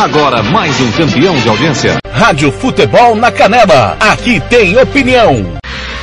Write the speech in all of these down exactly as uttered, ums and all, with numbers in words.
Agora mais um campeão de audiência. Rádio Futebol na Canela. Aqui tem opinião.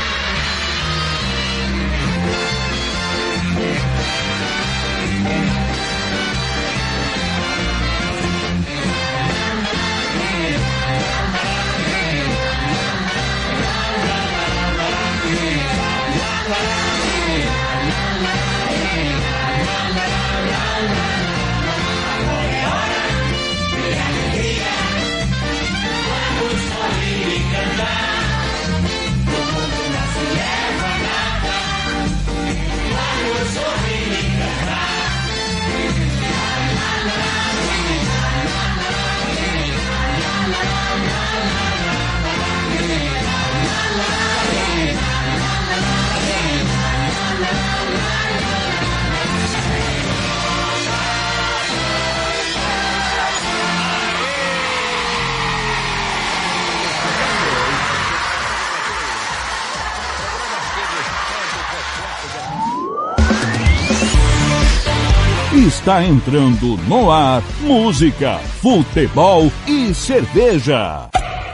Está entrando no ar música, futebol e cerveja.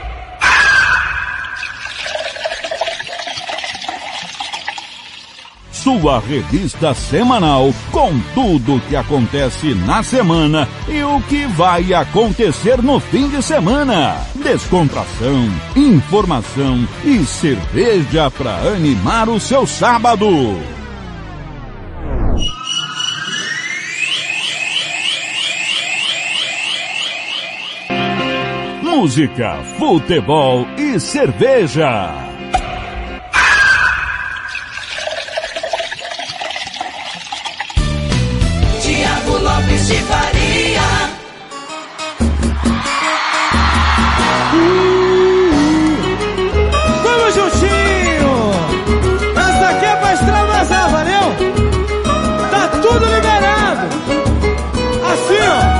Sua revista semanal com tudo o que acontece na semana e o que vai acontecer no fim de semana. Descontração, informação e cerveja para animar o seu sábado. Música, futebol e cerveja. Tiago Lopes de Faria. Vamos juntinho. Essa aqui é pra extravasar, valeu? Tá tudo liberado. Assim, ó.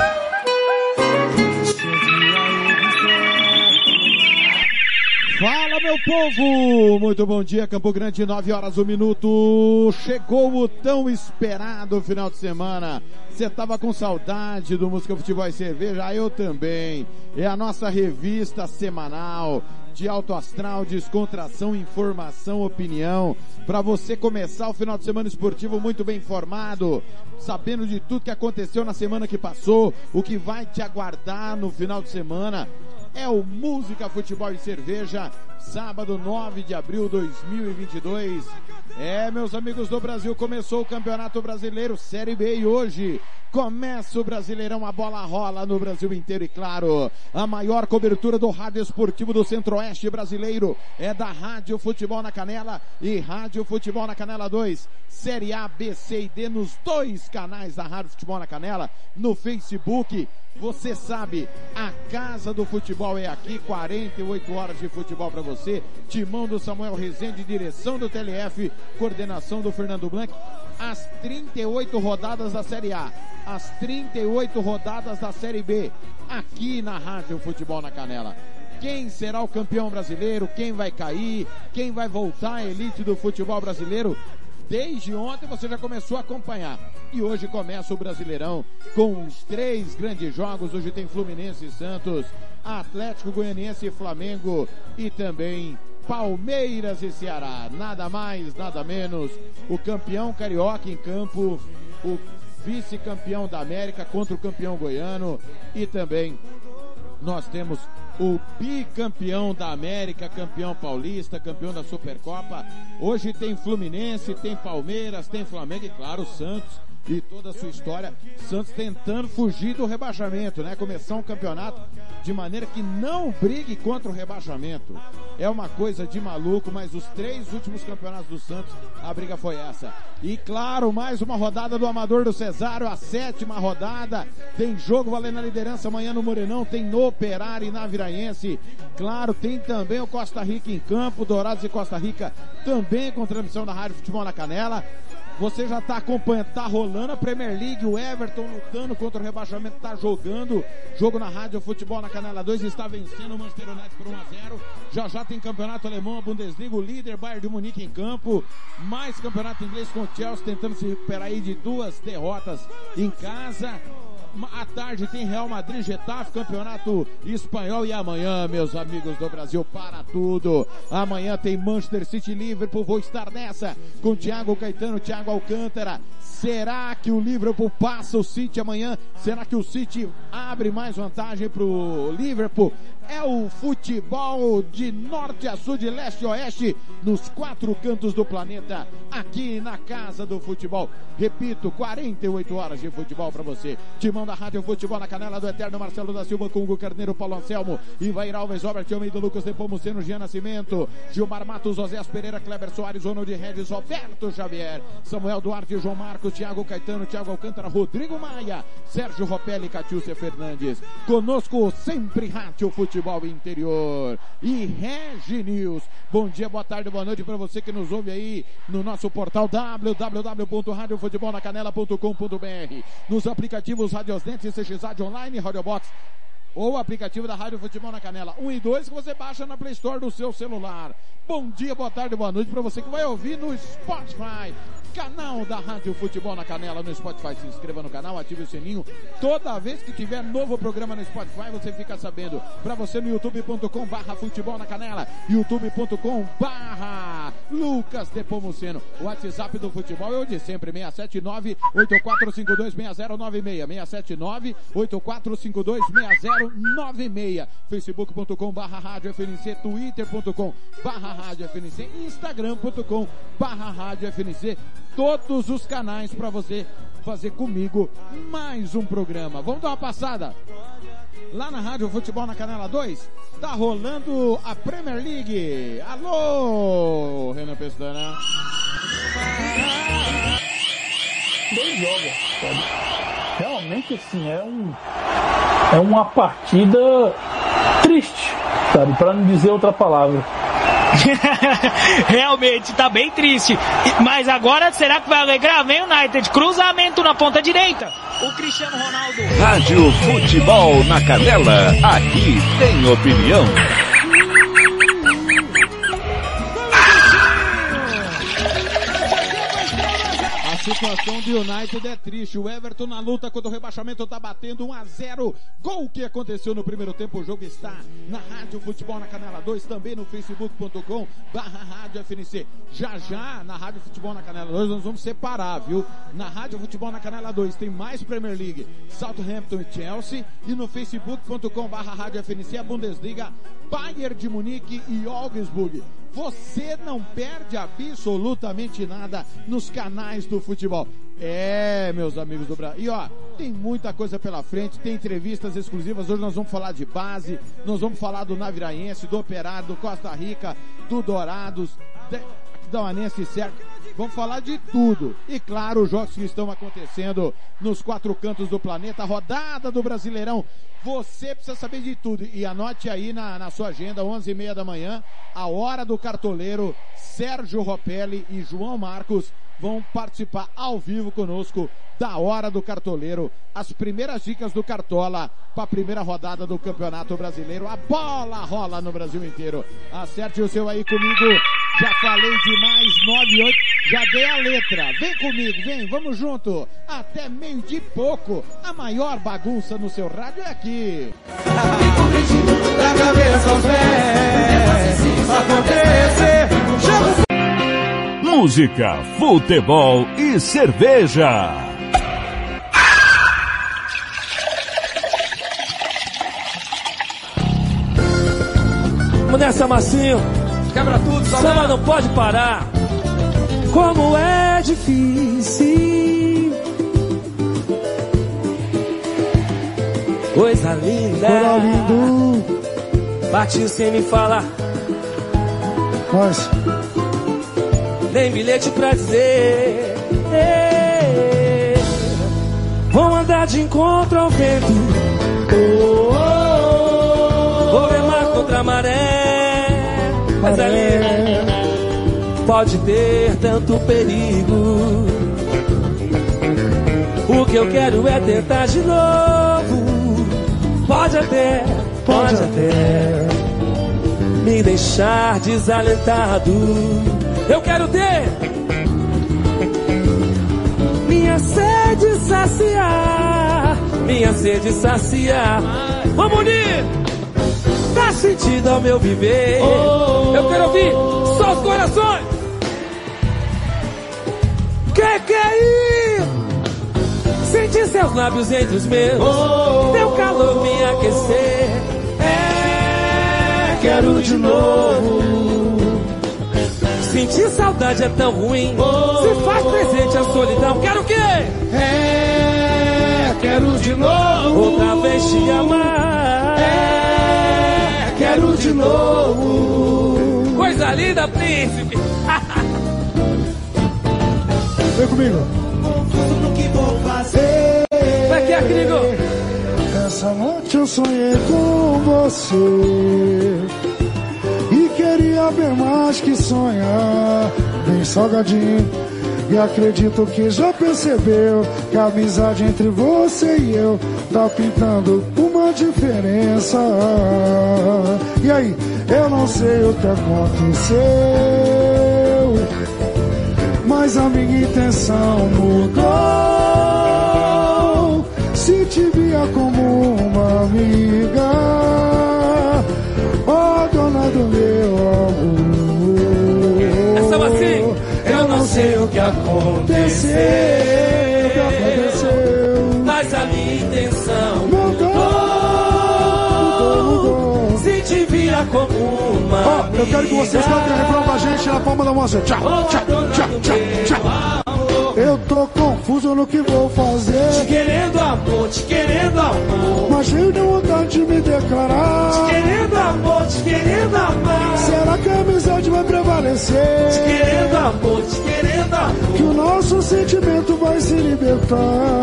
Fala, meu povo! Muito bom dia, Campo Grande, nove horas, um minuto. Chegou o tão esperado final de semana. Você tava com saudade do Música, Futebol e Cerveja? Eu também. É a nossa revista semanal de alto astral, descontração, informação, opinião, para você começar o final de semana esportivo muito bem informado, sabendo de tudo que aconteceu na semana que passou, o que vai te aguardar no final de semana. É o Música, Futebol e Cerveja, sábado nove de abril de dois mil e vinte e dois. É, meus amigos do Brasil, começou o Campeonato Brasileiro Série B e hoje começa o Brasileirão, a bola rola no Brasil inteiro e claro, a maior cobertura do rádio esportivo do Centro-Oeste brasileiro é da Rádio Futebol na Canela e Rádio Futebol na Canela dois, Série A, B, C e D nos dois canais da Rádio Futebol na Canela, no Facebook. Você sabe, a casa do futebol é aqui, quarenta e oito horas de futebol para você, timão do Samuel Rezende, direção do T L F, coordenação do Fernando Blanc, as trinta e oito rodadas da Série A, as trinta e oito rodadas da Série B, aqui na Rádio Futebol na Canela. Quem será o campeão brasileiro, quem vai cair, quem vai voltar à elite do futebol brasileiro? Desde ontem você já começou a acompanhar. E hoje começa o Brasileirão com os três grandes jogos. Hoje tem Fluminense e Santos, Atlético Goianiense e Flamengo e também Palmeiras e Ceará. Nada mais, nada menos. O campeão carioca em campo, o vice-campeão da América contra o campeão goiano e também nós temos o bicampeão da América, campeão paulista, campeão da Supercopa. Hoje tem Fluminense, tem Palmeiras, tem Flamengo e claro, Santos e toda a sua história. Santos tentando fugir do rebaixamento, né? Começar um campeonato de maneira que não brigue contra o rebaixamento. É uma coisa de maluco, mas os três últimos campeonatos do Santos, a briga foi essa. E claro, mais uma rodada do Amador do Cesário, a sétima rodada. Tem jogo valendo a liderança amanhã no Morenão, tem no Operário e na Viraense. Claro, tem também o Costa Rica em campo, Dourados e Costa Rica também com transmissão da Rádio Futebol na Canela. Você já está acompanhando, tá rolando a Premier League, o Everton lutando contra o rebaixamento, tá jogando, jogo na Rádio Futebol na Canela dois, está vencendo o Manchester United por um a zero, já já tem campeonato alemão, a Bundesliga, o líder Bayern de Munique em campo, mais campeonato inglês com o Chelsea tentando se recuperar aí de duas derrotas em casa. À tarde tem Real Madrid, Getafe, Campeonato Espanhol. E amanhã, meus amigos do Brasil, para tudo. Amanhã tem Manchester City e Liverpool. Vou estar nessa com Thiago Caetano, Thiago Alcântara. Será que o Liverpool passa o City amanhã? Será que o City abre mais vantagem pro Liverpool? É o futebol de norte a sul, de leste a oeste, nos quatro cantos do planeta, aqui na Casa do Futebol. Repito, quarenta e oito horas de futebol para você. Timão da Rádio Futebol na canela do eterno Marcelo da Silva, com Hugo Carneiro, Paulo Anselmo, Ivair Alves, Robert Almeida, Lucas Nepomuceno, Jean Nascimento, Gilmar Matos, Osés Pereira, Kleber Soares, Ronald Regis, Roberto Xavier, Samuel Duarte, João Marcos, Thiago Caetano, Thiago Alcântara, Rodrigo Maia, Sérgio Ropelli, Catiúcia Fernandes. Conosco sempre Rádio Futebol Interior e Regi News. Bom dia, boa tarde, boa noite para você que nos ouve aí no nosso portal w w w ponto rádio futebol na canela ponto com ponto b r, nos aplicativos Radiosnet, C X A Online, Radiobox ou o aplicativo da Rádio Futebol na Canela um e dois, que você baixa na Play Store do seu celular. Bom dia, boa tarde, boa noite para você que vai ouvir no Spotify, canal da Rádio Futebol na Canela no Spotify. Se inscreva no canal, ative o sininho. Toda vez que tiver novo programa no Spotify, você fica sabendo. Para você no youtube ponto com barra futebol na canela, youtube ponto com barra Lucas Nepomuceno. O WhatsApp do futebol é o de sempre, seis sete nove, oito quatro cinco dois, seis zero nove seis, seis sete nove, oito quatro cinco dois, seis zero nove seis. facebook ponto com barra rádio F N C, twitter ponto com barra rádio F N C, instagram ponto com barra rádio F N C. Todos os canais para você fazer comigo mais um programa. Vamos dar uma passada lá na Rádio Futebol na Canela dois. Tá rolando a Premier League. Alô, Renan Pestana. Dois jogos, sabe? Realmente, assim, é um é uma partida triste, sabe? Para não dizer outra palavra. Realmente tá bem triste. Mas agora será que vai alegrar? Vem o United, cruzamento na ponta direita. O Cristiano Ronaldo. Rádio Futebol na Canela. Aqui tem opinião. A situação do United é triste. O Everton na luta contra o rebaixamento tá batendo um a zero. Gol que aconteceu no primeiro tempo. O jogo está na Rádio Futebol na Canela dois, também no facebook ponto com barra rádio F N C. Já já na Rádio Futebol na Canela dois nós vamos separar, viu? Na Rádio Futebol na Canela dois tem mais Premier League, Southampton e Chelsea, e no facebook ponto com barra rádio F N C a Bundesliga, Bayern de Munique e Augsburg. Você não perde absolutamente nada nos canais do futebol. É, meus amigos do Brasil. E ó, tem muita coisa pela frente, tem entrevistas exclusivas. Hoje nós vamos falar de base, nós vamos falar do Naviraense, do Operário, do Costa Rica, do Dourados, da Uanense Cerca. Vamos falar de tudo. E claro, os jogos que estão acontecendo nos quatro cantos do planeta, a rodada do Brasileirão. Você precisa saber de tudo. E anote aí na, na sua agenda, onze e meia da manhã, a hora do cartoleiro. Sérgio Ropelli e João Marcos vão participar ao vivo conosco da Hora do Cartoleiro. As primeiras dicas do Cartola para a primeira rodada do Campeonato Brasileiro. A bola rola no Brasil inteiro. Acerte o seu aí comigo. Já falei demais, nove e oito. Já dei a letra. Vem comigo, vem, vamos junto. Até meio de pouco. A maior bagunça no seu rádio é aqui. Da cabeça aos pés. Acontecer. Música, futebol e cerveja. Vamos nessa, Massinho. Quebra tudo, Samba não pode parar. Como é difícil. Coisa linda. Coisa lindo. Partiu sem me falar. Nossa. Nem bilhete pra dizer. Ei, vão andar de encontro ao vento. Oh, oh, oh. Vou remar contra a maré. Mas ali pode ter tanto perigo. O que eu quero é tentar de novo. Pode até, pode, pode até me deixar desalentado. Eu quero ter minha sede saciar. minha sede saciar. Vamos unir! Dá sentido ao meu viver. Oh, eu quero ouvir só os corações. Que que é isso? Sentir seus lábios entre os meus, oh, teu calor me aquecer. É, quero de novo. Sentir saudade é tão ruim, oh, se faz presente a solidão. Quero o quê? É, quero de novo. Outra vez te amar. É, quero de novo. Coisa linda, príncipe. Vem comigo. Confuso no que vou fazer. Vai que é, Crigo. Essa noite eu sonhei com você e queria bem mais que sonhar. Bem salgadinho. E acredito que já percebeu que a amizade entre você e eu tá pintando uma diferença. E aí, eu não sei o que aconteceu, mas a minha intenção mudou. Se te via como uma amiga, ó, dona do meu amor. É só assim. Eu não sei o que aconteceu, o que aconteceu, mas a minha intenção mudou, mudou, mudou. Se te via como uma Ó, oh, eu quero que vocês cantem o refrão pra gente na palma da mão. Tchau, tchau, tchau, tchau, tchau. Eu tô confuso no que vou fazer. Te querendo amor, te querendo amor, mas cheio de vontade de me declarar. Te querendo amor, te querendo amar. Será que a amizade vai prevalecer? Te querendo amor, te querendo amor, que o nosso sentimento vai se libertar.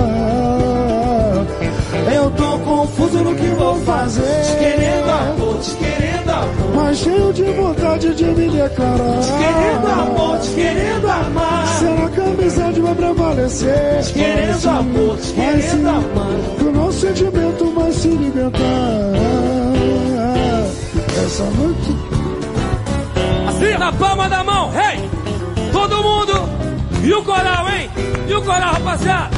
Eu tô confuso no que vou fazer. Te querendo amor, te querendo amor, mas cheio de vontade de me declarar. Te querendo amor, te querendo amar. Será que a amizade vai prevalecer? Te querendo sim, amor, te querendo amar. Que o nosso sentimento vai se libertar. Essa noite. Assim, na palma da mão, hey! Todo mundo! E o coral, hein? E o coral, rapaziada?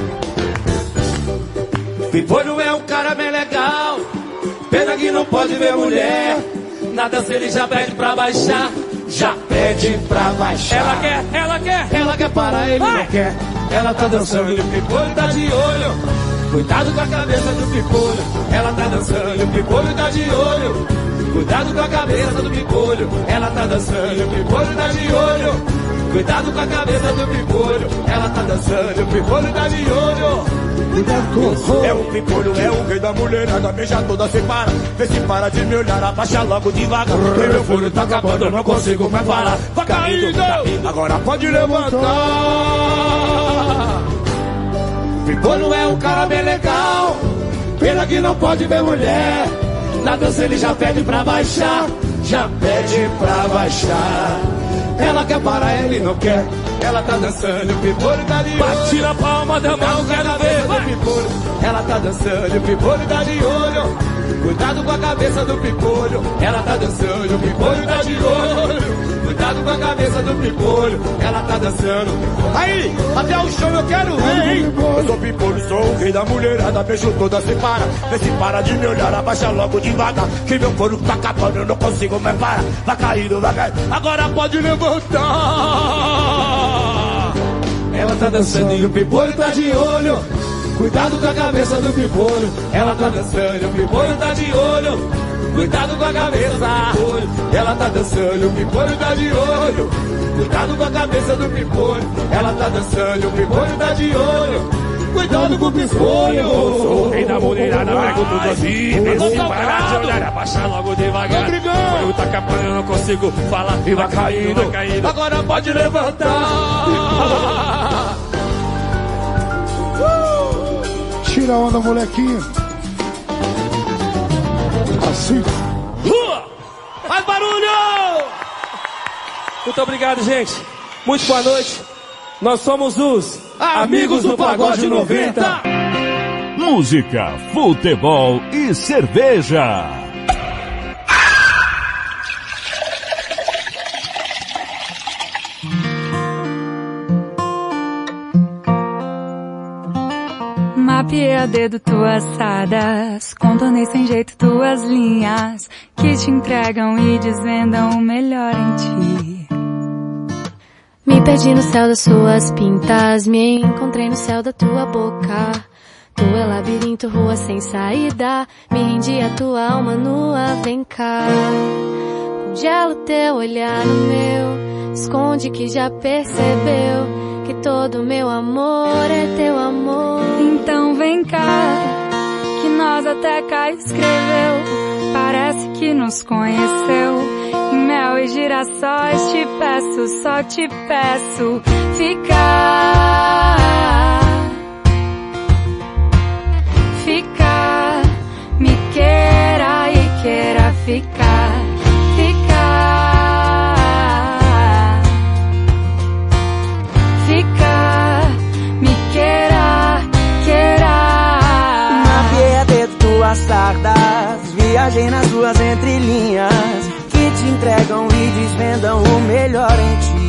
Pimpolho é um cara bem legal, pena que não pode ver mulher. Na dança ele já pede pra baixar, já pede pra baixar. Ela quer, ela quer, ela quer parar, ele vai. Não quer. Ela tá dançando e o Pimpolho tá de olho. Cuidado com a cabeça do Pimpolho. Ela tá dançando e o Pimpolho tá de olho. Cuidado com a cabeça do Pimpolho. Ela tá dançando e o Pimpolho tá de olho. Cuidado com a cabeça do Pimpolho. Ela tá dançando e o Pimpolho tá de olho. É o Pimpolho, é o rei da mulherada. Beija toda, se para, vê se para de me olhar. Abaixa logo devagar, e meu folho tá acabando, eu não consigo mais parar. Vai caindo, tá indo, agora pode levantar. Pimpolho é um cara bem legal, pena que não pode ver mulher. Na dança ele já pede pra baixar, já pede pra baixar. Ela quer parar, ele não quer. Ela tá dançando, o Pimpolho tá de olho. Bate na palma da mão, quero ver, vai. Ela tá dançando, o Pimpolho tá de olho. Cuidado com a cabeça do Pimpolho. Ela tá dançando, o Pimpolho tá de olho. Cuidado com a cabeça do Pimpolho. Ela tá dançando. Aí, até o chão eu quero ver, hein? Eu sou Pimpolho, sou o rei da mulherada. Beijo toda, se para, vê se para de me olhar. Abaixa logo devagar, que meu couro tá acabando, eu não consigo mais parar. Vai caindo, vai caindo, agora pode levantar. Ela tá dançando e o Pimpolho tá de olho. Cuidado com a cabeça do Pimpolho. Ela tá dançando e o Pimpolho tá de olho. Cuidado com a cabeça do Pimpolho. Ela tá dançando e o Pimpolho tá de olho. Cuidado com a cabeça do Pimpolho. Ela tá dançando e o Pimpolho tá de olho. Cuidado com o Pimpolho. Sou o rei da mulherada, pego tudo assim. Vê se para de olhar, abaixa logo devagar. O olho tá acabando, eu não consigo falar. E vai caindo, vai caindo. Agora pode levantar. Tira a onda, molequinho. Assim. Rua! Faz barulho! Muito obrigado, gente. Muito boa noite. Nós somos os Amigos do Pagode noventa. Música, futebol e cerveja. Mapeei a dedo tuas sadas, contornei sem jeito tuas linhas, que te entregam e desvendam o melhor em ti. Me perdi no céu das suas pintas, me encontrei no céu da tua boca. Tu é labirinto, rua sem saída, me rendi a tua alma nua, vem cá. Congela o teu olhar no meu, esconde que já percebeu que todo meu amor é teu amor. Então vem cá, que nós até cá escreveu, parece que nos conheceu. Em mel e girassóis te peço, só te peço ficar. Ficar, me queira e queira ficar. Ficar, ficar, me queira, queira. Mapeei a dedo tuas sardas, viajei nas tuas entrelinhas, que te entregam e desvendam o melhor em ti.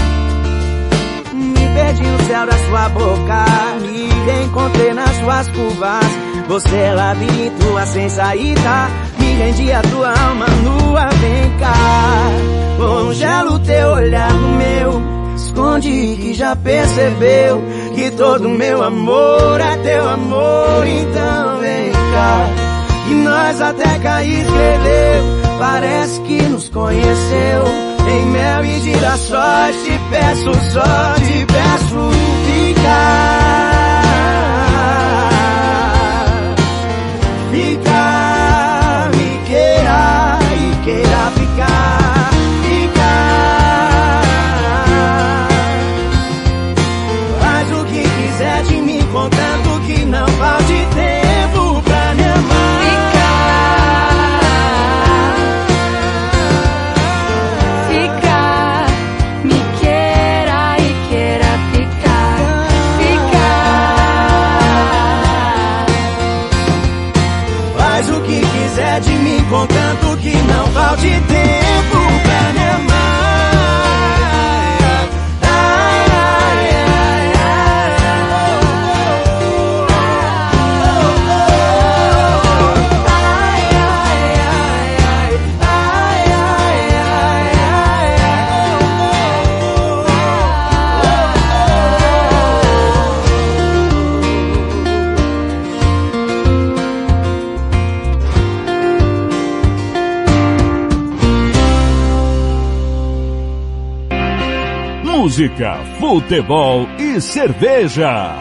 Me perdi no céu da sua boca, me encontrei nas suas curvas. Você é labirinto, a sem saída, me rendi a tua alma nua, vem cá. Congela o teu olhar no meu, esconde que já percebeu que todo meu amor é teu amor. Então vem cá, que nós até cá escreveu, parece que nos conheceu. Em mel e girassóis te peço, só te peço ficar. Ficar, me queira e queira ficar. Ficar, faz o que quiser de mim, contanto que não falte tempo pra me amar. Ficar, me queira e queira ficar. Ficar, faz o que quiser de mim, contanto que não falte tempo pra me amar. Ai, ai, ai, Música, futebol e cerveja.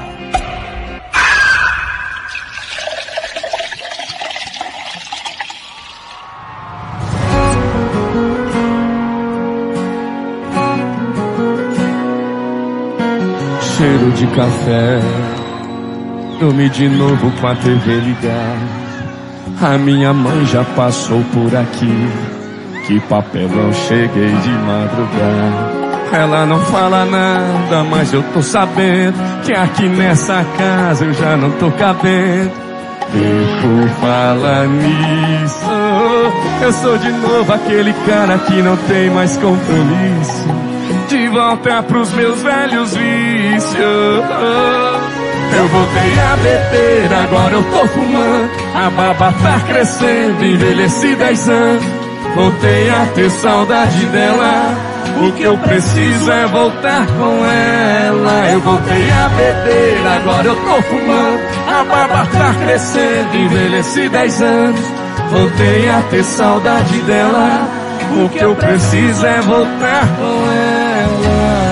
Cheiro de café, dormi de novo com a T V ligada. A minha mãe já passou por aqui, que papelão, cheguei de madrugada. Ela não fala nada, mas eu tô sabendo que aqui nessa casa eu já não tô cabendo. E por falar nisso, eu sou de novo aquele cara que não tem mais compromisso, de volta pros meus velhos vícios. Eu voltei a beber, agora eu tô fumando, a baba tá crescendo, envelheci dez anos. Voltei a ter saudade dela, o que eu preciso é voltar com ela. Eu voltei a beber, agora eu tô fumando, a barba tá crescendo, envelheci dez anos. Voltei a ter saudade dela, o que eu preciso é voltar com ela.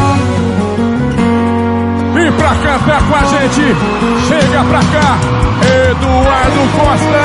Vem pra cantar com a gente, chega pra cá, Eduardo Costa.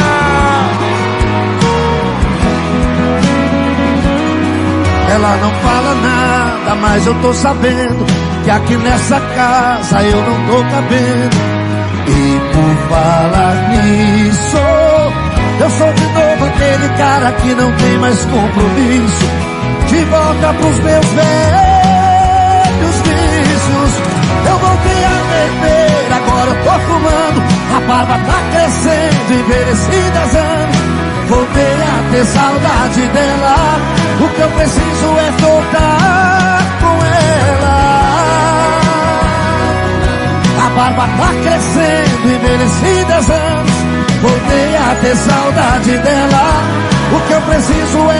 Ela não fala nada, mas eu tô sabendo que aqui nessa casa eu não tô cabendo. E por falar nisso, eu sou de novo aquele cara que não tem mais compromisso, de volta pros meus velhos vícios. Eu voltei a beber, agora eu tô fumando, a barba tá crescendo, envelheci dez anos. Voltei a ter saudade dela, o que eu preciso é voltar com ela. A barba tá crescendo, envelheci dez anos. Voltei a ter saudade dela. O que eu preciso é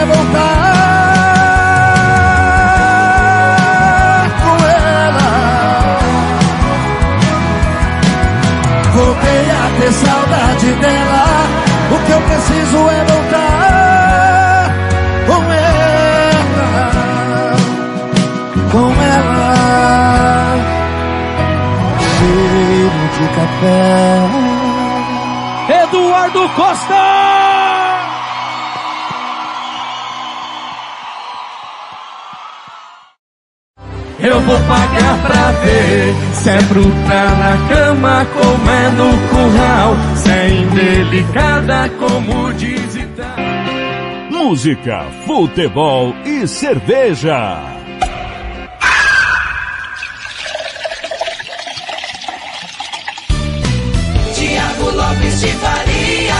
voltar com ela. Voltei a ter saudade dela. O que eu preciso é voltar com ela. Com ela. Cheiro de café. Eduardo Costa! Eu vou pagar pra ver se é bruta na cama como é no curral, se é indelicada como diz e tal. Música, futebol e cerveja. Tiago Lopes de Faria.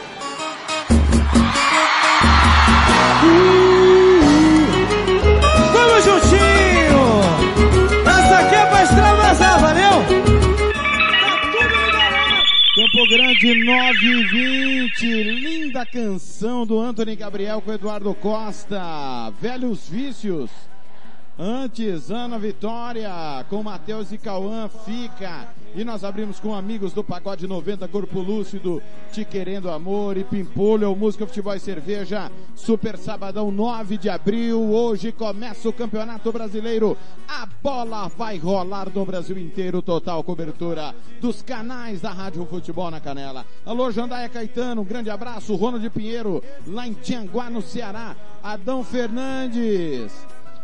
Vamos juntinho! Essa aqui é pra extravasar, valeu? Campo Grande nove e vinte, linda canção do Anthony Gabriel com Eduardo Costa. Velhos Vícios. Antes, Ana Vitória com Matheus e Cauã, Fica. E nós abrimos com amigos do Pagode noventa, Corpo Lúcido, Te Querendo Amor e Pimpolho, Música, Futebol e Cerveja. Super Sabadão, nove de abril. Hoje começa o Campeonato Brasileiro. A bola vai rolar no Brasil inteiro. Total cobertura dos canais da Rádio Futebol na Canela. Alô, Jandaia Caetano, um grande abraço. Ronald Pinheiro, lá em Tianguá, no Ceará. Adão Fernandes.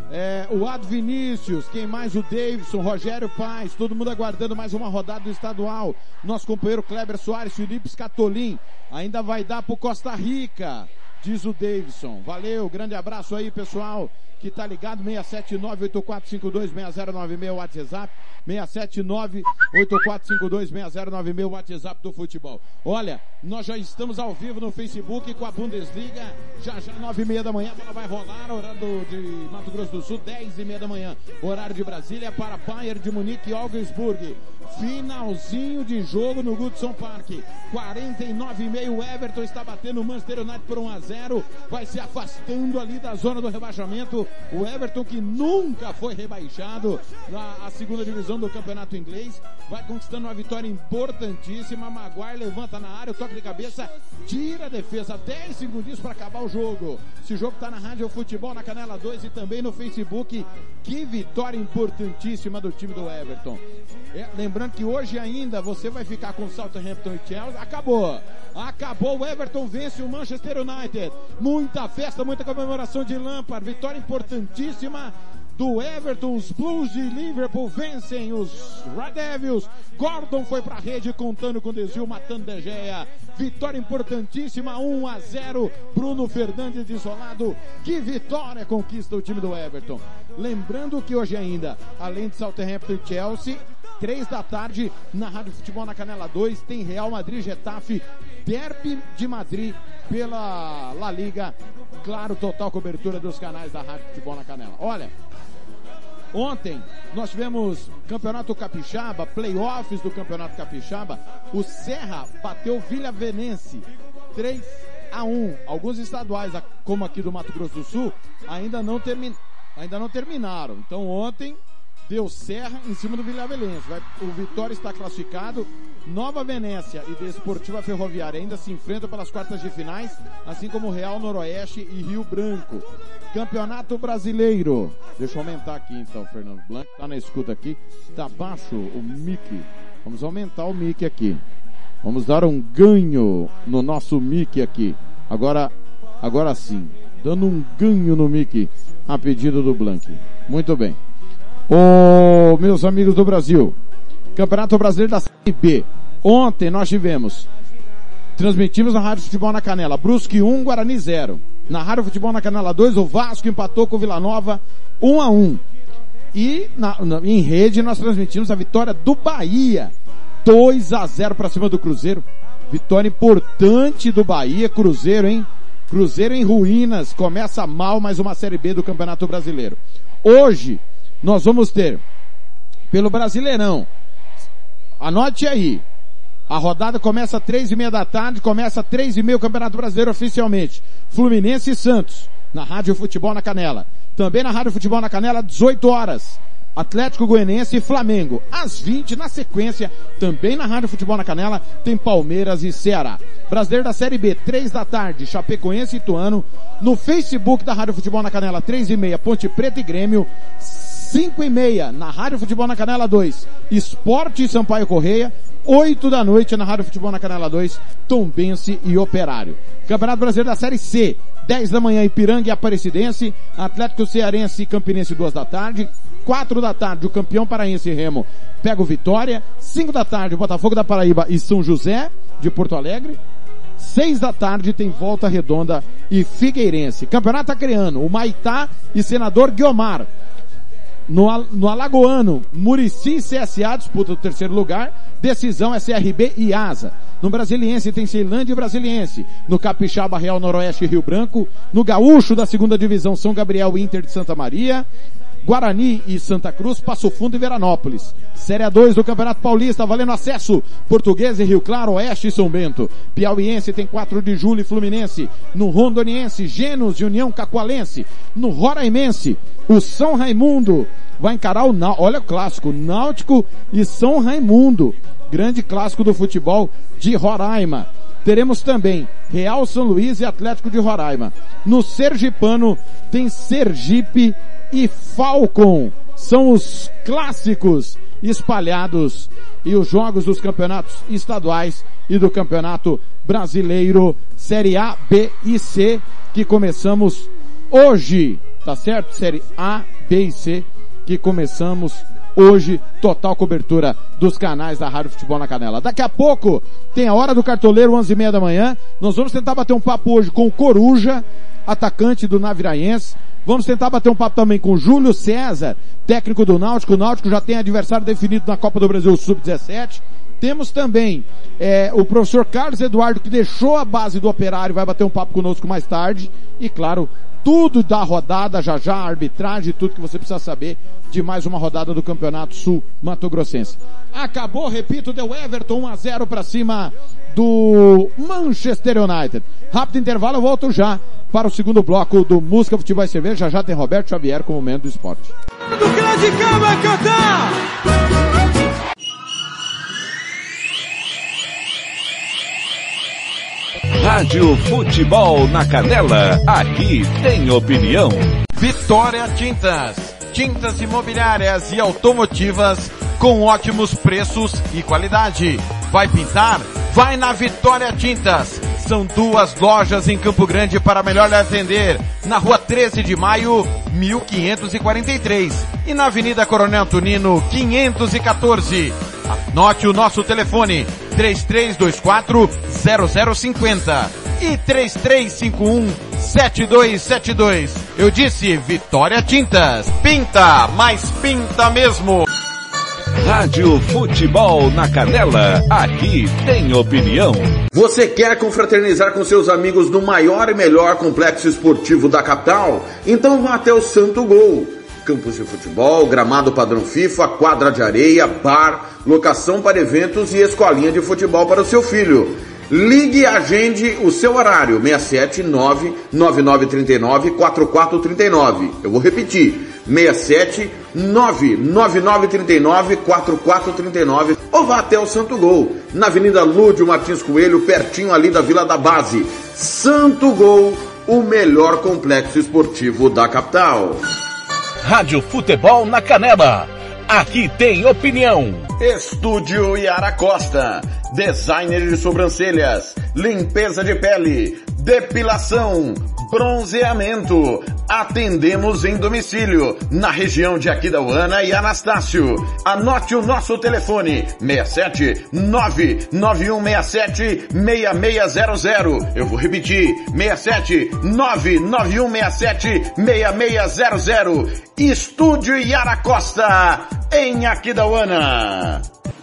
É, o Ado Vinícius, quem mais? O Davidson, Rogério Paz, todo mundo aguardando mais uma rodada do estadual. Nosso companheiro Kleber Soares, Felipe Scatolin, ainda vai dar pro Costa Rica, diz o Davidson. Valeu, grande abraço aí, pessoal que tá ligado. Seis sete nove, oito quatro cinco dois, seis zero nove seis WhatsApp, seis sete nove, oito quatro cinco dois, seis zero nove seis WhatsApp do futebol. Olha, nós já estamos ao vivo no Facebook com a Bundesliga. Já já nove e meia da manhã ela vai rolar, horário do, de Mato Grosso do Sul, dez e meia da manhã, horário de Brasília, para Bayern de Munique e Augsburg. Finalzinho de jogo no Goodson Park, quarenta e nove e meio. O Everton está batendo o Manchester United por um a zero, vai se afastando ali da zona do rebaixamento. O Everton, que nunca foi rebaixado na a segunda divisão do campeonato inglês, vai conquistando uma vitória importantíssima. Maguire levanta na área, o toque de cabeça, tira a defesa, dez segundinhos para acabar o jogo. Esse jogo está na Rádio Futebol na Canela dois e também no Facebook. Que vitória importantíssima do time do Everton. É, lembrando que hoje ainda você vai ficar com Southampton e Chelsea. Acabou, acabou, o Everton vence o Manchester United. Muita festa, muita comemoração de Lampard. Vitória importantíssima do Everton. Os Blues de Liverpool vencem os Red Devils. Gordon foi pra rede contando com o desvio, matando De Gea. Vitória importantíssima, um a zero. Bruno Fernandes isolado. Que vitória conquista o time do Everton. Lembrando que hoje ainda, além de Southampton e Chelsea, três da tarde, na Rádio Futebol na Canela dois, tem Real Madrid Getafe, Derby de Madrid pela La Liga. Claro, total cobertura dos canais da Rádio Futebol na Canela. Olha, ontem nós tivemos Campeonato Capixaba, playoffs do Campeonato Capixaba. O Serra bateu Vilhavenense três a um. Alguns estaduais, como aqui do Mato Grosso do Sul, ainda não, termi... ainda não terminaram. Então ontem deu Serra em cima do Vilhavenense. Vai... O Vitória está classificado. Nova Venécia e Desportiva Ferroviária ainda se enfrentam pelas quartas de finais, assim como Real Noroeste e Rio Branco. Campeonato Brasileiro. Deixa eu aumentar aqui então, Fernando Blanco. Tá na escuta aqui. Tá baixo o mic. Vamos aumentar o mic aqui. Vamos dar um ganho no nosso mic aqui. Agora, agora sim. Dando um ganho no mic a pedido do Blank. Muito bem. Ô, meus amigos do Brasil. Campeonato Brasileiro da Série B. Ontem nós tivemos, transmitimos na Rádio Futebol na Canela, Brusque um, Guarani zero. Na Rádio Futebol na Canela dois, o Vasco empatou com o Vila Nova um a um. E na, na, em rede nós transmitimos a vitória do Bahia, dois a zero para cima do Cruzeiro. Vitória importante do Bahia, Cruzeiro, hein? Cruzeiro em ruínas, começa mal mais uma Série B do Campeonato Brasileiro. Hoje nós vamos ter, pelo Brasileirão, Anote aí. A rodada começa às três e meia da tarde, começa às três e meia o Campeonato Brasileiro oficialmente. Fluminense e Santos, na Rádio Futebol na Canela. Também na Rádio Futebol na Canela, dezoito horas. Atlético Goianiense e Flamengo. Às vinte, na sequência, também na Rádio Futebol na Canela, tem Palmeiras e Ceará. Brasileiro da Série B, três da tarde, Chapecoense e Ituano. No Facebook da Rádio Futebol na Canela, três e meia, Ponte Preta e Grêmio. cinco e meia, na Rádio Futebol na Canela dois, Sport e Sampaio Correia. oito da noite, na Rádio Futebol na Canela dois, Tombense e Operário. Campeonato Brasileiro da Série C, dez da manhã, Ipiranga e Aparecidense. Atlético Cearense e Campinense, duas da tarde. quatro da tarde, o campeão paraense Remo pega o Vitória. cinco da tarde, o Botafogo da Paraíba e São José de Porto Alegre. seis da tarde tem Volta Redonda e Figueirense. Campeonato Acreano, o Maitá e Senador Guiomar. No, no Alagoano, Murici e C S A disputam o terceiro lugar. Decisão é C R B e Asa. No Brasiliense tem Ceilândia e Brasiliense. No Capixaba, Real Noroeste e Rio Branco. No Gaúcho da segunda divisão, São Gabriel e Inter de Santa Maria. Guarani e Santa Cruz, Passo Fundo e Veranópolis. Série A dois do Campeonato Paulista, valendo acesso. Portuguesa e Rio Claro, Oeste e São Bento. Piauiense tem quatro de julho e Fluminense. No Rondoniense, Genos e União Cacoalense. No Roraimense, o São Raimundo vai encarar o Náutico. Olha o clássico, Náutico e São Raimundo. Grande clássico do futebol de Roraima. Teremos também Real São Luís e Atlético de Roraima. No Sergipano tem Sergipe e Falcon. São os clássicos espalhados e os jogos dos campeonatos estaduais e do Campeonato Brasileiro Série A, B e C, que começamos hoje, tá certo? Série A, B e C, que começamos hoje, total cobertura dos canais da Rádio Futebol na Canela. Daqui a pouco tem a Hora do Cartoleiro, onze e meia da manhã. Nós vamos tentar bater um papo hoje com o Coruja, atacante do Naviraense. Vamos tentar bater um papo também com o Júlio César, técnico do Náutico. O Náutico já tem adversário definido na Copa do Brasil sub dezessete. Temos também é, o professor Carlos Eduardo, que deixou a base do Operário, vai bater um papo conosco mais tarde. E claro, tudo da rodada, já já, arbitragem, tudo que você precisa saber de mais uma rodada do Campeonato Sul Mato Grossense. Acabou, repito, deu Everton um a zero para cima do Manchester United. Rápido intervalo, eu volto já para o segundo bloco do Música, Futebol e Cerveja. Já já tem Roberto Xavier com o Momento do Esporte. Do grande Cá vai cantar! Rádio Futebol na Canela, aqui tem opinião. Vitória Tintas, tintas imobiliárias e automotivas com ótimos preços e qualidade. Vai pintar? Vai na Vitória Tintas. São duas lojas em Campo Grande para melhor lhe atender. Na rua treze de maio, mil quinhentos e quarenta e três. E na Avenida Coronel Tunino, quinhentos e quatorze. Anote o nosso telefone, três três dois quatro, zero zero cinco zero e três três cinco um, sete dois sete dois. Eu disse Vitória Tintas. Pinta, mas pinta mesmo. Rádio Futebol na Canela, aqui tem opinião. Você quer confraternizar com seus amigos no maior e melhor complexo esportivo da capital? Então vá até o Santo Gol. Campos de futebol, gramado padrão FIFA, quadra de areia, bar, locação para eventos e escolinha de futebol para o seu filho. Ligue e agende o seu horário, seis sete nove, nove nove três nove, quatro quatro três nove. Eu vou repetir, seis sete nove, nove nove três nove, quatro quatro três nove. Ou vá até o Santo Gol, na Avenida Lúdio Martins Coelho, pertinho ali da Vila da Base. Santo Gol, o melhor complexo esportivo da capital. Rádio Futebol na Canela, aqui tem opinião. Estúdio Yara Costa, designer de sobrancelhas, limpeza de pele, depilação, bronzeamento. Atendemos em domicílio, na região de Aquidauana e Anastácio. Anote o nosso telefone, seis sete nove, nove um seis sete, seis seis zero zero. Eu vou repetir, seis sete nove, nove um seis sete, seis seis zero zero. Estúdio Yara Costa, em Aquidauana.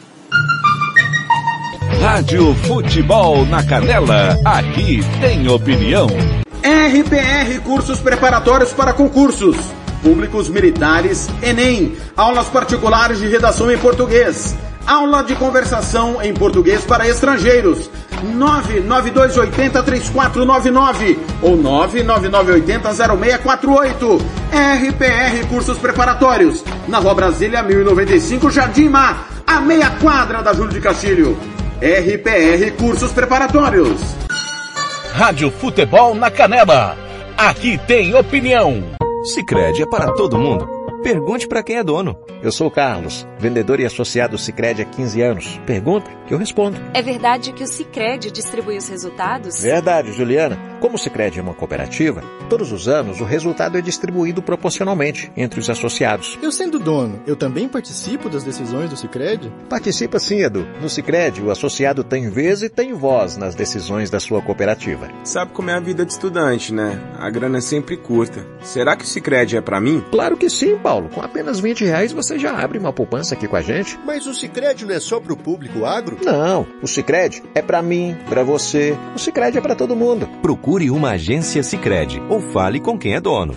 Rádio Futebol na Canela, aqui tem opinião. R P R Cursos Preparatórios para Concursos Públicos Militares, Enem, aulas particulares de redação em português, Aula de conversação em português para estrangeiros. nove nove dois oito zero três quatro nove nove ou nove nove nove oito zero zero seis quatro oito. R P R Cursos Preparatórios. Na Rua Brasília mil e noventa e cinco, Jardim Mar, a meia quadra da Júlio de Castilho. R P R Cursos Preparatórios. Rádio Futebol na Canela. Aqui tem opinião. Sicredi é para todo mundo. Pergunte para quem é dono. Eu sou o Carlos, vendedor e associado Sicredi há quinze anos. Pergunta que eu respondo. É verdade que o Sicredi distribui os resultados? Verdade, Juliana. Como o Sicredi é uma cooperativa, todos os anos o resultado é distribuído proporcionalmente entre os associados. Eu sendo dono, eu também participo das decisões do Sicredi? Participa sim, Edu. No Sicredi, o associado tem vez e tem voz nas decisões da sua cooperativa. Sabe como é a vida de estudante, né? A grana é sempre curta. Será que o Sicredi é pra mim? Claro que sim, Paulo. Com apenas vinte reais você já abre uma poupança aqui com a gente. Mas o Sicredi não é só pro público agro? Não, o Sicredi é pra mim, pra você. O Sicredi é pra todo mundo. Procure uma agência Sicredi ou fale com quem é dono.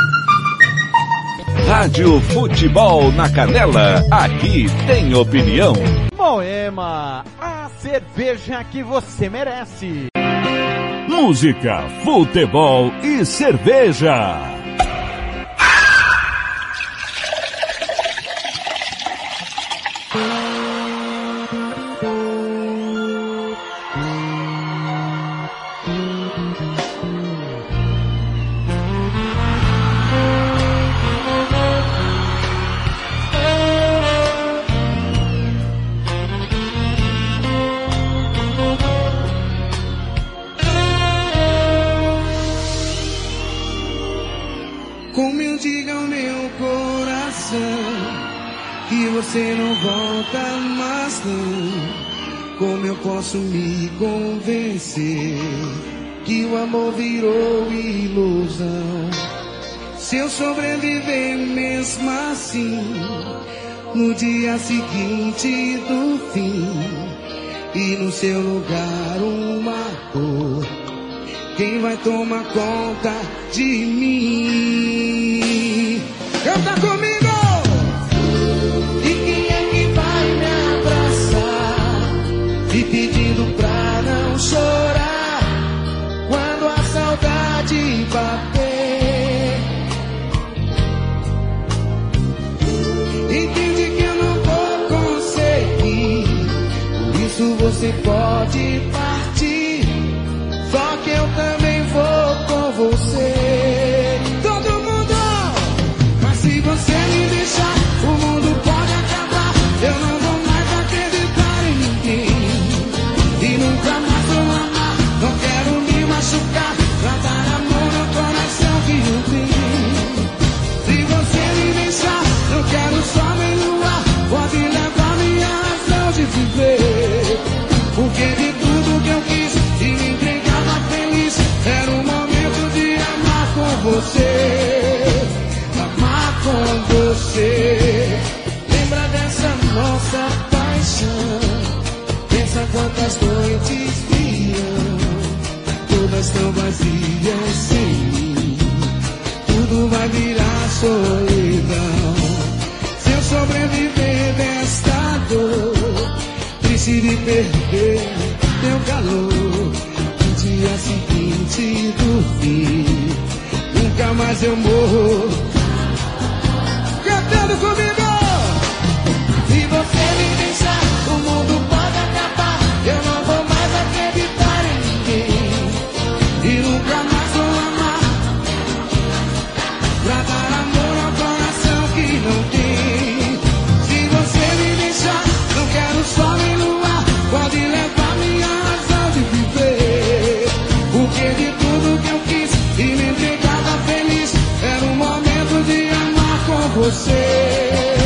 Rádio Futebol na Canela. Aqui tem opinião. Moema, a cerveja que você merece. Música, futebol e cerveja. Como eu digo ao meu coração que você não volta mais não. Como eu posso me convencer que o amor virou ilusão? Se eu sobreviver mesmo assim, no dia seguinte do fim, e no seu lugar uma dor, quem vai tomar conta de mim? Canta comigo! E quem é que vai me abraçar, me pedindo pra não chorar quando a saudade bater? Entende que eu não vou conseguir, por isso você pode partir, só que eu também vou com você. Todo mundo! Mas se você me deixar, o mundo pode acabar. Eu não vou mais acreditar em ninguém e nunca mais vou amar. Não quero me machucar pra dar amor no coração que eu tenho. Se você me deixar, não quero só me luar. Pode levar minha razão de viver, porque de tudo que eu quis e me entregava feliz, era o momento de amar com você, amar com você. Lembra dessa nossa paixão, pensa quantas noites viam, todas tão vazias sem mim. Tudo vai virar solidão se eu sobreviver desta dor, triste de perder teu calor. No dia seguinte do fim, nunca mais eu morro. Cantando comigo! Se você me deixar, o mundo pode acabar. Eu não vou mais acreditar em ninguém e nunca mais vou amar, pra dar amor ao coração que não tem. Se você me deixar, não quero só me luar. Pode levar minha razão de viver, porque de tudo que eu quis e me entregava feliz, era o momento de amar com você.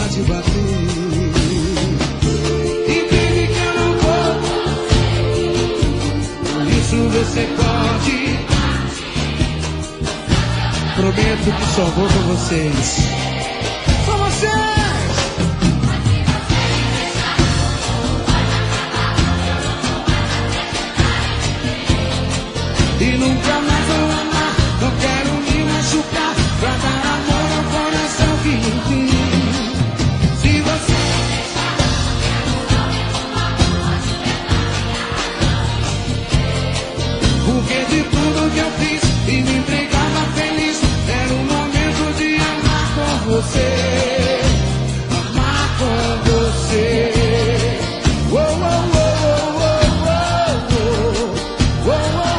pode bater. Entende que eu não vou, por isso você pode. Prometo que só vou com vocês. Com vocês! E nunca mais vou amar, não quero me machucar, pra dar amor ao coração que não tem. Se você deixar, eu não pode pegar. Porque de tudo que eu fiz e me entregava feliz, era o momento de amar com você, amar com você. Oh, oh, oh, oh, oh, oh, oh, oh,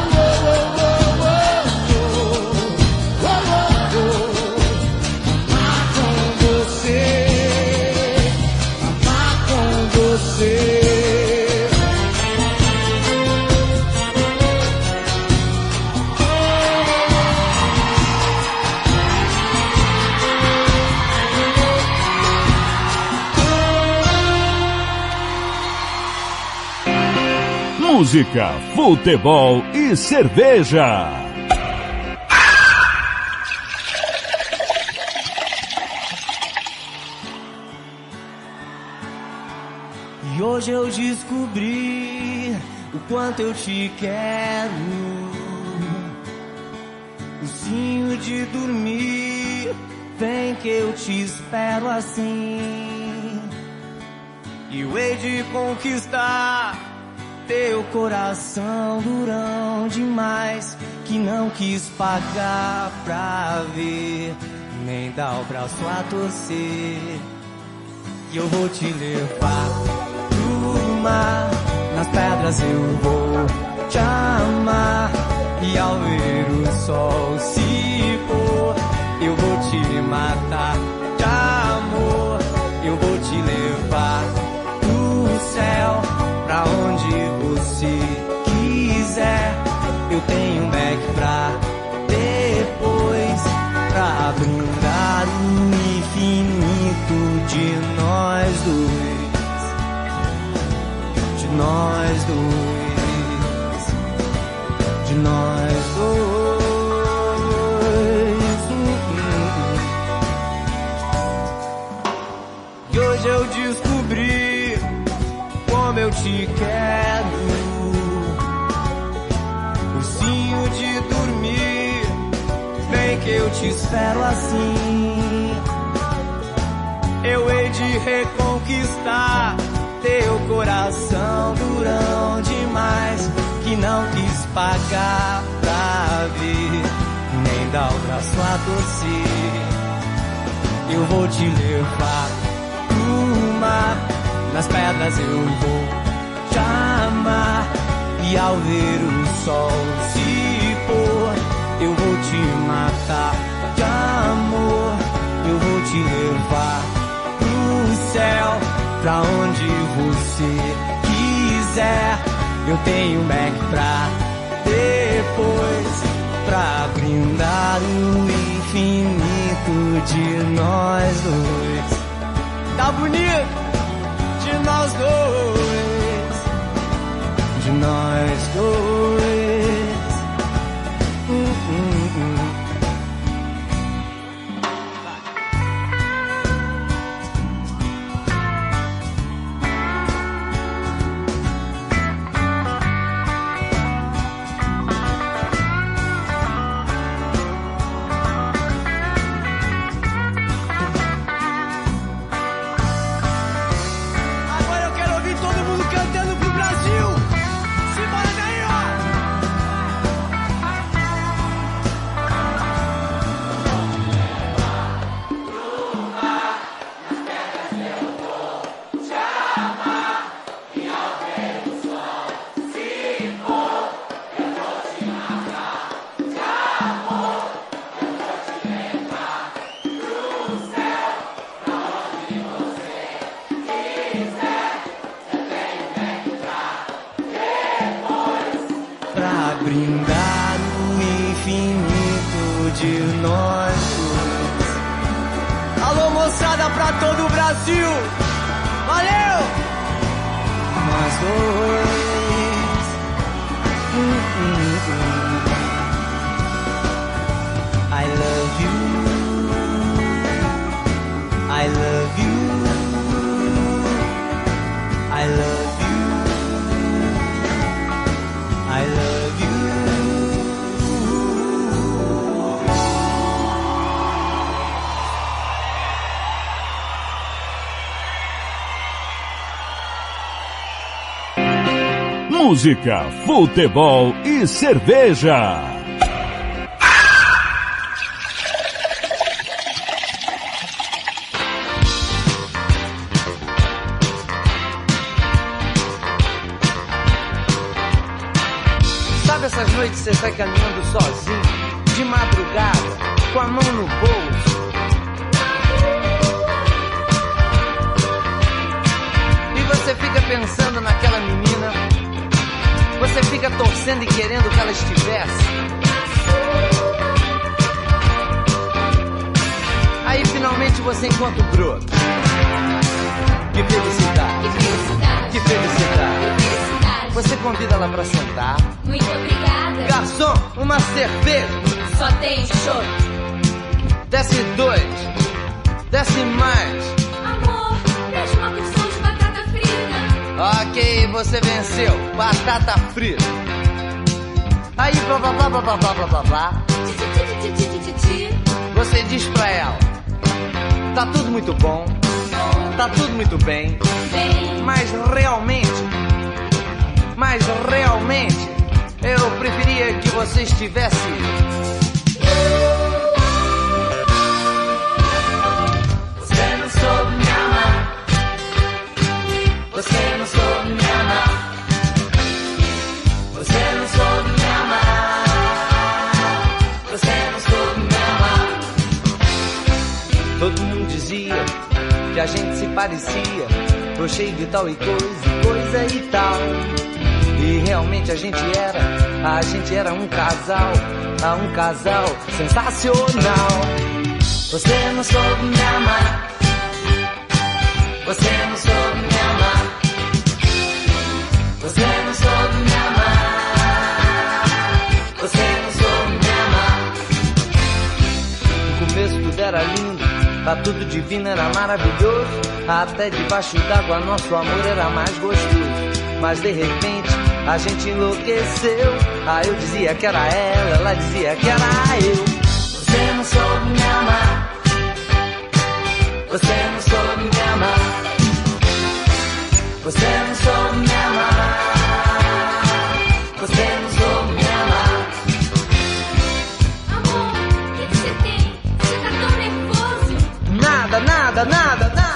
Música, futebol e cerveja. E hoje eu descobri o quanto eu te quero. Ursinho de dormir, vem que eu te espero assim. E eu hei de conquistar teu coração durão demais, que não quis pagar pra ver, nem dar o braço a torcer. E eu vou te levar pro mar, nas pedras eu vou te amar. E ao ver o sol se pôr, eu vou te matar de amor. Eu vou te levar pro céu, pra onde você quiser. Eu tenho um back pra depois, pra brindar o infinito de nós dois, de nós dois, de nós dois. E hoje eu descobri como eu te quero. Ursinho de dormir, vem que eu te espero assim. Eu hei de reconquistar teu coração durão demais, que não quis pagar pra ver, nem dar o braço a torcer. Eu vou te levar pro mar, nas pedras eu vou te amar. E ao ver o sol se pôr, eu vou te matar de amor. Eu vou te levar pro céu, pra onde você quiser. Eu tenho um back pra depois, pra brindar o infinito de nós dois. Tá bonito? De nós dois, de nós dois. Hum, hum, hum. brindar o infinito de nós dois. Alô, moçada, pra todo o Brasil. Brasil! Valeu! Nós dois. Hum, hum, hum. I love you. I love you. I love you. I love you. Música, futebol e cerveja. Sabe essas noites você sai caminhando sozinho, de madrugada, com a mão no bolso? E você fica pensando naquela menina, você fica torcendo e querendo que ela estivesse. Aí finalmente você encontra o broto. Que felicidade! Que felicidade! Que felicidade! Você convida ela pra sentar. Muito obrigada. Garçom, uma cerveja. Só tem chopp. Desce dois. Desce mais. Amor, deixa uma porção de batata frita. Ok, você venceu. Batata frita. Aí, blá blá blá blá blá blá blá blá blá. Você diz pra ela: tá tudo muito bom. Tá tudo muito bem. Mas realmente, mas realmente, eu preferia que você estivesse. Você não soube me amar. Você não soube me amar. Você não soube me amar. Você não soube me amar. Todo mundo dizia que a gente se parecia, tô cheio de tal e coisa, coisa e tal. E realmente a gente era, a gente era um casal, ah, um casal sensacional. Você não soube me amar. Você não soube me amar. Você não soube me amar. Você não soube me amar. No começo tudo era lindo, tá tudo divino, era maravilhoso. Até debaixo d'água nosso amor era mais gostoso. Mas de repente a gente enlouqueceu. Ah, eu dizia que era ela, ela dizia que era eu. Você não soube me amar. Você não soube me amar. Você não soube me amar. Você não soube me amar. Amor, o que que você tem? Você tá tão nervoso. Nada, nada, nada, nada.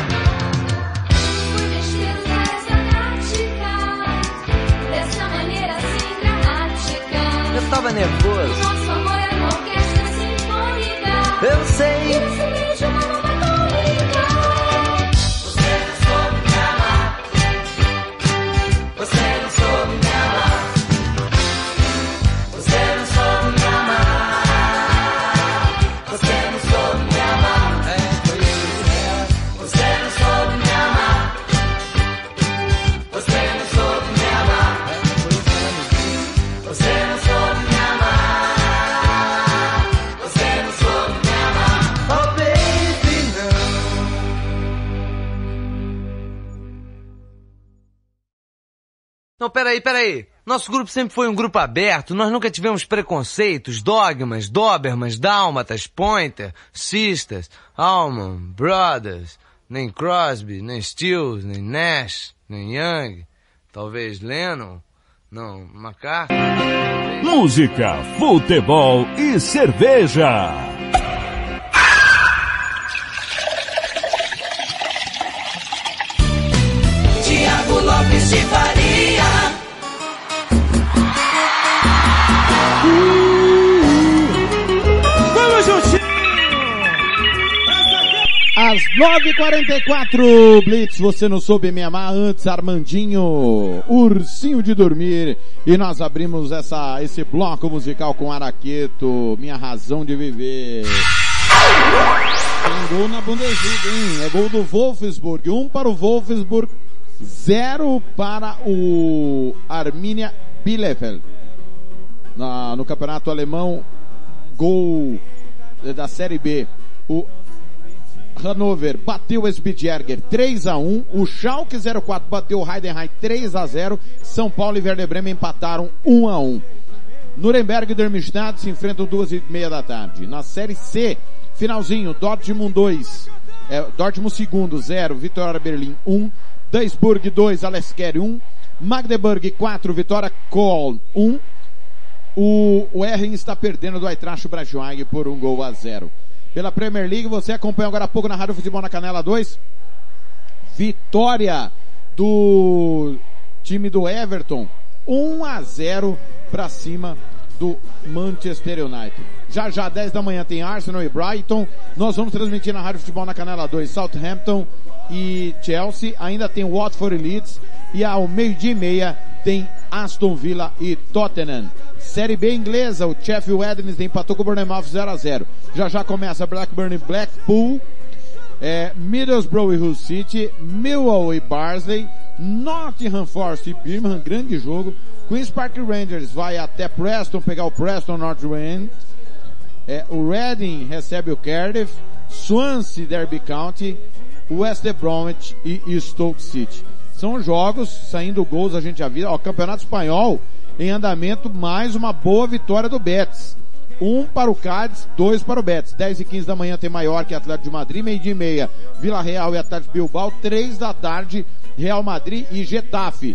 Foi besteira usar essa tática, dessa maneira assim dramática. Eu tava nervoso. Nosso amor é uma orquestra sinfônica. Eu sei. E você beija uma bomba atômica. Você não soube me amar. Você não soube me amar. Você não soube me amar. Você não soube me amar. É, foi isso. Você não soube me amar. Você não soube me amar. É, foi isso. Você não soube me amar. Você não soube me amar. Oh baby, não. Não, peraí, peraí. Nosso grupo sempre foi um grupo aberto, nós nunca tivemos preconceitos, dogmas, dobermans, dálmatas, pointer, sisters, Allman, Brothers, nem Crosby, nem Stills, nem Nash, nem Young, talvez Lennon, não, McCartney. Música, futebol e cerveja. Tiago Lopes de Faria. Vamos juntinho! Às nove e quarenta e quatro, Blitz, você não soube me amar antes, Armandinho, Ursinho de Dormir, e nós abrimos essa, esse bloco musical com Araqueto, Minha Razão de Viver. Tem gol na Bundesliga, hein? É gol do Wolfsburg. Um para o Wolfsburg, zero para o Arminia Bielefeld. Na, no campeonato alemão, gol da Série B. O Hannover bateu o Esbjerg três a um. O Schalke zero quatro bateu o Heidenheim três a zero. São Paulo e Werder Bremen empataram um a um. Nuremberg e Darmstadt se enfrentam duas e meia da tarde. Na Série C, finalzinho, Dortmund dois, é, Dortmund segundo, zero, Vitória Berlim um, Duisburg dois, Aleskeri um, Magdeburg quatro, Vitória Köln um. O, o Erring está perdendo do Eintracht Braunschweig por um gol a zero. Pela Premier League, você acompanhou agora há pouco na Rádio Futebol na Canela dois. Vitória do time do Everton, um a zero para cima do Manchester United. Já já, dez da manhã, tem Arsenal e Brighton. Nós vamos transmitir na Rádio Futebol na Canela dois, Southampton e Chelsea. Ainda tem Watford e Leeds. E ao meio-dia e meia tem Aston Villa e Tottenham. Série B inglesa, o Sheffield Wednesday empatou com o Bournemouth zero a zero. Já já começa Blackburn e Blackpool, é, Middlesbrough e Hull City, Millwall e Barnsley, Nottingham Forest e Birmingham, grande jogo. Queen's Park Rangers vai até Preston pegar o Preston North End. É, o Reading recebe o Cardiff, Swansea Derby County, West Bromwich e Stoke City. São jogos saindo gols, a gente já viu. Ó, Campeonato Espanhol em andamento, mais uma boa vitória do Betis. Um para o Cádiz, dois para o Betis. dez e quinze da manhã tem Mallorca e Atlético de Madrid, meio-dia e meia Vila Real e Atlético Bilbao, três da tarde Real Madrid e Getafe.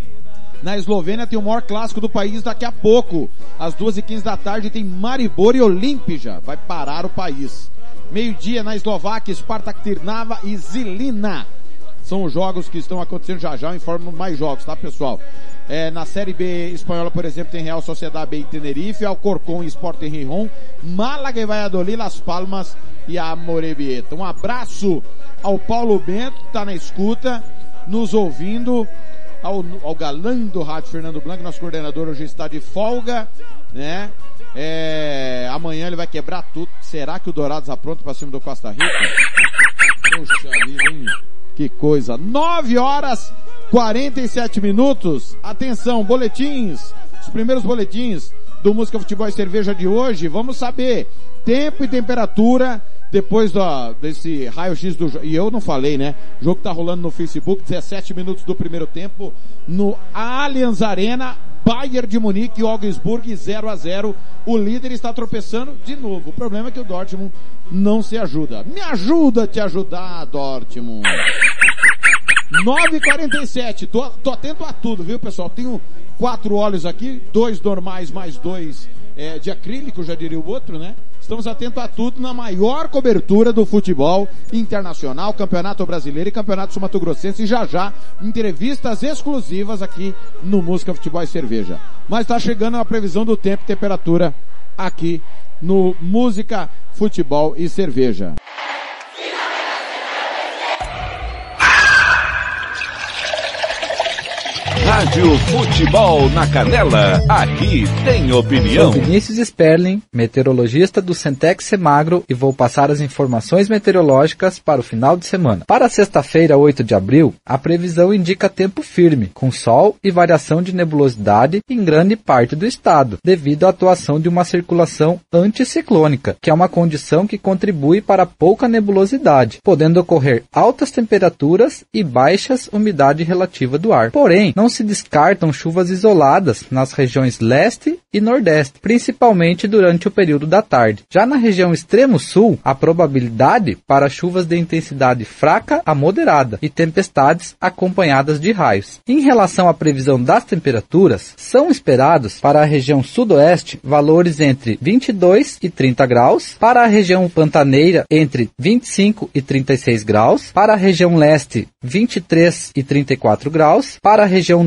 Na Eslovênia tem o maior clássico do país daqui a pouco. Às duas e quinze da tarde tem Maribor e Olimpija. Vai parar o país. Meio-dia na Eslováquia, Spartak Trnava e Žilina. São os jogos que estão acontecendo já já. Eu informo mais jogos, tá, pessoal? É, na Série B espanhola, por exemplo, tem Real Sociedad B e Tenerife, Alcorcón e Sporting Gijón, Málaga e Valladolid, Las Palmas e Amorebieta. Um abraço ao Paulo Bento, que está na escuta, nos ouvindo, ao, ao galã do rádio Fernando Blanco, nosso coordenador hoje está de folga, né? É, amanhã ele vai quebrar tudo. Será que o Dourados apronta para cima do Costa Rica? Poxa vida, hein? Que coisa. nove horas quarenta e sete minutos. Atenção, boletins. Os primeiros boletins do Música, Futebol e Cerveja de hoje. Vamos saber tempo e temperatura depois do, desse raio-x do jogo. E eu não falei, né? O jogo tá rolando no Facebook, dezessete minutos do primeiro tempo, no Allianz Arena. Bayern de Munique e Augsburg zero a zero. O líder está tropeçando de novo. O problema é que o Dortmund não se ajuda. Me ajuda a te ajudar, Dortmund. nove e quarenta e sete. Tô, tô atento a tudo, viu, pessoal? Tenho quatro óleos aqui, dois normais mais dois é, de acrílico, já diria o outro, né? Estamos atentos a tudo na maior cobertura do futebol internacional, Campeonato Brasileiro e Campeonato Sul-Mato-Grossense. E já já, entrevistas exclusivas aqui no Música, Futebol e Cerveja. Mas está chegando a previsão do tempo e temperatura aqui no Música, Futebol e Cerveja. Rádio Futebol na Canela, aqui tem opinião. Sou Vinícius Sperling, meteorologista do Centex Semagro, e vou passar as informações meteorológicas para o final de semana. Para sexta-feira, oito de abril, a previsão indica tempo firme, com sol e variação de nebulosidade em grande parte do estado, devido à atuação de uma circulação anticiclônica, que é uma condição que contribui para pouca nebulosidade, podendo ocorrer altas temperaturas e baixas umidade relativa do ar. Porém, não se descartam chuvas isoladas nas regiões leste e nordeste, principalmente durante o período da tarde. Já na região extremo sul, a probabilidade para chuvas de intensidade fraca a moderada e tempestades acompanhadas de raios. Em relação à previsão das temperaturas, são esperados para a região sudoeste valores entre vinte e dois e trinta graus, para a região pantaneira entre vinte e cinco e trinta e seis graus, para a região leste vinte e três e trinta e quatro graus, para a região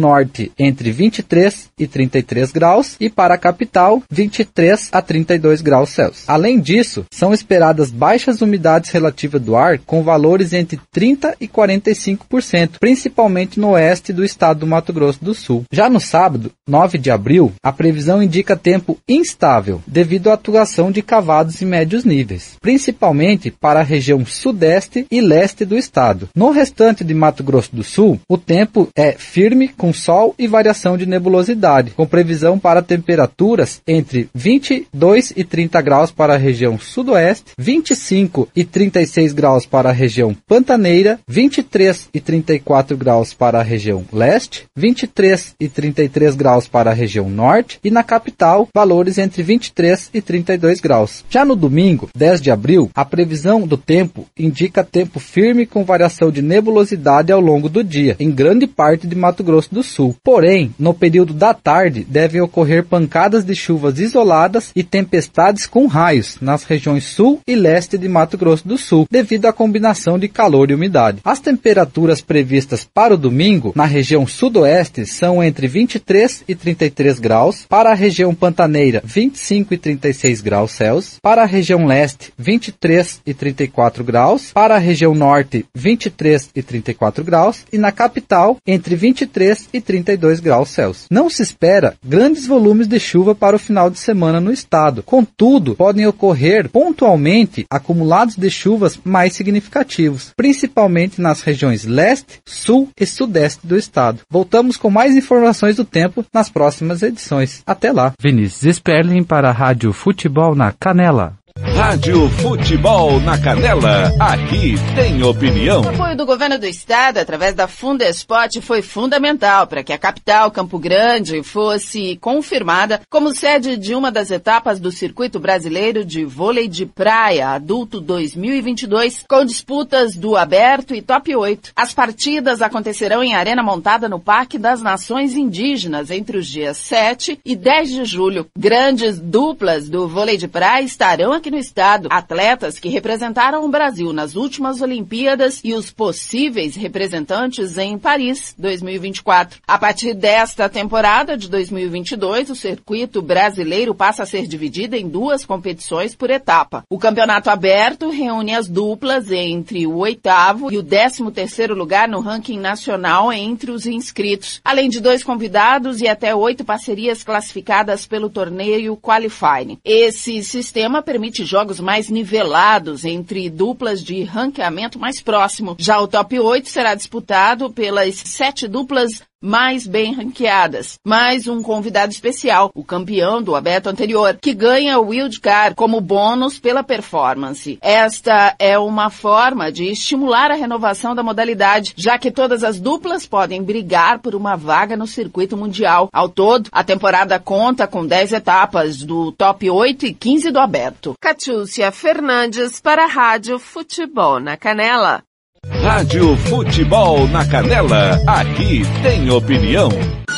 norte entre vinte e três e trinta e três graus e para a capital vinte e três a trinta e dois graus Celsius. Além disso, são esperadas baixas umidades relativas do ar com valores entre trinta e quarenta e cinco por cento, principalmente no oeste do estado do Mato Grosso do Sul. Já no sábado, nove de abril, a previsão indica tempo instável devido à atuação de cavados em médios níveis, principalmente para a região sudeste e leste do estado. No restante de Mato Grosso do Sul, o tempo é firme com sol e variação de nebulosidade, com previsão para temperaturas entre vinte e dois e trinta graus para a região sudoeste, vinte e cinco e trinta e seis graus para a região pantaneira, vinte e três e trinta e quatro graus para a região leste, vinte e três e trinta e três graus para a região norte e na capital, valores entre vinte e três e trinta e dois graus. Já no domingo, dez de abril, a previsão do tempo indica tempo firme com variação de nebulosidade ao longo do dia, em grande parte de Mato Grosso do Sul. Porém, no período da tarde, devem ocorrer pancadas de chuvas isoladas e tempestades com raios nas regiões sul e leste de Mato Grosso do Sul, devido à combinação de calor e umidade. As temperaturas previstas para o domingo, na região sudoeste, são entre vinte e três e trinta e três graus, para a região pantaneira, vinte e cinco e trinta e seis graus Celsius, para a região leste, vinte e três e trinta e quatro graus, para a região norte, vinte e três e trinta e quatro graus, e na capital, entre vinte e três e trinta e dois graus Celsius. Não se espera grandes volumes de chuva para o final de semana no estado. Contudo, podem ocorrer pontualmente acumulados de chuvas mais significativos, principalmente nas regiões leste, sul e sudeste do estado. Voltamos com mais informações do tempo nas próximas edições. Até lá. Vinícius Sperling para a Rádio Futebol na Canela. Rádio Futebol na Canela, aqui tem opinião. O apoio do governo do estado, através da Fundespot, foi fundamental para que a capital, Campo Grande, fosse confirmada como sede de uma das etapas do Circuito Brasileiro de Vôlei de Praia Adulto dois mil e vinte e dois, com disputas do Aberto e Top oito. As partidas acontecerão em arena montada no Parque das Nações Indígenas entre os dias sete e dez de julho. Grandes duplas do vôlei de praia estarão aqui no estado, atletas que representaram o Brasil nas últimas Olimpíadas e os possíveis representantes em Paris dois mil e vinte e quatro. A partir desta temporada de dois mil e vinte e dois, o circuito brasileiro passa a ser dividido em duas competições por etapa. O campeonato aberto reúne as duplas entre o oitavo e o décimo terceiro lugar no ranking nacional entre os inscritos, além de dois convidados e até oito parcerias classificadas pelo torneio Qualifying. Esse sistema permite jogos mais nivelados entre duplas de ranqueamento mais próximo. Já o Top oito será disputado pelas sete duplas mais bem ranqueadas, mais um convidado especial, o campeão do aberto anterior, que ganha o wildcard como bônus pela performance. Esta é uma forma de estimular a renovação da modalidade, já que todas as duplas podem brigar por uma vaga no circuito mundial. Ao todo, a temporada conta com dez etapas do Top oito e quinze do aberto. Catiúcia Fernandes para a Rádio Futebol na Canela. Rádio Futebol na Canela, aqui tem opinião.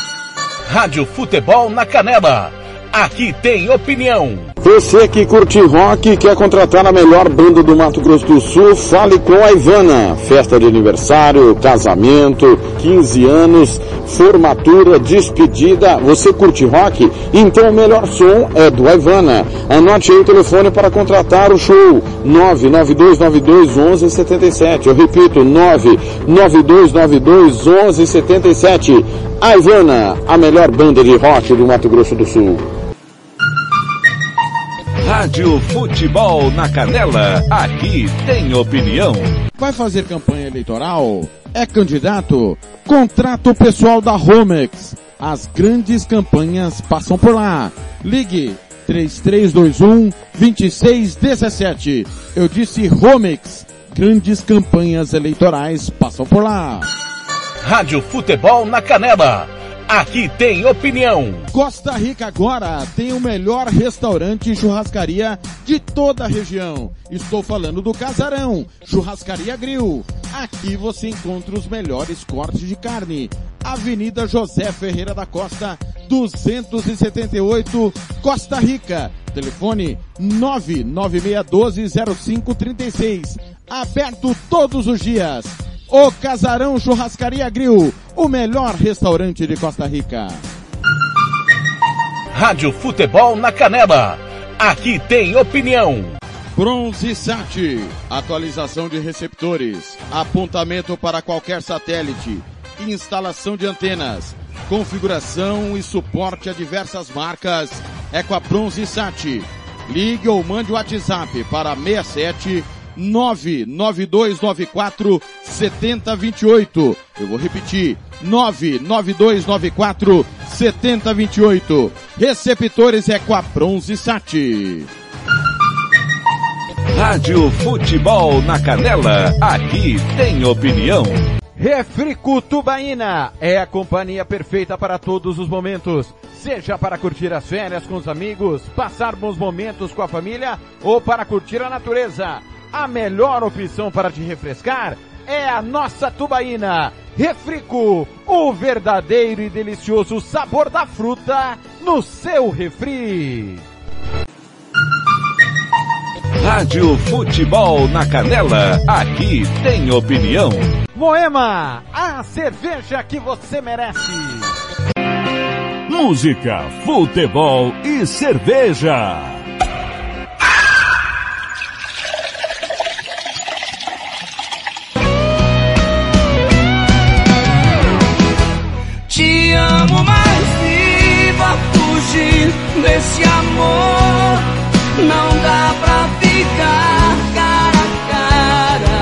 Rádio Futebol na Canela, aqui tem opinião. Você que curte rock e quer contratar a melhor banda do Mato Grosso do Sul, fale com a Ivana. Festa de aniversário, casamento, quinze anos, formatura, despedida. Você curte rock? Então o melhor som é do Ivana. Anote aí o telefone para contratar o show. nove nove dois nove dois um um sete sete. Eu repito, nove nove dois nove dois um um sete sete. A Ivana, a melhor banda de rock do Mato Grosso do Sul. Rádio Futebol na Canela, aqui tem opinião. Vai fazer campanha eleitoral? É candidato? Contrata o pessoal da Romex. As grandes campanhas passam por lá. Ligue três três dois um, dois seis um sete. Eu disse Romex. Grandes campanhas eleitorais passam por lá. Rádio Futebol na Canela, aqui tem opinião. Costa Rica agora tem o melhor restaurante e churrascaria de toda a região. Estou falando do Casarão, Churrascaria Grill. Aqui você encontra os melhores cortes de carne. Avenida José Ferreira da Costa, duzentos e setenta e oito, Costa Rica. Telefone nove nove seis um dois zero cinco três seis. Aberto todos os dias. O Casarão Churrascaria Grill, o melhor restaurante de Costa Rica. Rádio Futebol na Canela. Aqui tem opinião. Bronze Sat, atualização de receptores, apontamento para qualquer satélite, instalação de antenas, configuração e suporte a diversas marcas. É com a Bronze Sat. Ligue ou mande o WhatsApp para seis sete nove nove dois nove quatro sete zero dois oito. Eu vou repetir, nove nove dois nove quatro sete zero dois oito. Receptores é com a Bronze Sat. Rádio Futebol na Canela. Aqui tem opinião. Refrico Tubaína é a companhia perfeita para todos os momentos. Seja para curtir as férias com os amigos, passar bons momentos com a família ou para curtir a natureza. A melhor opção para te refrescar é a nossa Tubaína. Refrico, o verdadeiro e delicioso sabor da fruta no seu refri. Rádio Futebol na Canela. Aqui tem opinião. Moema, a cerveja que você merece. Música, futebol e cerveja. Te amo, mas viva fugir desse amor. Não dá pra ficar cara a cara.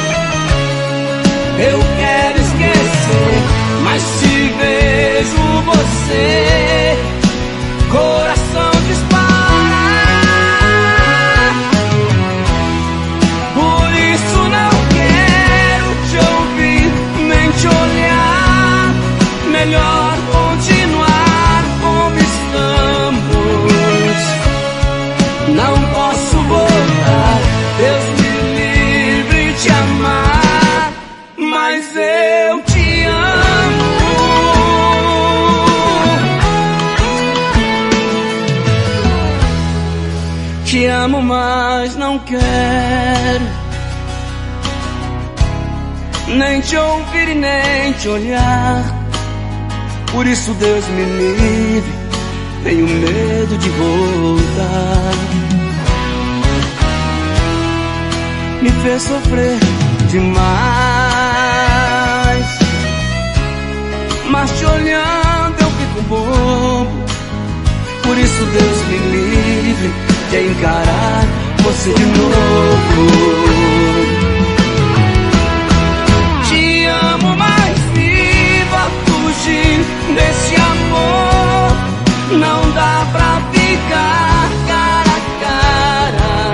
Eu quero esquecer, mas se vejo você, coração dispara. Por isso não quero te ouvir, nem te olhar. Melhor continuar como estamos. Não posso voltar, Deus me livre de amar, mas eu te amo. Te amo, mas não quero nem te ouvir e nem te olhar. Por isso Deus me livre, tenho medo de voltar. Me fez sofrer demais, mas te olhando eu fico bobo. Por isso Deus me livre de encarar você de novo. Te amo, mas viva fugir desse amor. Não dá pra ficar cara a cara.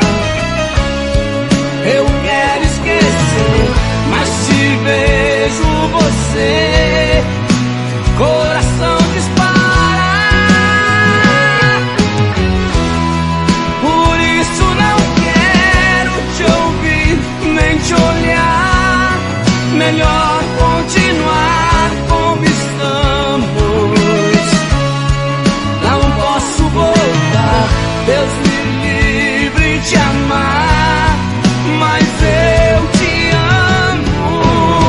Eu quero esquecer, mas se vejo você, coração dispara. Por isso não quero te ouvir, nem te olhar. Melhor continuar como estamos. Voltar, Deus me livre de amar, mas eu te amo.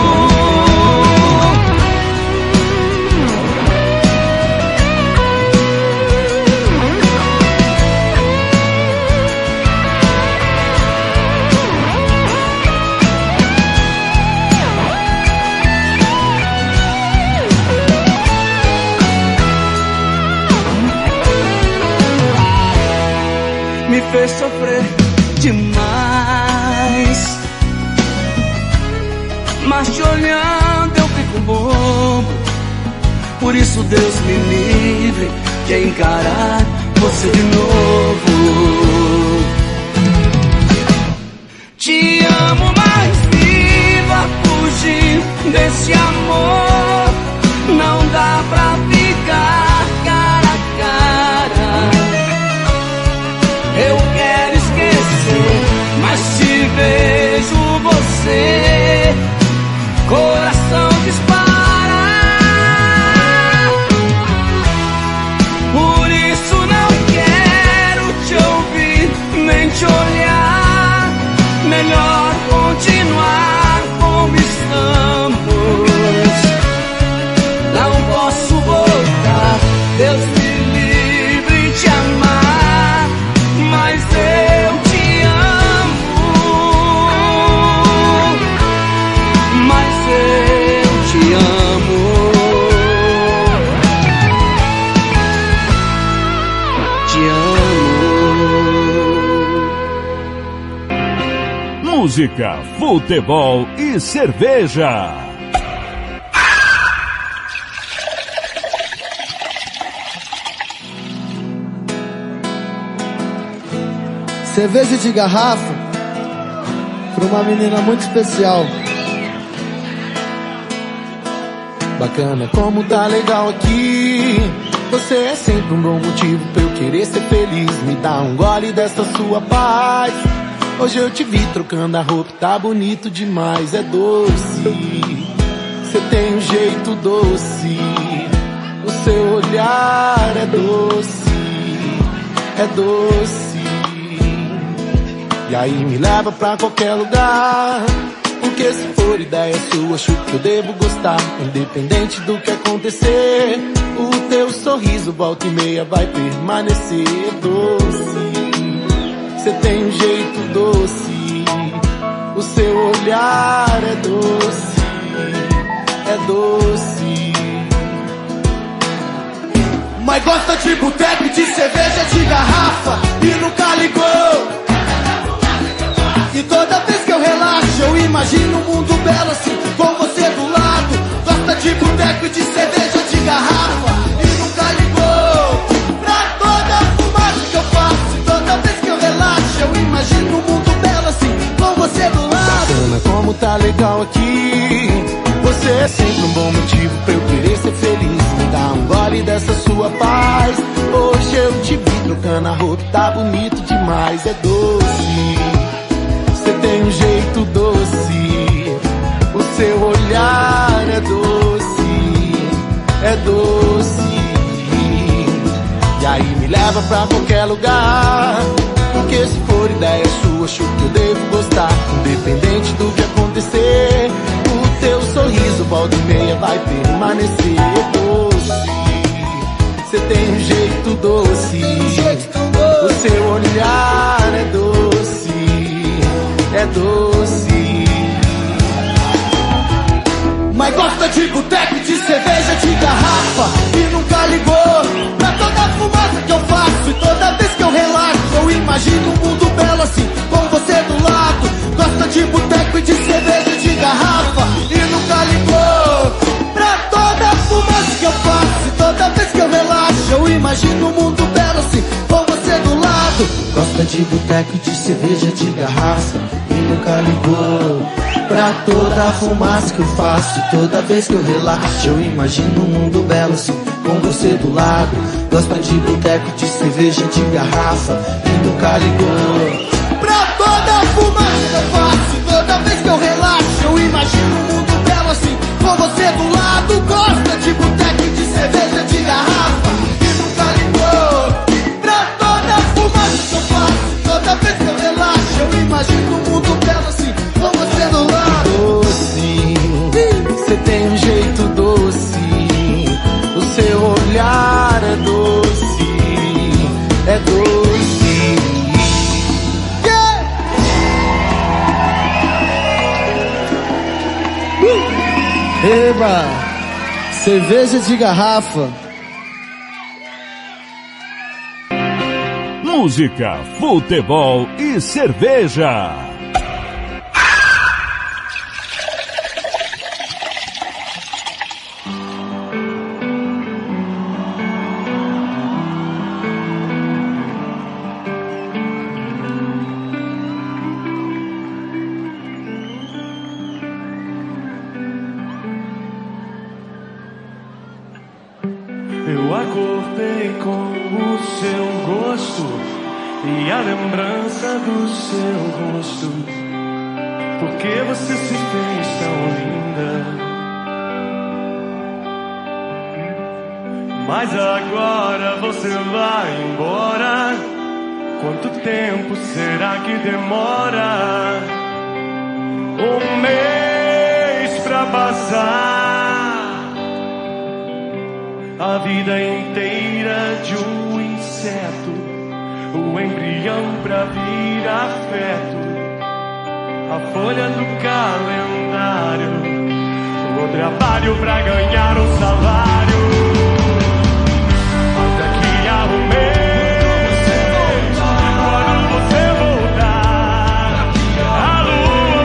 Me fez sofrer demais, mas te olhando eu fico bobo. Por isso Deus me livre de encarar você de novo. Te amo, mas viva fugir desse amor. Não dá pra ficar cara a cara. Eu quero esquecer, mas se vejo você, coração dispara. Por isso não quero te ouvir, nem te olhar. Melhor Música, futebol e cerveja. Cerveja de garrafa para uma menina muito especial. Bacana, como tá legal aqui. Você é sempre um bom motivo pra eu querer ser feliz. Me dá um gole dessa sua paz. Hoje eu te vi trocando a roupa, tá bonito demais. É doce, você tem um jeito doce. O seu olhar é doce, é doce. E aí me leva pra qualquer lugar. Porque se for ideia sua, acho que eu devo gostar. Independente do que acontecer, o teu sorriso volta e meia vai permanecer doce. Você tem um jeito doce, o seu olhar é doce, é doce. Mas gosta de boteco e de cerveja de garrafa e nunca ligou. E toda vez que eu relaxo, eu imagino um mundo belo assim, com você do lado. Gosta de boteco e de cerveja de garrafa e nunca ligou pra toda a fumaça que eu faço. E toda vez que eu relaxo, eu imagino um mundo belo assim, com você do lado. Bacana, como tá legal aqui. Você é sempre um bom motivo pra eu querer ser feliz. Me dá um gole dessa sua paz. Hoje eu te vi trocando a roupa, tá bonito demais. É doce, você tem um jeito doce, o seu olhar é doce, é doce. E aí me leva pra qualquer lugar. Porque se for ideia sua, acho que eu devo gostar. Independente do que acontecer, o teu sorriso volta e meia vai permanecer doce. Você tem um jeito doce, o seu olhar é doce, é doce. Mas gosta de boteco e de cerveja de garrafa e nunca ligou pra toda a fumaça que eu faço. E toda vez que eu relaxo, eu imagino um mundo belo assim, com você do lado. Gosta de boteco e de cerveja de garrafa e nunca ligou pra toda a fumaça que eu faço. E toda vez que eu relaxo, eu imagino um mundo belo assim, com você do lado. Gosta de boteco e de cerveja de garrafa e nunca ligou pra toda a fumaça que eu faço. E toda vez que eu relaxo, eu imagino um mundo belo assim, com você do lado. Gosta de boteco, de cerveja, de garrafa e nunca ligou pra toda a fumaça que eu faço. E toda vez que eu relaxo, eu imagino um mundo belo assim, com você do lado. Gosta de boteco e de cerveja, de garrafa e nunca ligou pra toda a fumaça que eu faço. E toda vez que eu relaxo, eu imagino um mundo belo assim, com você do lado. Doce, você tem um jeito doce, o seu olhar é doce, é doce. Yeah! Uh! Eba! Cerveja de garrafa. Música, futebol e cerveja. Eu acordei com o seu gosto e a lembrança do seu rosto. Porque você se fez tão linda. Mas agora você vai embora. Quanto tempo será que demora? Um mês pra passar. A vida inteira de um inseto, o embrião pra vir afeto, a folha do calendário, o trabalho pra ganhar um salário. Mas daqui a um mês, quando você voltar, a lua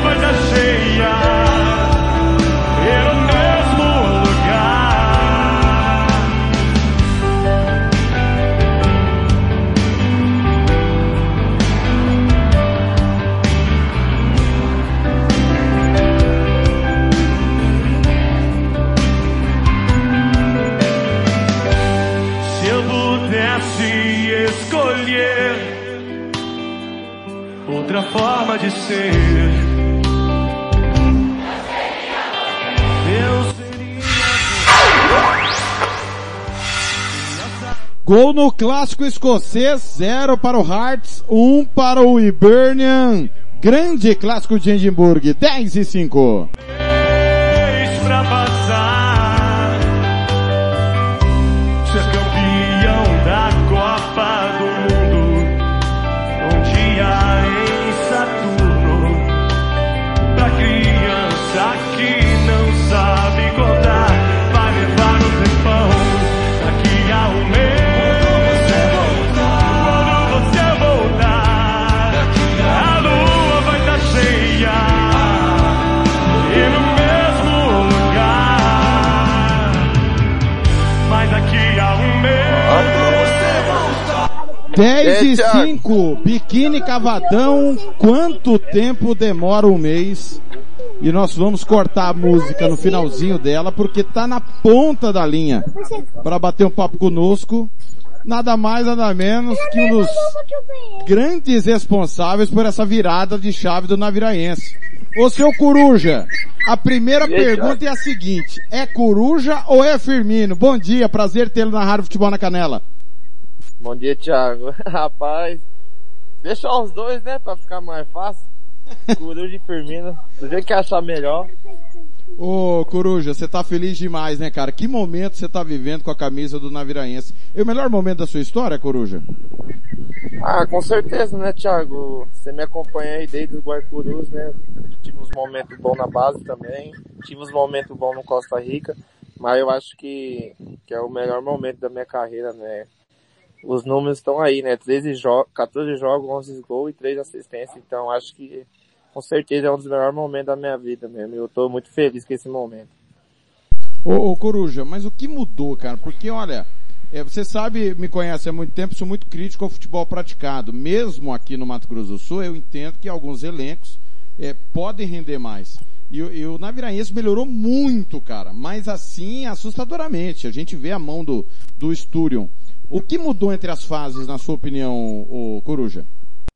outra forma de ser. Eu seria Gol no clássico escocês, zero para o Hearts, um para o Hibernian. Grande clássico de Edimburgo, dez e cinco. pra passar, ser campeão da Copa do Mundo, um dia em Saturno, pra criança que não sabe contar, vai levar um tempão, daqui a um mês. Quando você voltar, a lua vai estar cheia e no mesmo lugar, mas daqui a um mês. dez e cinco, Biquíni Cavadão, quanto tempo demora um mês? E nós vamos cortar a música no finalzinho dela, porque tá na ponta da linha para bater um papo conosco, nada mais, nada menos que um dos grandes responsáveis por essa virada de chave do Naviraense. Ô seu Coruja, a primeira pergunta é a seguinte, é Coruja ou é Firmino? Bom dia, prazer tê-lo na Rádio Futebol na Canela. Bom dia, Thiago. Rapaz, deixa os dois, né, pra ficar mais fácil. Coruja e Firmino, do jeito que achar melhor. Ô, Coruja, você tá feliz demais, né, cara? Que momento você tá vivendo com a camisa do Naviraense? É o melhor momento da sua história, Coruja? Ah, com certeza, né, Thiago? Você me acompanha aí desde o Guaicurus, né? Tive uns momentos bons na base também, tive uns momentos bons no Costa Rica, mas eu acho que, que é o melhor momento da minha carreira, né? Os números estão aí, né? treze jogos, quatorze jogos, onze gols e três assistências. Então acho que com certeza é um dos melhores momentos da minha vida mesmo. Eu tô muito feliz com esse momento. Ô, ô Coruja, mas o que mudou, cara? Porque olha, é, você sabe, me conhece há muito tempo, sou muito crítico ao futebol praticado. Mesmo aqui no Mato Grosso do Sul, eu entendo que alguns elencos é, podem render mais. E, e o Naviraense melhorou muito, cara. Mas assim, assustadoramente. A gente vê a mão do, do Sturion. O que mudou entre as fases, na sua opinião, o Coruja?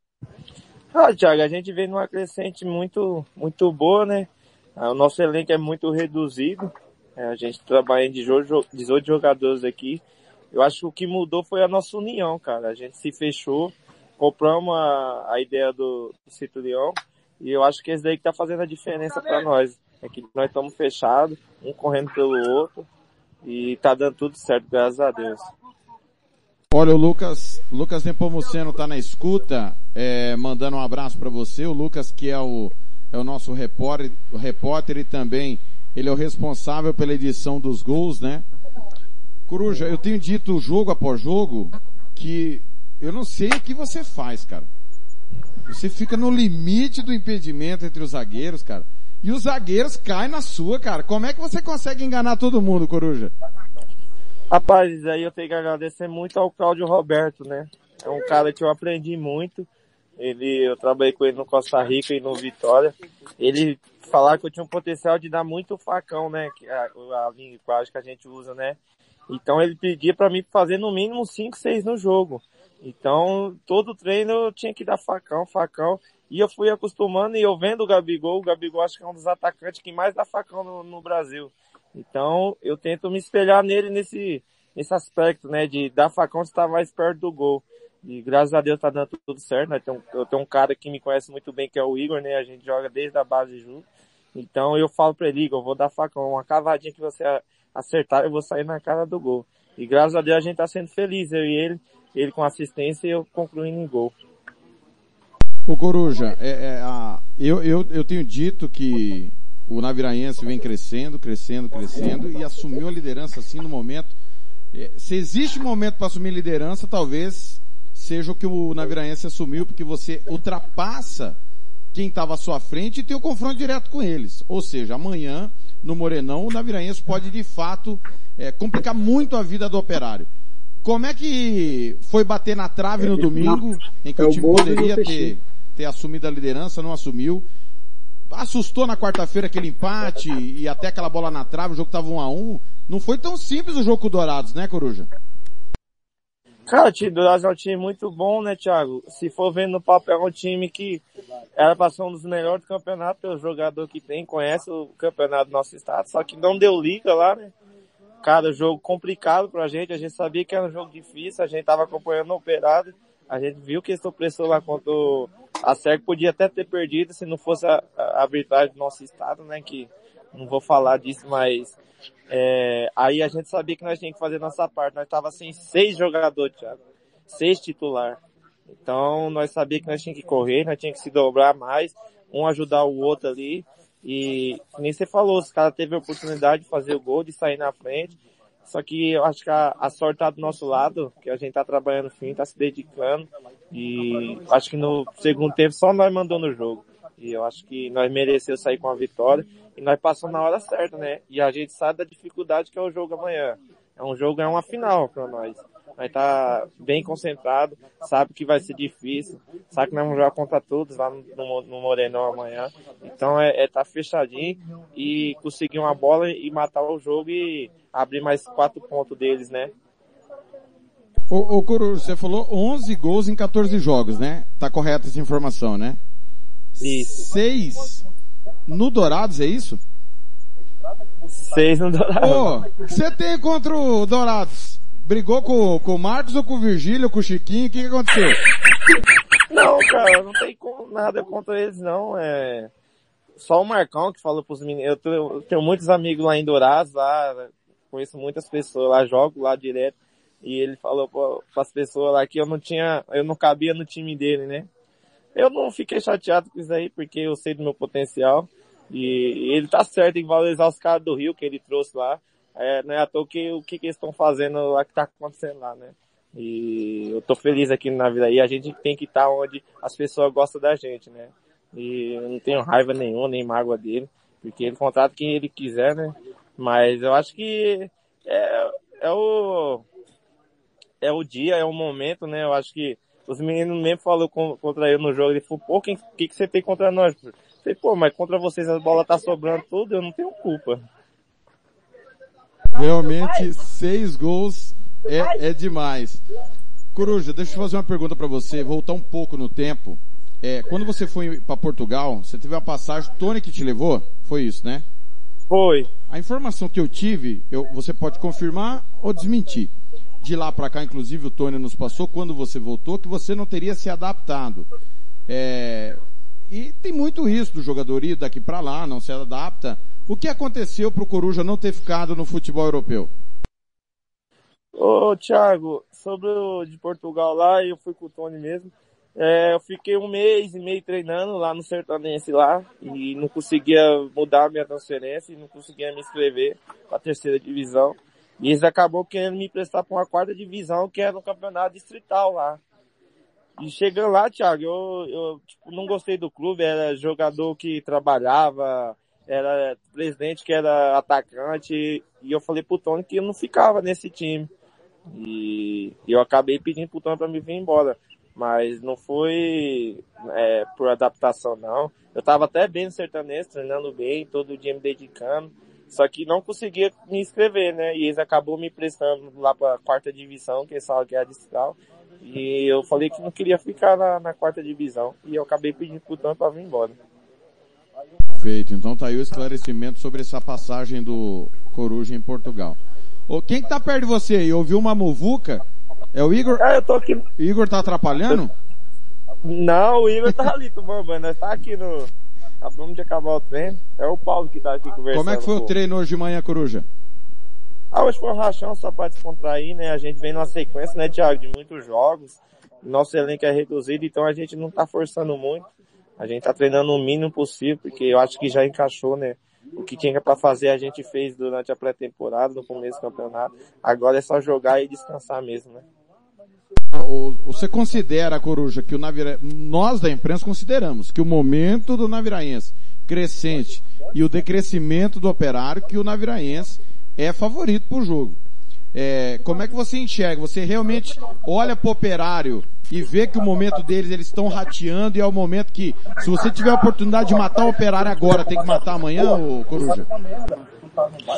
Ah, Thiago, a gente vem numa crescente muito, muito boa, né? O nosso elenco é muito reduzido. A gente trabalha em dezoito jogadores aqui. Eu acho que o que mudou foi a nossa união, cara. A gente se fechou, compramos a, a ideia do, do Centurião, e eu acho que esse daí que tá fazendo a diferença para nós. É que nós estamos fechados, um correndo pelo outro, e tá dando tudo certo, graças a Deus. Olha, o Lucas, Lucas Nepomuceno tá na escuta, é, mandando um abraço para você. O Lucas, que é o, é o nosso repórter, o repórter e também ele é o responsável pela edição dos gols, né? Coruja, eu tenho dito jogo após jogo que eu não sei o que você faz, cara. Você fica no limite do impedimento entre os zagueiros, cara. E os zagueiros caem na sua, cara. Como é que você consegue enganar todo mundo, Coruja? Rapaz, aí eu tenho que agradecer muito ao Cláudio Roberto, né? É um cara que eu aprendi muito. Ele, eu trabalhei com ele no Costa Rica e no Vitória. Ele falava que eu tinha um potencial de dar muito facão, né? Que a, a linguagem que a gente usa, né? Então ele pedia pra mim fazer no mínimo cinco, seis no jogo. Então, todo treino eu tinha que dar facão, facão. E eu fui acostumando e eu vendo o Gabigol. O Gabigol acho que é um dos atacantes que mais dá facão no, no Brasil. Então, eu tento me espelhar nele nesse, nesse aspecto, né, de dar facão de estar mais perto do gol. E graças a Deus tá dando tudo certo, né? Então, eu tenho um cara que me conhece muito bem, que é o Igor, né? A gente joga desde a base junto. Então, eu falo pra ele, Igor, eu vou dar facão. Uma cavadinha que você acertar, eu vou sair na cara do gol. E graças a Deus a gente tá sendo feliz, eu e ele. Ele com assistência e eu concluindo em gol. Ô Coruja, é, é, a, eu, eu, eu tenho dito que o Naviraense vem crescendo, crescendo, crescendo e assumiu a liderança assim no momento. Se existe um momento para assumir liderança, talvez seja o que o Naviraense assumiu, porque você ultrapassa quem estava à sua frente e tem o um confronto direto com eles. Ou seja, amanhã, no Morenão, o Naviraense pode de fato é, complicar muito a vida do Operário. Como é que foi bater na trave no domingo, em que o time poderia ter, ter assumido a liderança, não assumiu? Assustou na quarta-feira aquele empate e até aquela bola na trave, o jogo estava um a um. Não foi tão simples o jogo com o Dourados, né, Coruja? Cara, o time do Dourados é um time muito bom, né, Thiago? Se for vendo no papel, é um time que era pra ser um dos melhores do campeonato, pelo jogador que tem, conhece o campeonato do nosso estado, só que não deu liga lá, né? Cara, jogo complicado pra gente, a gente sabia que era um jogo difícil, a gente tava acompanhando o Operário, a gente viu que esse opressor lá contra o a S E R podia até ter perdido se não fosse a, a arbitragem do nosso estado, né, que não vou falar disso, mas é, aí a gente sabia que nós tínhamos que fazer nossa parte, nós tava sem seis jogadores, Thiago, seis titular, então nós sabíamos que nós tínhamos que correr, nós tínhamos que se dobrar mais, um ajudar o outro ali, e nem você falou, os caras teve a oportunidade de fazer o gol, de sair na frente, só que eu acho que a, a sorte tá do nosso lado, que a gente tá trabalhando firme, tá se dedicando, e acho que no segundo tempo só nós mandou no jogo. E eu acho que nós merecemos sair com a vitória, e nós passamos na hora certa, né? E a gente sabe da dificuldade que é o jogo amanhã. É um jogo, é uma final pra nós. Nós tá bem concentrado, sabe que vai ser difícil, sabe que nós vamos jogar contra todos lá no, no, no Morenão amanhã. Então é, é tá fechadinho e conseguir uma bola e matar o jogo e abrir mais quatro pontos deles, né? Ô, ô Coruja, você falou onze gols em quatorze jogos, né? Tá correta essa informação, né? Isso. Seis no Dourados, é isso? Seis no Dourados. Ô, o que você tem contra o Dourados? Brigou com, com o Marcos ou com o Virgílio ou com o Chiquinho? O que, que aconteceu? Não, cara, não tem nada contra eles, não. É só o Marcão que falou pros meninos. Eu tenho, eu tenho muitos amigos lá em Dourados, lá, conheço muitas pessoas lá, jogo lá direto. E ele falou para as pessoas lá que eu não tinha, eu não cabia no time dele, né? Eu não fiquei chateado com isso aí, porque eu sei do meu potencial. E, e ele tá certo em valorizar os caras do Rio que ele trouxe lá. É, não é à toa que o que, que eles estão fazendo lá, que tá acontecendo lá, né? E eu tô feliz aqui na vida aí. A gente tem que estar tá onde as pessoas gostam da gente, né? E eu não tenho raiva nenhuma, nem mágoa dele, porque ele contrata quem ele quiser, né? Mas eu acho que é, é o, é o dia, é o momento, né? Eu acho que os meninos mesmo falaram contra ele no jogo, ele falou, pô, o que, que, que você tem contra nós? Eu falei, pô, mas contra vocês a bola tá sobrando tudo, eu não tenho culpa. Realmente, seis gols é, é demais. Coruja, deixa eu fazer uma pergunta pra você, voltar um pouco no tempo. É, quando você foi pra Portugal, você teve uma passagem, Tony que te levou? Foi isso, né? Foi. A informação que eu tive, eu, você pode confirmar ou desmentir. De lá pra cá, inclusive, o Tony nos passou, quando você voltou, que você não teria se adaptado. É, e tem muito isso do jogador ir daqui pra lá, não se adapta. O que aconteceu pro Coruja não ter ficado no futebol europeu? Ô, Thiago, sobre o de Portugal lá, eu fui com o Tony mesmo. É, eu fiquei um mês e meio treinando lá no Sertanense lá, e não conseguia mudar a minha transferência, e não conseguia me inscrever pra terceira divisão. E eles acabou querendo me emprestar pra uma quarta divisão, que era um campeonato distrital lá. E chegando lá, Thiago, eu, eu tipo, não gostei do clube, era jogador que trabalhava, era presidente que era atacante, e eu falei pro Tony que eu não ficava nesse time. E eu acabei pedindo pro Tony pra me vir embora. Mas não foi é, por adaptação, não. Eu tava até bem no sertanejo, treinando bem, todo dia me dedicando. Só que não conseguia me inscrever, né? E eles acabou me emprestando lá pra quarta divisão, que eles falam que é a distrital. E eu falei que não queria ficar na, na quarta divisão. E eu acabei pedindo pro Tony pra vir embora. Perfeito. Então tá aí o esclarecimento sobre essa passagem do Coruja em Portugal. Ô, quem que tá perto de você aí? Ouviu uma muvuca? É o Igor? É, eu tô aqui. O Igor tá atrapalhando? Não, o Igor tá ali tomando banho. Nós tá aqui no... Acabamos de acabar o treino. É o Paulo que tá aqui conversando. Como é que foi o treino hoje de manhã, Coruja? Ah, hoje foi um rachão só pra descontrair, né? A gente vem numa sequência, né, Thiago, de muitos jogos. Nosso elenco é reduzido, então a gente não tá forçando muito. A gente tá treinando o mínimo possível, porque eu acho que já encaixou, né? O que tinha pra fazer a gente fez durante a pré-temporada, no começo do campeonato. Agora é só jogar e descansar mesmo, né? Você considera, Coruja, que o Navira... nós da imprensa consideramos que o momento do Naviraense crescente e o decrescimento do Operário, que o Naviraense é favorito pro jogo. É, como é que você enxerga? Você realmente olha pro Operário e vê que o momento deles, eles estão rateando e é o momento que, se você tiver a oportunidade de matar o Operário agora, tem que matar amanhã, ô Coruja?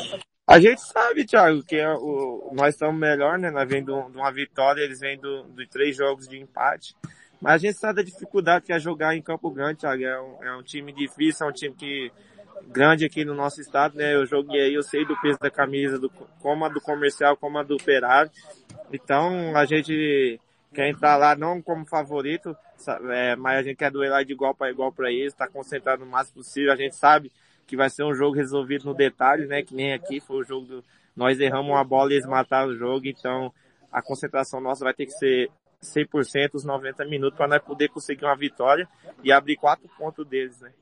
A gente sabe, Thiago, que é o, nós estamos melhor, né? Nós vem de uma vitória, eles vêm do, de três jogos de empate. Mas a gente sabe da dificuldade que é jogar em Campo Grande, Thiago. É um, é um time difícil, é um time que, grande aqui no nosso estado, né? Eu joguei aí, eu sei do peso da camisa, do, como a do Comercial, como a do Operário. Então, a gente quer entrar lá não como favorito, é, mas a gente quer duelar de igual para igual para eles, tá concentrado no máximo possível. A gente sabe que vai ser um jogo resolvido no detalhe, né? Que nem aqui foi o jogo do... Nós erramos uma bola e eles mataram o jogo, então a concentração nossa vai ter que ser cem por cento os noventa minutos para nós poder conseguir uma vitória e abrir quatro pontos deles, né?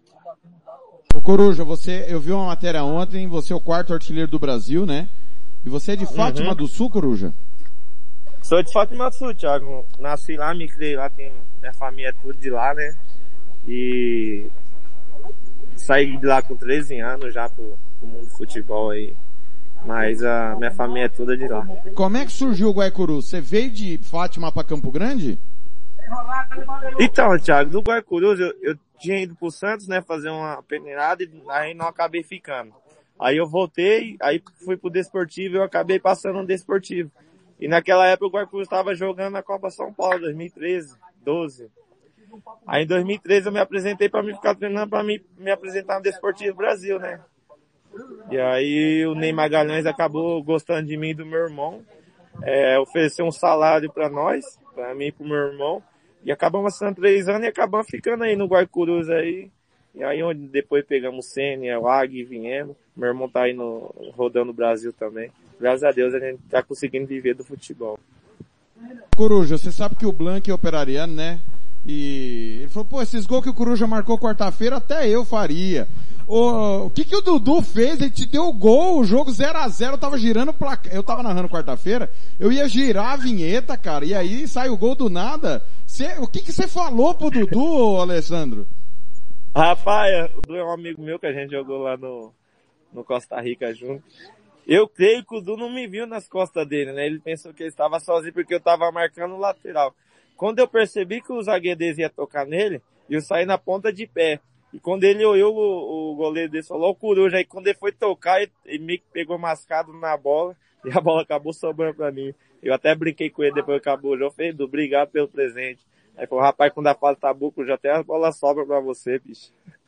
Ô Coruja, você, eu vi uma matéria ontem, você é o quarto artilheiro do Brasil, né? E você é de Fátima uhum. do Sul, Coruja? Sou de Fátima do Sul, Thiago. Nasci lá, me criei lá, tem, minha família é tudo de lá, né? E saí de lá com treze anos já pro, pro mundo do futebol aí. Mas a minha família é toda de lá. Como é que surgiu o Guaicuru? Você veio de Fátima para Campo Grande? Então, Thiago, do Guaicuru eu, eu tinha ido pro Santos, né, fazer uma peneirada e aí não acabei ficando. Aí eu voltei, aí fui pro Desportivo e eu acabei passando no Desportivo. E naquela época o Guaicuru estava jogando na Copa São Paulo, dois mil e treze, doze. Aí em dois mil e treze eu me apresentei para mim ficar treinando para mim me apresentar no Desportivo Brasil, né? E aí o Ney Magalhães acabou gostando de mim e do meu irmão, é, ofereceu um salário para nós, para mim e pro meu irmão, e acabamos assinando três anos e acabamos ficando aí no Guaicurus aí. E aí onde depois pegamos o Sênia, o Águia e viemos. Meu irmão tá aí no, rodando o Brasil também. Graças a Deus a gente tá conseguindo viver do futebol. Coruja, você sabe que o Blanc é operariano, né? E ele falou, pô, esses gols que o Coruja marcou quarta-feira até eu faria. O, o que que o Dudu fez? Ele te deu o gol, o jogo zero a zero, eu tava girando o placar. Eu tava narrando quarta-feira, eu ia girar a vinheta, cara, e aí sai o gol do nada. Cê, o que que você falou pro Dudu, Alessandro? Rapaz, o Dudu é um amigo meu que a gente jogou lá no, no Costa Rica junto. Eu creio que o Dudu não me viu nas costas dele, né? Ele pensou que ele estava sozinho porque eu tava marcando o lateral. Quando eu percebi que o zagueiro deles ia tocar nele, eu saí na ponta de pé. E quando ele olhou o, o goleiro dele, falou o Coruja. Aí quando ele foi tocar, ele, ele me pegou mascado na bola e a bola acabou sobrando pra mim. Eu até brinquei com ele depois que acabou o jogo. Falei, Edu, obrigado pelo presente. Aí falou, rapaz, quando a fase tá boa, já até a bola sobra pra você, bicho.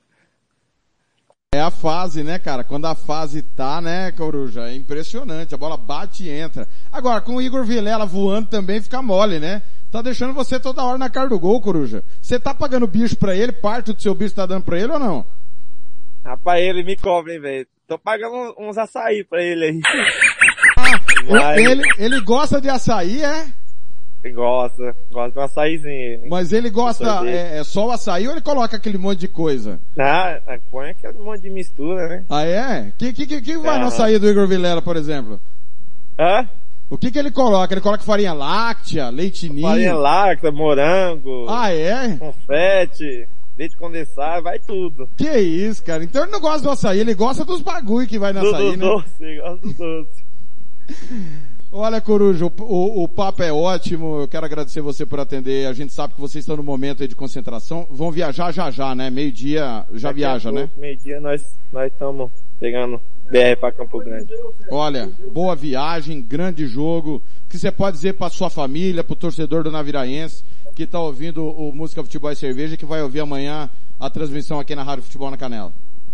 É a fase, né, cara? Quando a fase tá, né, Coruja? É impressionante. A bola bate e entra. Agora, com o Igor Vilela voando também fica mole, né? Tá deixando você toda hora na cara do gol, Coruja. Você tá pagando bicho pra ele? Parte do seu bicho tá dando pra ele ou não? Rapaz, ele me cobra, hein, velho. Tô pagando uns açaí pra ele aí. Ah, Mas... ele, ele gosta de açaí, é? Ele gosta. Gosta de um açaizinho. Mas ele gosta, é, é só o açaí ou ele coloca aquele monte de coisa? Ah, põe aquele monte de mistura, né? Ah, é? Que, que, que, que vai ah. no açaí do Igor Vilela, por exemplo? Hã? O que que ele coloca? Ele coloca farinha láctea, leite ninho? Farinha láctea, morango. Ah, é? Confete, leite condensado, vai tudo. Que isso, cara. Então ele não gosta do açaí, ele gosta dos bagulho que vai no do, açaí, do né? Doce, ele gosta do doce. Olha, Coruja, o, o, o papo é ótimo, eu quero agradecer você por atender, a gente sabe que vocês estão no momento aí de concentração, vão viajar já já, né? Meio-dia já Daqui viaja, né? Meio-dia nós nós estamos pegando B R para Campo Grande. Olha, boa viagem, grande jogo, o que você pode dizer para sua família, para o torcedor do Naviraense, que está ouvindo o Música, Futebol e Cerveja, que vai ouvir amanhã a transmissão aqui na Rádio Futebol na Canela?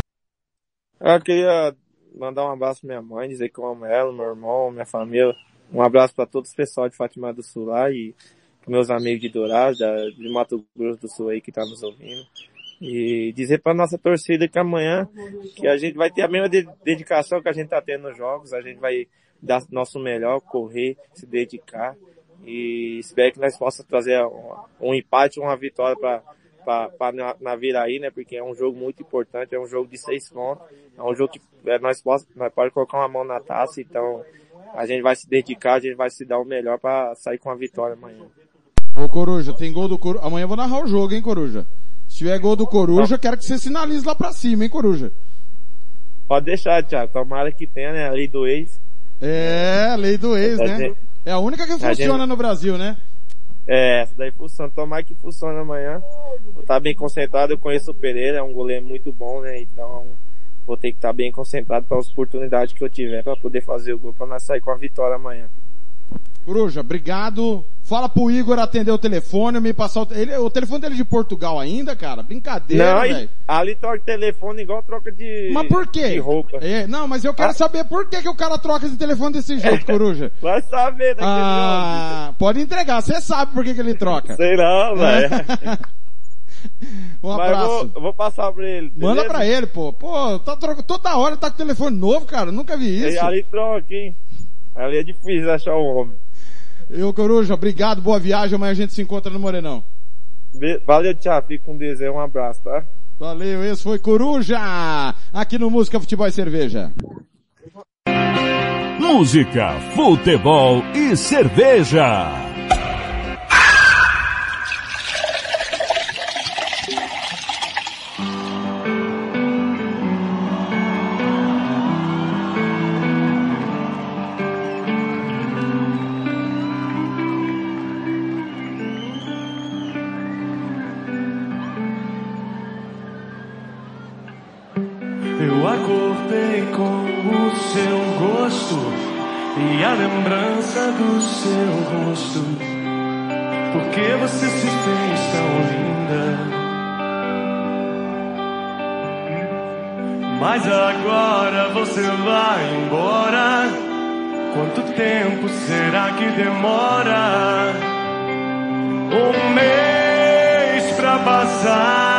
Eu queria mandar um abraço pra minha mãe, dizer que eu amo ela, meu irmão, minha família. Um abraço para todos os pessoal de Fátima do Sul lá e meus amigos de Dourados, de Mato Grosso do Sul aí que tá nos ouvindo. E dizer para nossa torcida que amanhã que a gente vai ter a mesma dedicação que a gente tá tendo nos jogos, a gente vai dar nosso melhor, correr, se dedicar e espero que nós possamos trazer um, um empate, uma vitória para para Naviraí, né? Porque é um jogo muito importante, é um jogo de seis pontos, é um jogo que é, nós podemos nós pode colocar uma mão na taça, então a gente vai se dedicar, a gente vai se dar o melhor para sair com a vitória amanhã. Ô Coruja, tem gol do Coruja. Amanhã eu vou narrar o jogo, hein, Coruja? Se tiver gol do Coruja, eu quero que você sinalize lá pra cima, hein, Coruja? Pode deixar, Thiago. Tomara que tenha, né? A lei do ex. É, a lei do ex, né? Gente, é a única que funciona gente... no Brasil, né? É, essa daí funciona. Tomara que funcione amanhã. Vou estar bem concentrado. Eu conheço o Pereira, é um goleiro muito bom, né? Então, vou ter que estar bem concentrado para as oportunidades que eu tiver para poder fazer o gol, para nós sair com a vitória amanhã. Coruja, obrigado. Fala pro Igor atender o telefone, me passar o, ele, o telefone dele é de Portugal ainda, cara? Brincadeira, velho. Ali troca telefone igual troca de, mas por quê? de roupa. É, não, mas eu quero ah. saber por que, que o cara troca esse telefone desse jeito, Coruja. Vai saber daqui ah, de pode entregar, você sabe por que, que ele troca. Sei não, velho. Um mas abraço. Eu vou, eu vou passar pra ele. Beleza? Manda pra ele, pô. Pô, tá troca, toda hora tá com telefone novo, cara. Nunca vi isso. E ali troca, hein. Ali é difícil achar um homem. Eu, Coruja, obrigado, boa viagem, amanhã a gente se encontra no Morenão. Valeu, tchau, fica com Deus aí, um abraço, tá? Valeu, esse foi Coruja, aqui no Música, Futebol e Cerveja. Música, futebol e cerveja. Eu acordei com o seu gosto e a lembrança do seu rosto. Porque você se fez tão linda. Mas agora você vai embora. Quanto tempo será que demora? Um mês pra passar.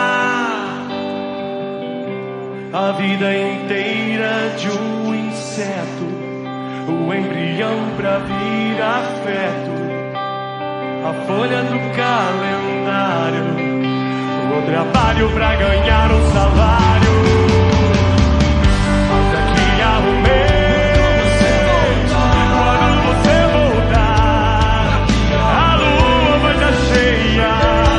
A vida inteira de um inseto, o embrião pra vir afeto, a folha do calendário, o trabalho pra ganhar um salário. Mas daqui a um mês, quando você voltar, a lua vai estar cheia.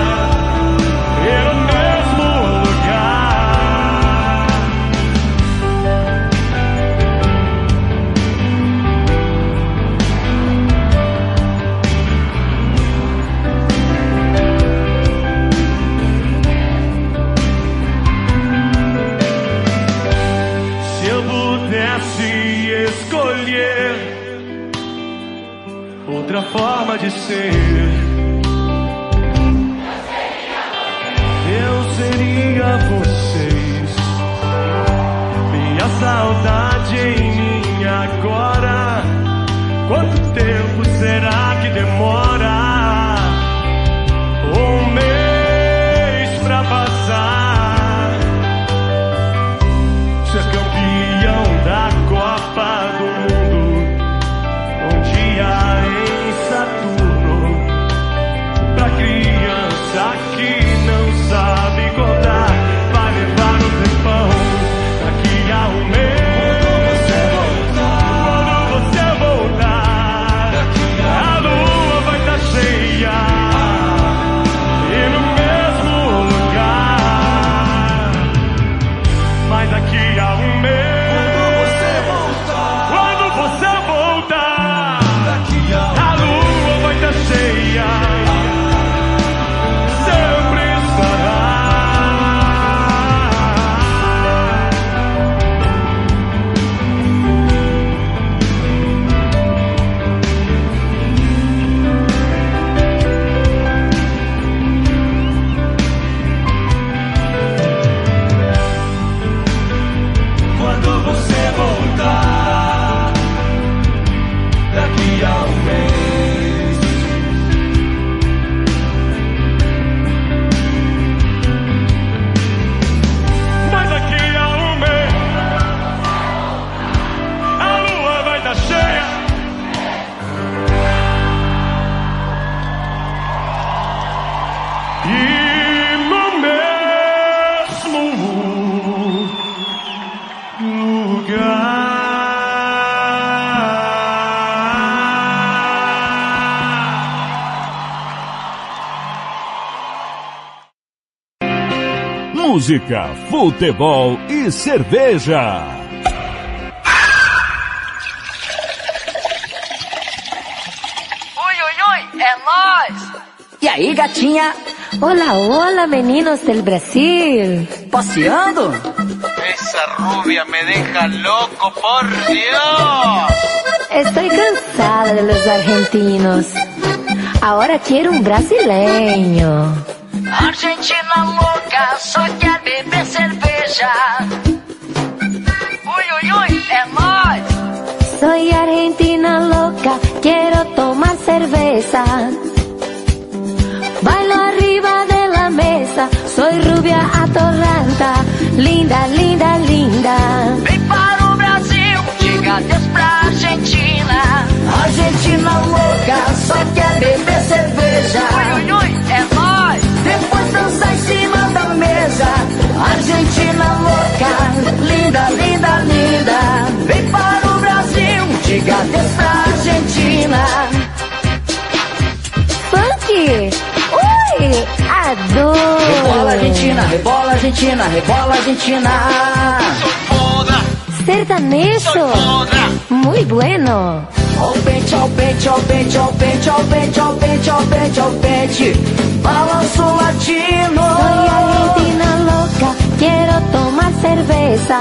Outra forma de ser, eu seria vocês. Minha saudade em mim agora. Quanto tempo será que demora? Um mês pra passar. Ser campeão da Copa do Mundo. Um dia em Saturno, pra criança que não sabe contar, vai levar um tempão. Daqui a um mês, quando você voltar, a lua vai estar cheia e no mesmo lugar. Mas daqui a um mês, cheia, sempre estará. Quando você voltar, daqui a um mês. Música, futebol e cerveja. Oi, oi, oi, é nóis! E aí, gatinha? Hola, hola, meninos del Brasil. Passeando? Esa rubia me deja loco, por Dios. Estoy cansada de los argentinos. Ahora quiero un brasileño. Argentina louca, só quer beber cerveja. Ui, ui, ui, é nóis. Soy argentina loca, quiero tomar cerveza. Bailo arriba de la mesa, soy rubia atorranta. Linda, linda, linda. Vem para o Brasil, diga adeus pra Argentina. Argentina louca, só quer beber cerveja. Ui, ui, ui, é nóis. Depois dançar em cima da mesa. Argentina louca, linda, linda, linda. Vem para o Brasil, diga adeus pra Argentina. Funk! Ui, adoro! Rebola Argentina, rebola Argentina, rebola Argentina. Sertanejo! Muy bueno! Ó o pente, ó o pente, ó o pente, ó o pente, ó o pente, ó o pente, ó o pente, ó o pente. Balanço latino. Soy argentina loca, quiero tomar cerveza.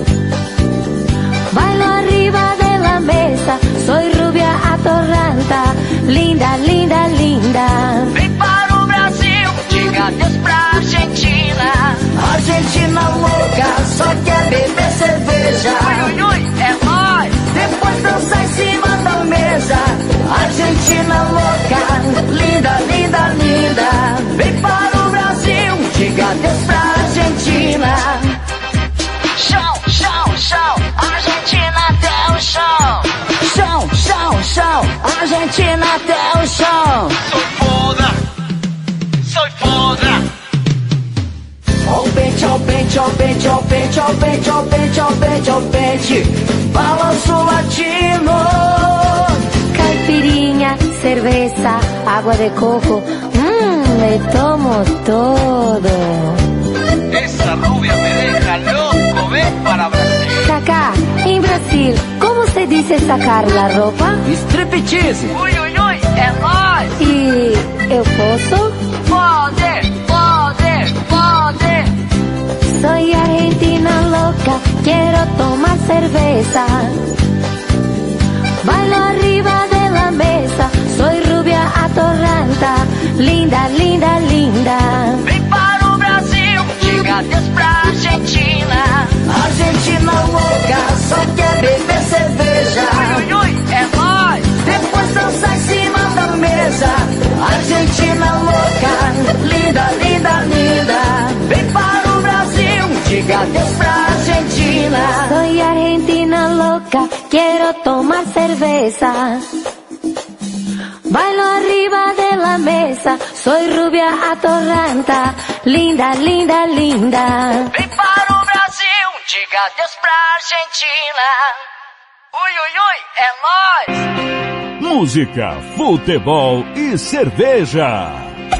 Bailo arriba de la mesa, soy rubia atorranta. Linda, linda, linda. Vem para o Brasil, diga adeus pra Argentina. Argentina louca, só quer beber cerveja. Ui, ui, ui, é nóis. Depois dançar em cima da mesa. Argentina louca, linda, linda, linda. Vem para o Brasil, diga adeus pra Argentina. Chão, chão, chão, Argentina até o chão. Chão, chão, chão, Argentina até o chão. Soy foda, soy foda. Ó o pente, ó o pente, ó o pente, ó o pente, ó o pente, ó o pente, ó o pente, ó o pente. Balanço latino. Caipirinha, cerveza, água de coco. Mmm, me tomo todo. Esa rubia me deja loco, ven para Brasil. Sacar, em Brasil, como se diz sacar la roupa? Striptease. Ui, ui, ui, é nóis. E eu posso? Pode, pode, pode. Soy argentina loca, quiero tomar cerveza. Bailo arriba de la mesa, soy rubia atorranta. Linda, linda, linda. Vem para o Brasil, diga adeus pra Argentina. Argentina louca, só quer beber cerveja. Ui, ui, ui, é nóis. Depois dançar em cima da mesa. Argentina louca, linda, linda, linda. Vem para o Brasil, diga adeus pra Argentina. Soy argentina loca, quiero tomar cerveza. Bailo arriba de la mesa, soy rubia atorranta. Linda, linda, linda. Vem para o Brasil, diga adeus pra Argentina. Ui, ui, ui, é nóis. Música, futebol e cerveja.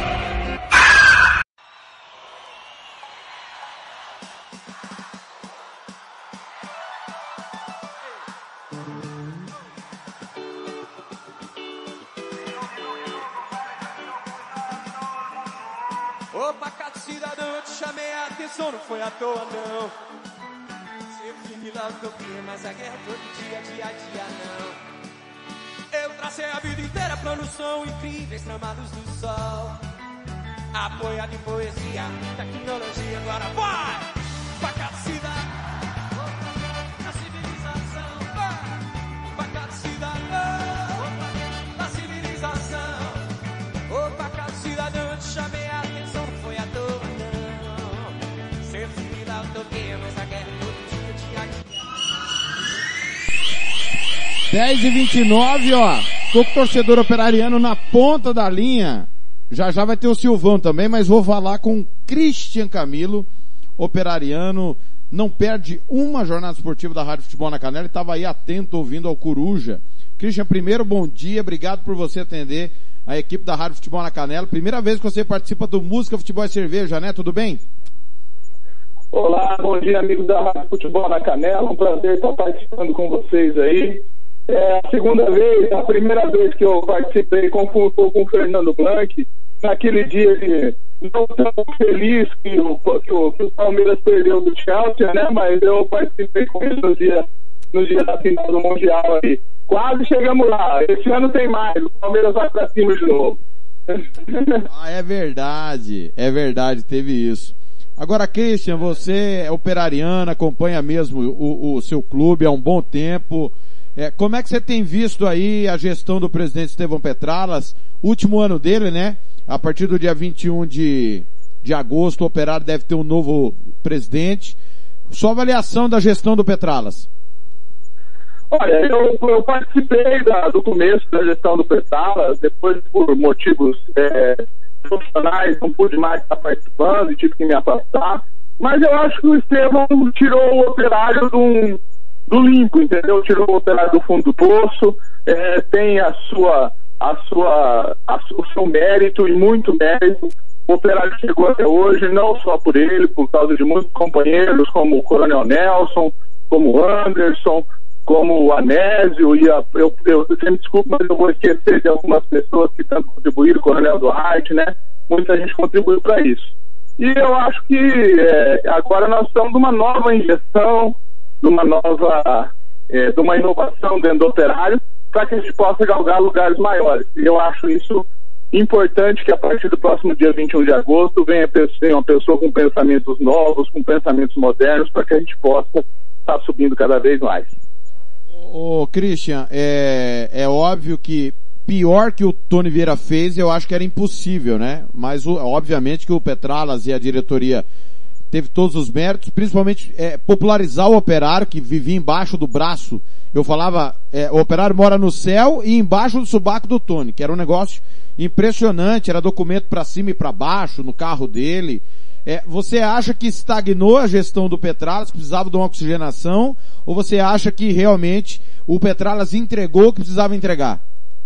Opa, Cato Cidadão, eu te chamei a atenção, não foi à toa não. Seu filho lá do que, mas a guerra todo dia, dia a dia não. Eu tracei a vida inteira, planos são incríveis, tramados do sol. Apoiado em poesia, tecnologia, agora vai! Pra Cato Cidadão, na civilização, vai! Pra Cato Cidadão, na civilização. Opa, Cato Cidadão, eu te chamei a atenção, não foi à toa não. Seu filho lá do que, mas a guerra todo dia, dia a dia. dez e vinte e nove, ó. Tô com o torcedor operariano na ponta da linha. Já já vai ter o Silvão também, mas vou falar com Christian Camilo, operariano. Não perde uma jornada esportiva da Rádio Futebol na Canela. Ele estava aí atento, ouvindo ao Coruja. Christian, primeiro, bom dia. Obrigado por você atender a equipe da Rádio Futebol na Canela. Primeira vez que você participa do Música, Futebol e Cerveja, né? Tudo bem? Olá, bom dia, amigos da Rádio Futebol na Canela. Um prazer estar participando com vocês aí. é a segunda vez, a primeira vez que eu participei com, com, com o Fernando Blanc, naquele dia de não tão feliz que o, que, o, que o Palmeiras perdeu do Chelsea, né? Mas eu participei com ele no dia, no dia da final do Mundial aí. Quase chegamos lá. Esse ano tem mais. O Palmeiras vai pra cima de novo. Ah, é verdade. É verdade, teve isso. Agora, Christian, você é operariano, acompanha mesmo o, o seu clube há um bom tempo. É, como é que você tem visto aí a gestão do presidente Estevão Petralas? Último ano dele, né? A partir do dia vinte e um de, de agosto, o Operário deve ter um novo presidente. Sua avaliação da gestão do Petralas? Olha, eu, eu participei da, do começo da gestão do Petralas, depois por motivos é, profissionais, não pude mais estar participando e tive que me afastar. Mas eu acho que o Estevão tirou o Operário do, do limbo, entendeu? Tirou o Operário do fundo do poço, é, tem a sua, a sua, a, o seu mérito e muito mérito. O Operário chegou até hoje, não só por ele, por causa de muitos companheiros, como o Coronel Nelson, como o Anderson, como o Anésio, e a, eu, eu, eu me desculpe, mas eu vou esquecer de algumas pessoas que tanto contribuíram, o Coronel Duarte, né? Muita gente contribuiu para isso. E eu acho que é, agora nós estamos numa nova injeção, numa nova, é, de uma inovação dentro do Operário, para que a gente possa galgar lugares maiores. E eu acho isso importante, que a partir do próximo dia vinte e um de agosto venha, venha uma pessoa com pensamentos novos, com pensamentos modernos, para que a gente possa estar subindo cada vez mais. Ô, Christian, é, é óbvio que pior que o Tony Vieira fez, eu acho que era impossível, né? Mas o, obviamente que o Petralas e a diretoria teve todos os méritos, principalmente é, popularizar o Operário, que vivia embaixo do braço. Eu falava, é, o Operário mora no céu e embaixo do subaco do Tony, que era um negócio impressionante, era documento para cima e para baixo, no carro dele. É, você acha que estagnou a gestão do Petralas, que precisava de uma oxigenação, ou você acha que realmente o Petralas entregou o que precisava entregar?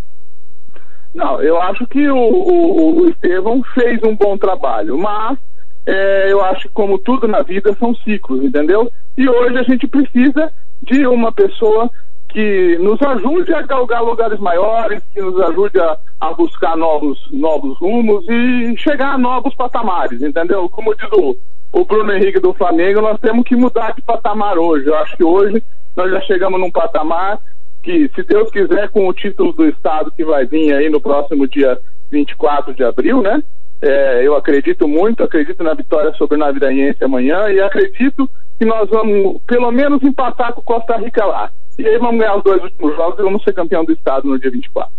Não, eu acho que o, o, o Estevão fez um bom trabalho, mas é, eu acho que como tudo na vida são ciclos, entendeu? E hoje a gente precisa de uma pessoa que nos ajude a galgar lugares maiores, que nos ajude a, a buscar novos, novos rumos e chegar a novos patamares, entendeu? Como diz o, o Bruno Henrique do Flamengo, nós temos que mudar de patamar hoje. Eu acho que hoje nós já chegamos num patamar que, se Deus quiser, com o título do Estado que vai vir aí no próximo dia vinte e quatro de abril, né? É, eu acredito muito, acredito na vitória sobre o Naviraense amanhã e acredito que nós vamos, pelo menos, empatar com Costa Rica lá. E aí vamos ganhar os dois últimos jogos e vamos ser campeão do estado no dia vinte e quatro.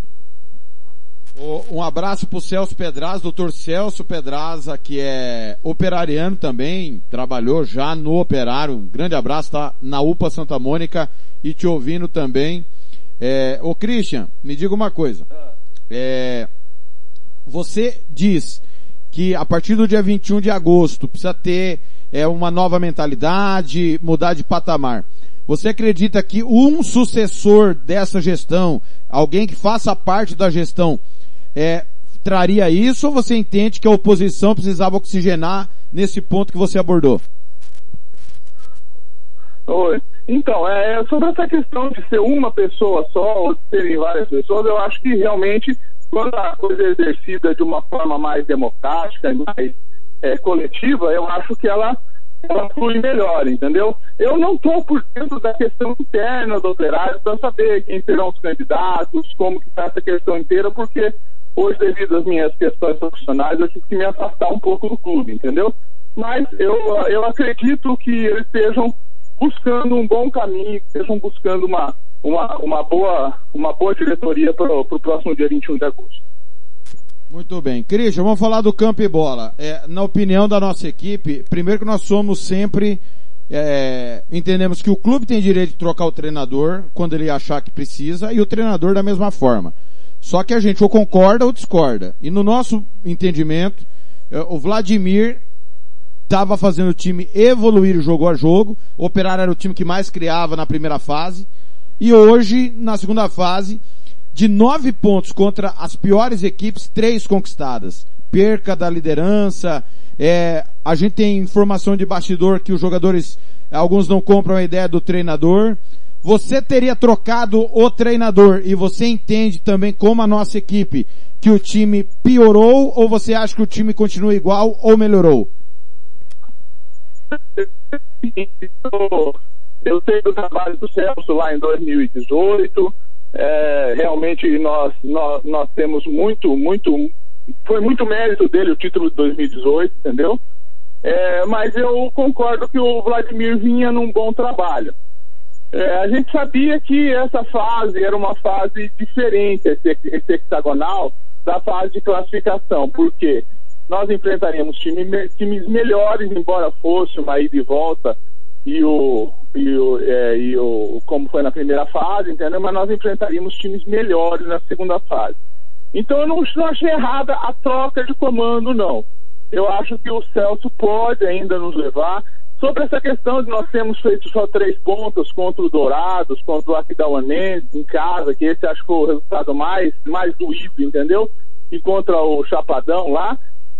Um abraço pro Celso Pedraz, doutor Celso Pedraza, que é operariano também, trabalhou já no Operário. Um grande abraço, tá na U P A Santa Mônica e te ouvindo também. É, ô Christian, me diga uma coisa. É, você diz que a partir do dia vinte e um de agosto precisa ter é, uma nova mentalidade, mudar de patamar. Você acredita que um sucessor dessa gestão, alguém que faça parte da gestão, é, traria isso, ou você entende que a oposição precisava oxigenar nesse ponto que você abordou? Oi. Então, é, sobre essa questão de ser uma pessoa só ou de serem várias pessoas, eu acho que realmente quando a coisa é exercida de uma forma mais democrática e mais é, coletiva, eu acho que ela ela flui melhor, entendeu? Eu não estou por dentro da questão interna do Operário para saber quem serão os candidatos, como que está essa questão inteira, porque hoje, devido às minhas questões profissionais, eu tive que me afastar um pouco do clube, entendeu? Mas eu, eu acredito que eles estejam buscando um bom caminho, que estejam buscando uma, uma, uma, boa, uma boa diretoria para o próximo dia vinte e um de agosto. Muito bem. Christian, vamos falar do campo e bola. É, na opinião da nossa equipe, primeiro que nós somos sempre, é, entendemos que o clube tem direito de trocar o treinador quando ele achar que precisa e o treinador da mesma forma. Só que a gente ou concorda ou discorda. E no nosso entendimento, é, o Vladimir estava fazendo o time evoluir jogo a jogo, o Operário era o time que mais criava na primeira fase, e hoje, na segunda fase, de nove pontos contra as piores equipes, três conquistadas. Perca da liderança, é, a gente tem informação de bastidor que os jogadores, alguns não compram a ideia do treinador. você teria trocado o treinador e você entende também como a nossa equipe que o time piorou ou você acha que o time continua igual ou melhorou? Eu sei do trabalho do Celso lá em dois mil e dezoito, é, realmente nós, nós, nós temos muito, muito, foi muito mérito dele o título de dois mil e dezoito, entendeu? É, mas eu concordo que o Vladimir vinha num bom trabalho. É, a gente sabia que essa fase era uma fase diferente, esse, esse hexagonal, da fase de classificação, porque nós enfrentaríamos time, times melhores, embora fosse uma ida e volta, e o, e, o, é, e o, como foi na primeira fase, entendeu? Mas nós enfrentaríamos times melhores na segunda fase. Então eu não, não achei errada a troca de comando, não. Eu acho que o Celso pode ainda nos levar. Sobre essa questão de nós termos feito só três pontos contra o Dourados, contra o Aquidauanense em casa, que esse acho que foi o resultado mais, mais doído, entendeu? E contra o Chapadão lá,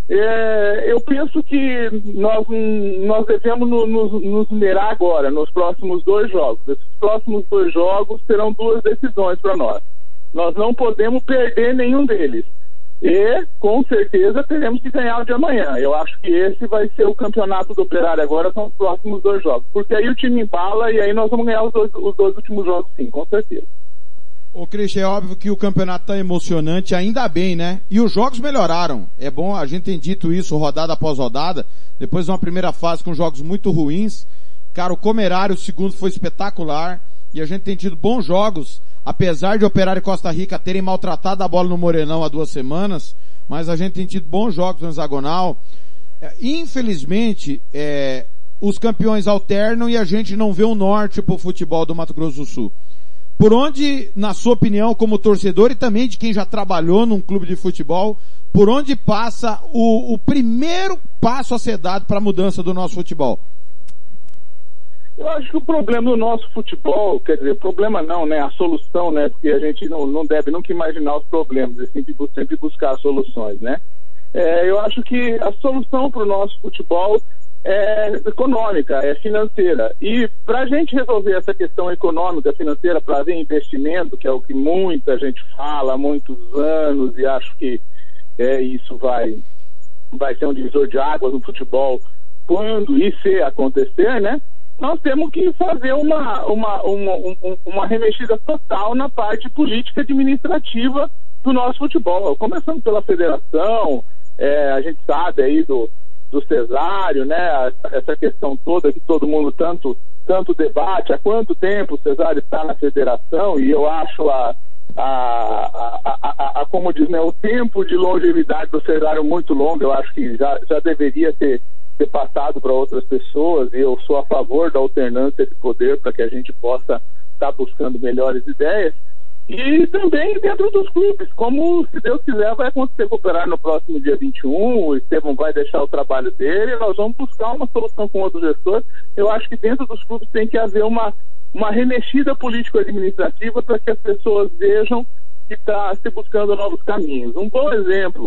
é, eu penso que nós, nós devemos nos, nos, nos mirar agora, nos próximos dois jogos. Esses próximos dois jogos serão duas decisões para nós. Nós não podemos perder nenhum deles. E, com certeza, teremos que ganhar o de amanhã. Eu acho que esse vai ser o campeonato do Operário agora, são os próximos dois jogos. Porque aí o time embala e aí nós vamos ganhar os dois, os dois últimos jogos, sim, com certeza. Ô, Cristian, é óbvio que o campeonato tá emocionante, ainda bem, né? E os jogos melhoraram. É bom, a gente tem dito isso rodada após rodada, depois de uma primeira fase com jogos muito ruins. Cara, o Comerário, o segundo, foi espetacular, e a gente tem tido bons jogos, apesar de Operário e Costa Rica terem maltratado a bola no Morenão há duas semanas, mas a gente tem tido bons jogos no hexagonal. Infelizmente, é, os campeões alternam e a gente não vê o norte pro futebol do Mato Grosso do Sul. Por onde, na sua opinião, como torcedor e também de quem já trabalhou num clube de futebol, por onde passa o, o primeiro passo a ser dado para a mudança do nosso futebol? Eu acho que o problema do nosso futebol, quer dizer, problema não, né? A solução, né? Porque a gente não, não deve nunca imaginar os problemas, é sempre, sempre buscar soluções, né? É, eu acho que a solução para o nosso futebol é econômica, é financeira. E para a gente resolver essa questão econômica, financeira, para haver investimento, que é o que muita gente fala há muitos anos, e acho que é, isso vai, vai ser um divisor de águas no futebol quando e se acontecer, né? Nós temos que fazer uma, uma, uma, uma, uma remexida total na parte política administrativa do nosso futebol, começando pela federação, é, a gente sabe aí do, do Cesário, né, essa questão toda que todo mundo tanto, tanto debate, há quanto tempo o Cesário está na federação, e eu acho a, a, a, a, a, a como diz, né, o tempo de longevidade do Cesário muito longo, eu acho que já, já deveria ter ser passado para outras pessoas, e eu sou a favor da alternância de poder para que a gente possa estar tá buscando melhores ideias, e também dentro dos clubes, como, se Deus quiser, vai acontecer com o Operário no próximo dia vinte e um, o Estevão vai deixar o trabalho dele, nós vamos buscar uma solução com outros gestores. Eu acho que dentro dos clubes tem que haver uma, uma remexida político-administrativa para que as pessoas vejam que está se buscando novos caminhos. Um bom exemplo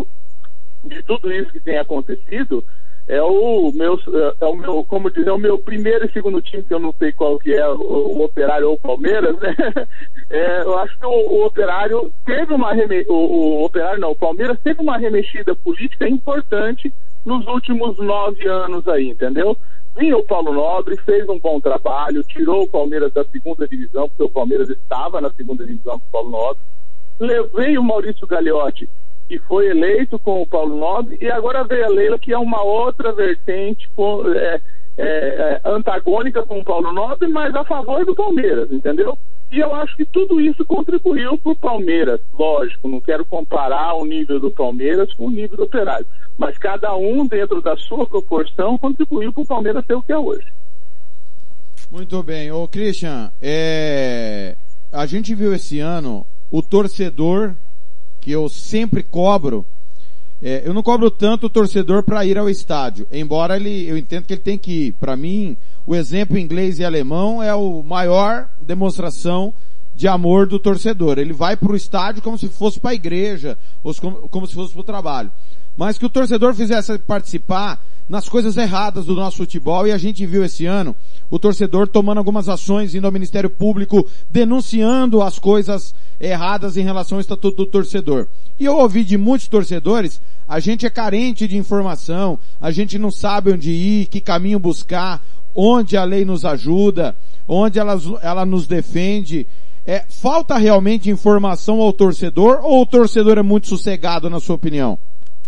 de tudo isso que tem acontecido é o meu, é o meu, como dizer, o meu primeiro e segundo time, que eu não sei qual que é, o, o Operário ou o Palmeiras, né? É, eu acho que o, o Operário teve uma reme, o, o Operário não, o Palmeiras teve uma remexida política importante nos últimos nove anos aí, entendeu? Vinha o Paulo Nobre, fez um bom trabalho, tirou o Palmeiras da segunda divisão, porque o Palmeiras estava na segunda divisão com o Paulo Nobre, levei o Maurício Gagliotti, que foi eleito com o Paulo Nobre, e agora veio a Leila, que é uma outra vertente com, é, é, é, antagônica com o Paulo Nobre, mas a favor do Palmeiras, entendeu? E eu acho que tudo isso contribuiu para o Palmeiras. Lógico, não quero comparar o nível do Palmeiras com o nível do Operário, mas cada um, dentro da sua proporção, contribuiu para o Palmeiras ser o que é hoje. Muito bem. Ô, Christian, é... a gente viu esse ano o torcedor, que eu sempre cobro, é, eu não cobro tanto o torcedor para ir ao estádio, embora ele, eu entendo que ele tem que ir. Para mim, o exemplo inglês e alemão é o maior demonstração de amor do torcedor. Ele vai para o estádio como se fosse para a igreja, ou como, como se fosse para o trabalho. Mas que o torcedor fizesse participar nas coisas erradas do nosso futebol, e a gente viu esse ano o torcedor tomando algumas ações, indo ao Ministério Público, denunciando as coisas erradas em relação ao Estatuto do Torcedor. E eu ouvi de muitos torcedores, a gente é carente de informação, a gente não sabe onde ir, que caminho buscar, onde a lei nos ajuda, onde ela, ela nos defende. É, falta realmente informação ao torcedor, ou o torcedor é muito sossegado, na sua opinião?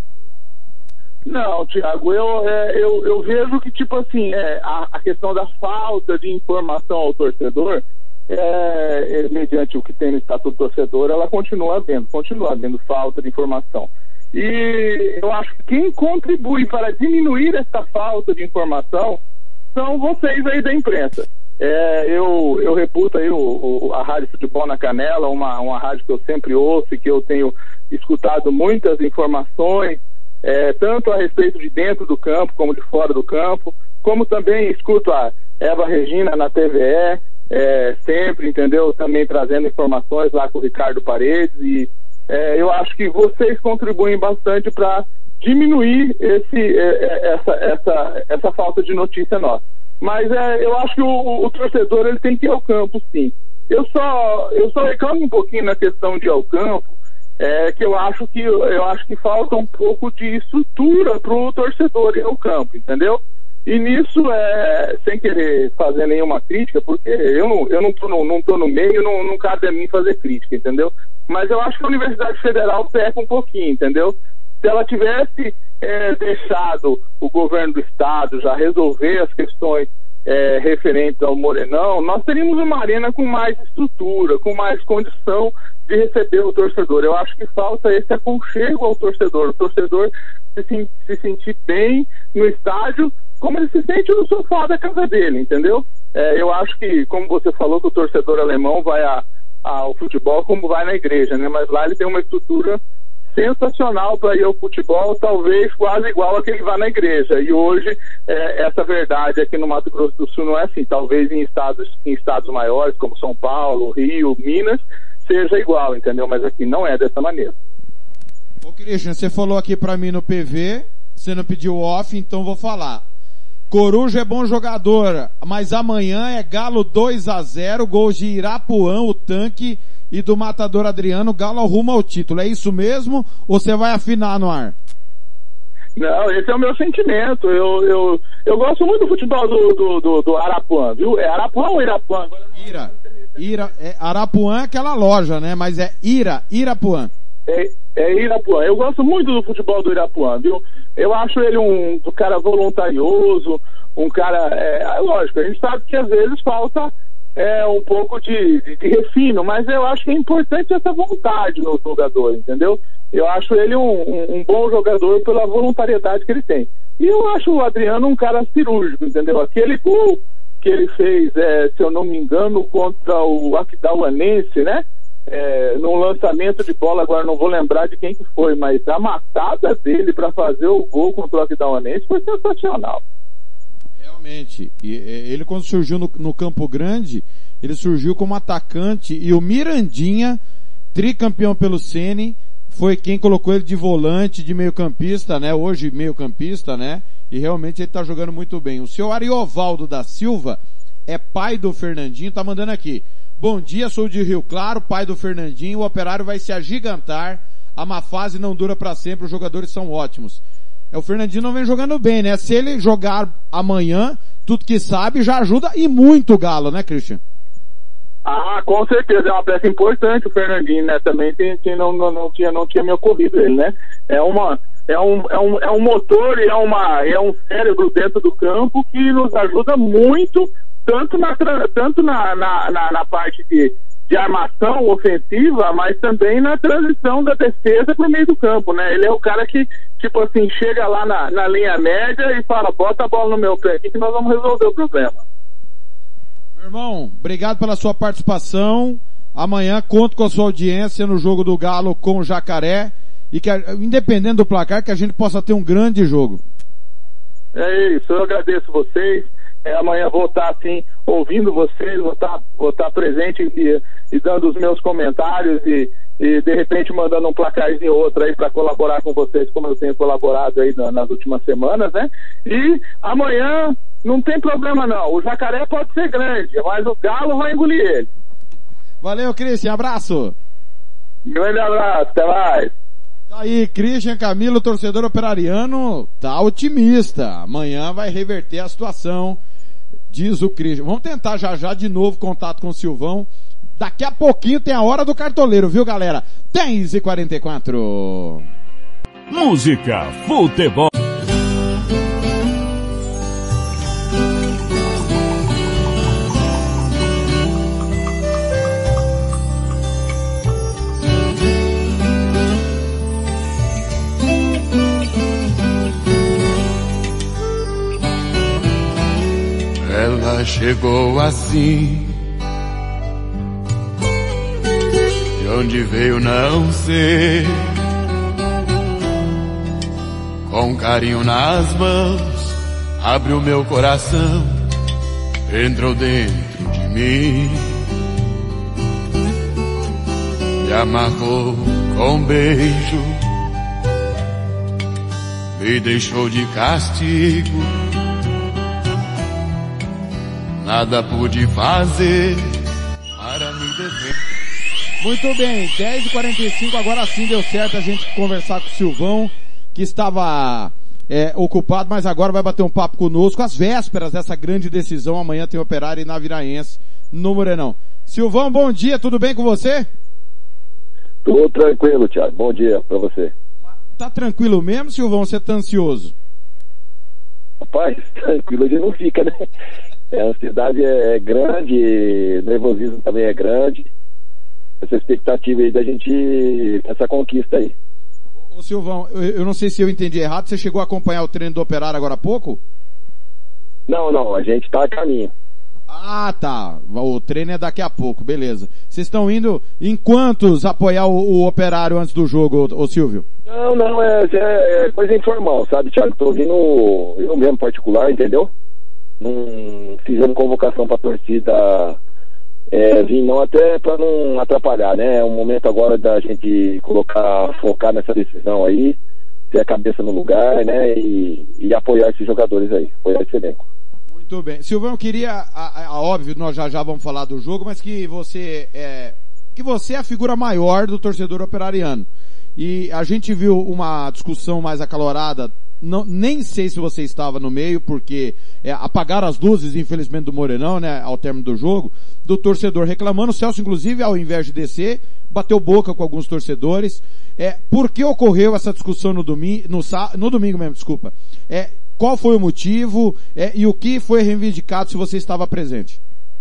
Não, Thiago, eu, é, eu, eu vejo que, tipo assim, é, a, a questão da falta de informação ao torcedor, é, é, mediante o que tem no Estatuto do Torcedor, ela continua havendo, continua havendo falta de informação. E eu acho que quem contribui para diminuir essa falta de informação são vocês aí da imprensa. É, eu, eu reputo aí o, o, a Rádio Futebol na Canela, uma, uma rádio que eu sempre ouço e que eu tenho escutado muitas informações, É, tanto a respeito de dentro do campo como de fora do campo, como também escuto a Eva Regina na T V E, é, sempre, entendeu? Também trazendo informações lá com o Ricardo Paredes, e é, eu acho que vocês contribuem bastante para diminuir esse, é, essa, essa, essa falta de notícia nossa. Mas é, eu acho que o, o torcedor ele tem que ir ao campo, sim. Eu só, eu só reclamo um pouquinho na questão de ir ao campo, É que eu acho que eu acho que falta um pouco de estrutura para o torcedor ir ao campo, entendeu? E nisso, é, sem querer fazer nenhuma crítica, porque eu não, eu não tô no, não tô no meio, não, não cabe a mim fazer crítica, entendeu? Mas eu acho que a Universidade Federal peca um pouquinho, entendeu? Se ela tivesse é, deixado o governo do estado já resolver as questões é, referentes ao Morenão, nós teríamos uma arena com mais estrutura, com mais condição de receber o torcedor. Eu acho que falta esse aconchego ao torcedor, o torcedor se, se sentir bem no estádio, como ele se sente no sofá da casa dele, entendeu? É, eu acho que, como você falou, que o torcedor alemão vai a, a, ao futebol como vai na igreja, né? Mas lá ele tem uma estrutura sensacional para ir ao futebol, talvez quase igual a que ele vai na igreja. E hoje, é, essa verdade aqui no Mato Grosso do Sul não é assim. Talvez em estados, em estados maiores, como São Paulo, Rio, Minas, seja igual, entendeu? Mas aqui não é dessa maneira. Ô Christian, você falou aqui pra mim no P V, você não pediu off, então vou falar. Coruja é bom jogador, mas amanhã é Galo dois a zero, gols de Irapuã, o tanque, e do Matador Adriano, Galo rumo ao título. É isso mesmo? Ou você vai afinar no ar? Não, esse é o meu sentimento. Eu, eu, eu gosto muito do futebol do, do, do, do Arapuã, viu? É Arapuã ou Irapuã? Ira. Ira, é, Arapuã é aquela loja, né? Mas é Ira, Irapuã. É, é Irapuã. Eu gosto muito do futebol do Irapuã, viu? Eu acho ele um, um cara voluntarioso, um cara, é, lógico, a gente sabe que às vezes falta é, um pouco de, de, de refino, mas eu acho que é importante essa vontade no jogador, entendeu? Eu acho ele um, um, um bom jogador pela voluntariedade que ele tem. E eu acho o Adriano um cara cirúrgico, entendeu? Aquele gol que ele fez, é, se eu não me engano, contra o Aquidauanense, né? É, num lançamento de bola, agora não vou lembrar de quem que foi, mas a matada dele para fazer o gol contra o Aquidauanense foi sensacional. Realmente, e, ele quando surgiu no, no Campo Grande, ele surgiu como atacante, e o Mirandinha, tricampeão pelo Sene, foi quem colocou ele de volante, de meio campista, né? Hoje meio campista, né? E realmente ele tá jogando muito bem. O senhor Ariovaldo da Silva é pai do Fernandinho, tá mandando aqui. Bom dia, sou de Rio Claro, pai do Fernandinho, o Operário vai se agigantar, a má fase não dura para sempre, os jogadores são ótimos. É, o Fernandinho não vem jogando bem, né? Se ele jogar amanhã, tudo que sabe, já ajuda e muito o Galo, né, Christian? Ah, com certeza, é uma peça importante o Fernandinho, né? Também tem, tem, não, não, não, tinha, não tinha me ocorrido ele, né? É uma... É um, é, um, é um motor e é, uma, é um cérebro dentro do campo que nos ajuda muito, tanto na, tanto na, na, na, na parte de, de armação ofensiva, mas também na transição da defesa para o meio do campo, né? Ele é o cara que, tipo assim, chega lá na, na linha média e fala, bota a bola no meu pé aqui que nós vamos resolver o problema. Meu irmão, obrigado pela sua participação. Amanhã conto com a sua audiência no jogo do Galo com o Jacaré. E que, independente do placar, que a gente possa ter um grande jogo. É isso, eu agradeço vocês. É, amanhã vou estar assim, ouvindo vocês, vou estar, vou estar presente e, e dando os meus comentários e, e de repente mandando um placarzinho ou outro aí para colaborar com vocês, como eu tenho colaborado aí na, nas últimas semanas, né? E amanhã não tem problema não, o Jacaré pode ser grande, mas o Galo vai engolir ele. Valeu, Christian, abraço. Grande abraço, até mais. Tá aí, Christian Camilo, torcedor operariano, tá otimista. Amanhã vai reverter a situação, diz o Christian. Vamos tentar já já de novo contato com o Silvão. Daqui a pouquinho tem a hora do cartoleiro, viu, galera? dez e quarenta e quatro. Música, futebol. Ela chegou assim, de onde veio não sei, com carinho nas mãos, abriu meu coração, entrou dentro de mim, me amarrou com um beijo, me deixou de castigo. Nada pude fazer para me dever. Muito bem, dez e quarenta e cinco, agora sim deu certo a gente conversar com o Silvão, que estava é, ocupado, mas agora vai bater um papo conosco, às vésperas dessa grande decisão. Amanhã tem Operário e Naviraense no Morenão. Silvão, bom dia, tudo bem com você? Tudo tranquilo, Thiago, bom dia pra você. Tá tranquilo mesmo, Silvão, você tá ansioso? Rapaz, tranquilo a gente não fica, né? A ansiedade é, é grande, o nervosismo também é grande. Essa expectativa aí da gente, essa conquista aí. Ô Silvão, eu, eu não sei se eu entendi errado, você chegou a acompanhar o treino do Operário agora há pouco? Não, não, a gente tá a caminho. Ah, tá. O treino é daqui a pouco, beleza. Vocês estão indo em quantos apoiar o, o Operário antes do jogo, ô, ô Silvio? Não, não, é, é, é coisa informal, sabe, Thiago? Tô vindo eu mesmo particular, entendeu? Não fizendo convocação pra torcida, é, vim não até pra não atrapalhar, né? É um momento agora da gente colocar, focar nessa decisão aí, ter a cabeça no lugar, né? E, e apoiar esses jogadores aí, apoiar esse elenco. Muito bem. Silvão, eu queria, a, a, óbvio, nós já já vamos falar do jogo, mas que você é, que você é a figura maior do torcedor operariano. E a gente viu uma discussão mais acalorada, não, nem sei se você estava no meio, porque é, apagaram as luzes, infelizmente, do Morenão, né, ao término do jogo, do torcedor reclamando. O Celso, inclusive, ao invés de descer, bateu boca com alguns torcedores. É, por que ocorreu essa discussão no domingo, no, no domingo mesmo, desculpa? É, qual foi o motivo é, e o que foi reivindicado, se você estava presente?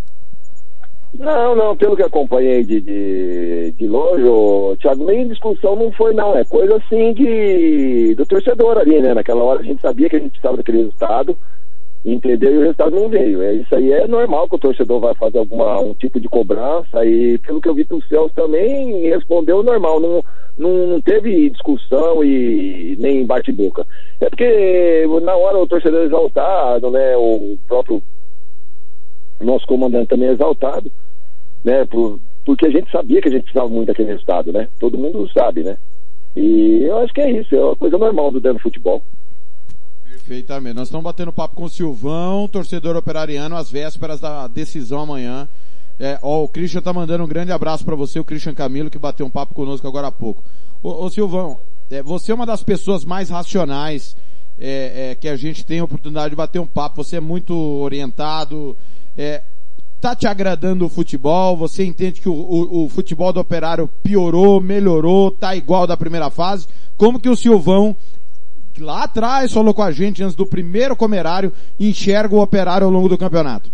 Não, não, pelo que acompanhei de, de, de longe, ô, Thiago, nem discussão não foi não, é coisa assim de, do torcedor ali, né, naquela hora a gente sabia que a gente precisava daquele resultado, entendeu, e o resultado não veio, é, isso aí é normal que o torcedor vai fazer alguma, um tipo de cobrança, e pelo que eu vi do Celso também respondeu normal, não, não, não teve discussão e nem bate-boca, é porque na hora o torcedor exaltado, né, o próprio nosso comandante também é exaltado, né, por, porque a gente sabia que a gente precisava muito daquele resultado, né, todo mundo sabe, né, e eu acho que é isso, é uma coisa normal do dentro do futebol. Perfeitamente, nós estamos batendo papo com o Silvão, torcedor operariano, às vésperas da decisão amanhã. É, ó, o Christian tá mandando um grande abraço para você, o Christian Camilo, que bateu um papo conosco agora há pouco. Ô, ô Silvão, é, você é uma das pessoas mais racionais é, é, que a gente tem a oportunidade de bater um papo, você é muito orientado. É, tá te agradando o futebol? Você entende que o, o, o futebol do Operário piorou, melhorou, tá igual da primeira fase? Como que o Silvão, que lá atrás falou com a gente antes do primeiro comerário, enxerga o Operário ao longo do campeonato?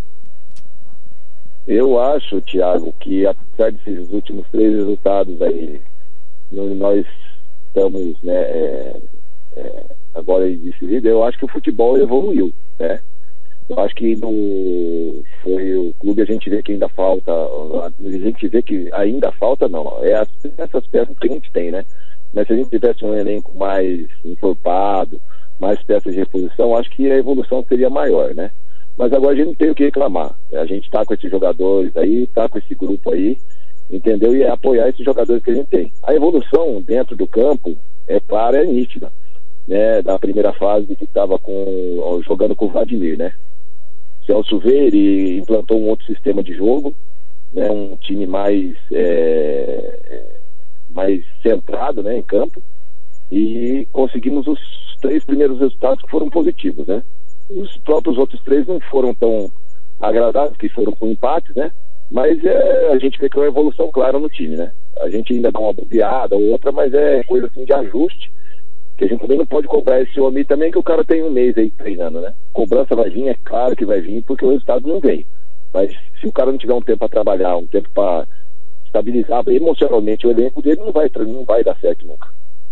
Eu acho, Thiago, que apesar desses últimos três resultados aí, nós estamos, né, é, é, agora decidido, eu acho que o futebol evoluiu, né? Eu acho que no, foi o clube, a gente vê que ainda falta, a gente vê que ainda falta não, é as, essas peças que a gente tem, né? Mas se a gente tivesse um elenco mais encorpado, mais peças de reposição, acho que a evolução seria maior, né? Mas agora a gente não tem o que reclamar. A gente tá com esses jogadores aí, tá com esse grupo aí, entendeu? E é apoiar esses jogadores que a gente tem. A evolução dentro do campo é clara, é nítida, né? Da primeira fase que estava com, jogando com o Vladimir, né? Celso veio e implantou um outro sistema de jogo, né? Um time mais, é, mais centrado, né? Em campo. E conseguimos os três primeiros resultados que foram positivos, né? Os próprios outros três não foram tão agradáveis, que foram com empates, né? Mas é, a gente vê que é uma evolução clara no time, né? A gente ainda dá uma bobeada ou outra, mas é coisa assim de ajuste, que a gente também não pode cobrar esse homem também, que o cara tem um mês aí treinando, né? Cobrança vai vir, é claro que vai vir, porque o resultado não vem. Mas se o cara não tiver um tempo para trabalhar, um tempo para estabilizar emocionalmente o elenco dele, não vai, não vai dar certo nunca.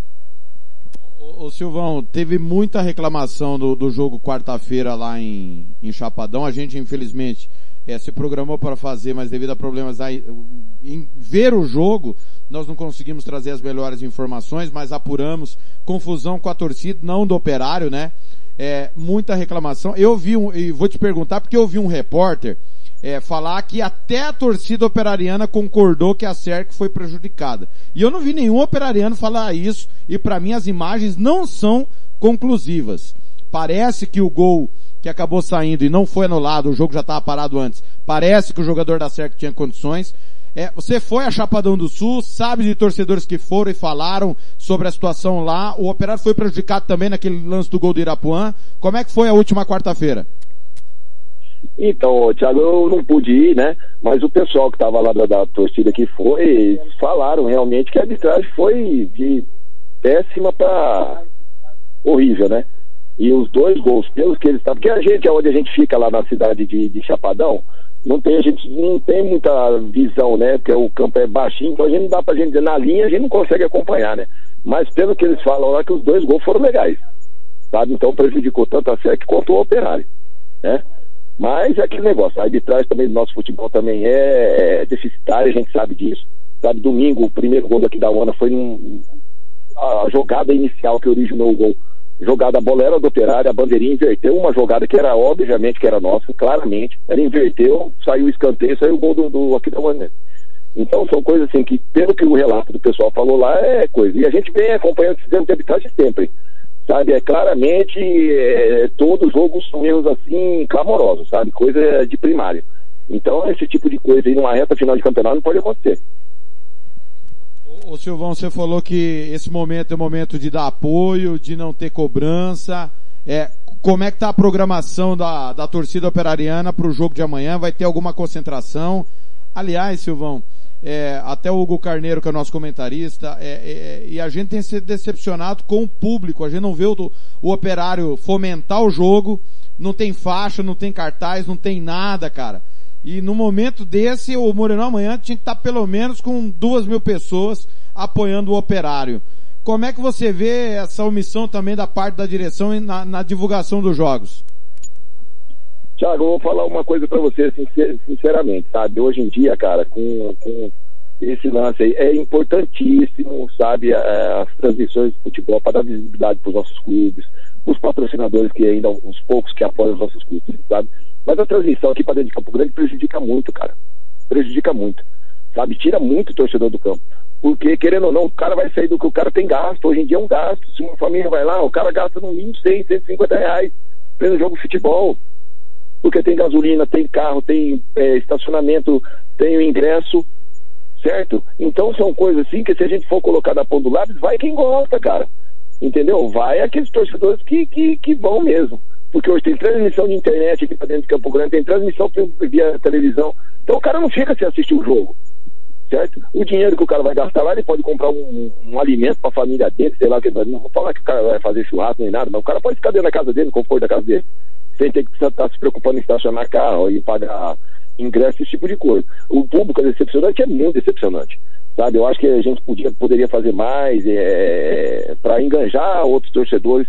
Ô Silvão, teve muita reclamação do, do jogo quarta-feira lá em, em Chapadão. A gente, infelizmente, é, se programou para fazer, mas devido a problemas aí, em ver o jogo, nós não conseguimos trazer as melhores informações, mas apuramos. Confusão com a torcida, não do Operário, né? É, muita reclamação. Eu vi um, e vou te perguntar, porque eu vi um repórter É, falar que até a torcida operariana concordou que a S E R C foi prejudicada. E eu não vi nenhum operariano falar isso, e para mim as imagens não são conclusivas. Parece que o gol que acabou saindo e não foi anulado, o jogo já estava parado antes, parece que o jogador da S E R C tinha condições. É, você foi a Chapadão do Sul, sabe de torcedores que foram e falaram sobre a situação lá. O Operário foi prejudicado também naquele lance do gol do Irapuã. Como é que foi a última quarta-feira? Então, Thiago, eu não pude ir, né? Mas o pessoal que estava lá da, da torcida que foi, falaram realmente que a arbitragem foi de péssima para horrível, né? E os dois gols, pelos que eles estavam, porque a gente, onde a gente fica lá na cidade de, de Chapadão, não tem, a gente não tem muita visão, né? Porque o campo é baixinho, então a gente não dá pra gente dizer, na linha a gente não consegue acompanhar, né? Mas pelo que eles falam lá, que os dois gols foram legais, sabe? Então prejudicou tanto a S E R C quanto o Operário, né? Mas é aquele negócio, a arbitragem também do nosso futebol também é, é deficitária, a gente sabe disso. Sabe, domingo, o primeiro gol daqui da U A N A foi num, a jogada inicial que originou o gol. Jogada, a bola era do Operário, a bandeirinha inverteu, uma jogada que era obviamente que era nossa, claramente. Ela inverteu, saiu o escanteio, saiu o gol do, do aqui da U A N A. Então são coisas assim que, pelo que o relato do pessoal falou lá, é coisa. E a gente vem acompanhando esses erros de arbitragem sempre. Sabe, é claramente, é, todo jogo são erros assim, clamorosos, sabe, coisa de primário. Então esse tipo de coisa aí numa reta final de campeonato não pode acontecer. Ô Silvão, você falou que esse momento é o momento de dar apoio, de não ter cobrança. É, como é que tá a programação da, da torcida operariana para o jogo de amanhã? Vai ter alguma concentração? Aliás, Silvão, É, até o Hugo Carneiro, que é o nosso comentarista, é, é, e a gente tem sido decepcionado com o público. A gente não vê o, o Operário fomentar o jogo, não tem faixa, não tem cartaz, não tem nada, cara. E no momento desse, o Morenão amanhã tinha que estar pelo menos com duas mil pessoas apoiando o Operário. Como é que você vê essa omissão também da parte da direção na, na divulgação dos jogos? Thiago, eu vou falar uma coisa pra você sinceramente, sabe? Hoje em dia, cara, com, com esse lance aí, é importantíssimo, sabe, as transmissões de futebol para dar visibilidade pros nossos clubes, os patrocinadores que ainda, os poucos que apoiam os nossos clubes, sabe? Mas a transmissão aqui para dentro de Campo Grande prejudica muito, cara. Prejudica muito, sabe? Tira muito o torcedor do campo. Porque, querendo ou não, o cara vai sair do que o cara tem gasto. Hoje em dia é um gasto. Se uma família vai lá, o cara gasta no mínimo cem, cento e cinquenta reais pelo jogo de futebol. Porque tem gasolina, tem carro, tem é, estacionamento, tem o ingresso, certo? Então são coisas assim que se a gente for colocar na ponta do lápis, vai quem gosta, cara. Entendeu? Vai aqueles torcedores que, que, que vão mesmo. Porque hoje tem transmissão de internet aqui pra dentro de Campo Grande, tem transmissão via televisão. Então o cara não fica sem assistir o jogo, certo? O dinheiro que o cara vai gastar lá, ele pode comprar um, um alimento pra família dele, sei lá, que não vou falar que o cara vai fazer churrasco nem nada, mas o cara pode ficar dentro da casa dele, no conforto da casa dele, sem ter que estar se preocupando em estacionar carro e pagar ingresso, esse tipo de coisa. O público é decepcionante, é muito decepcionante, sabe? Eu acho que a gente podia, poderia fazer mais é, para enganjar outros torcedores,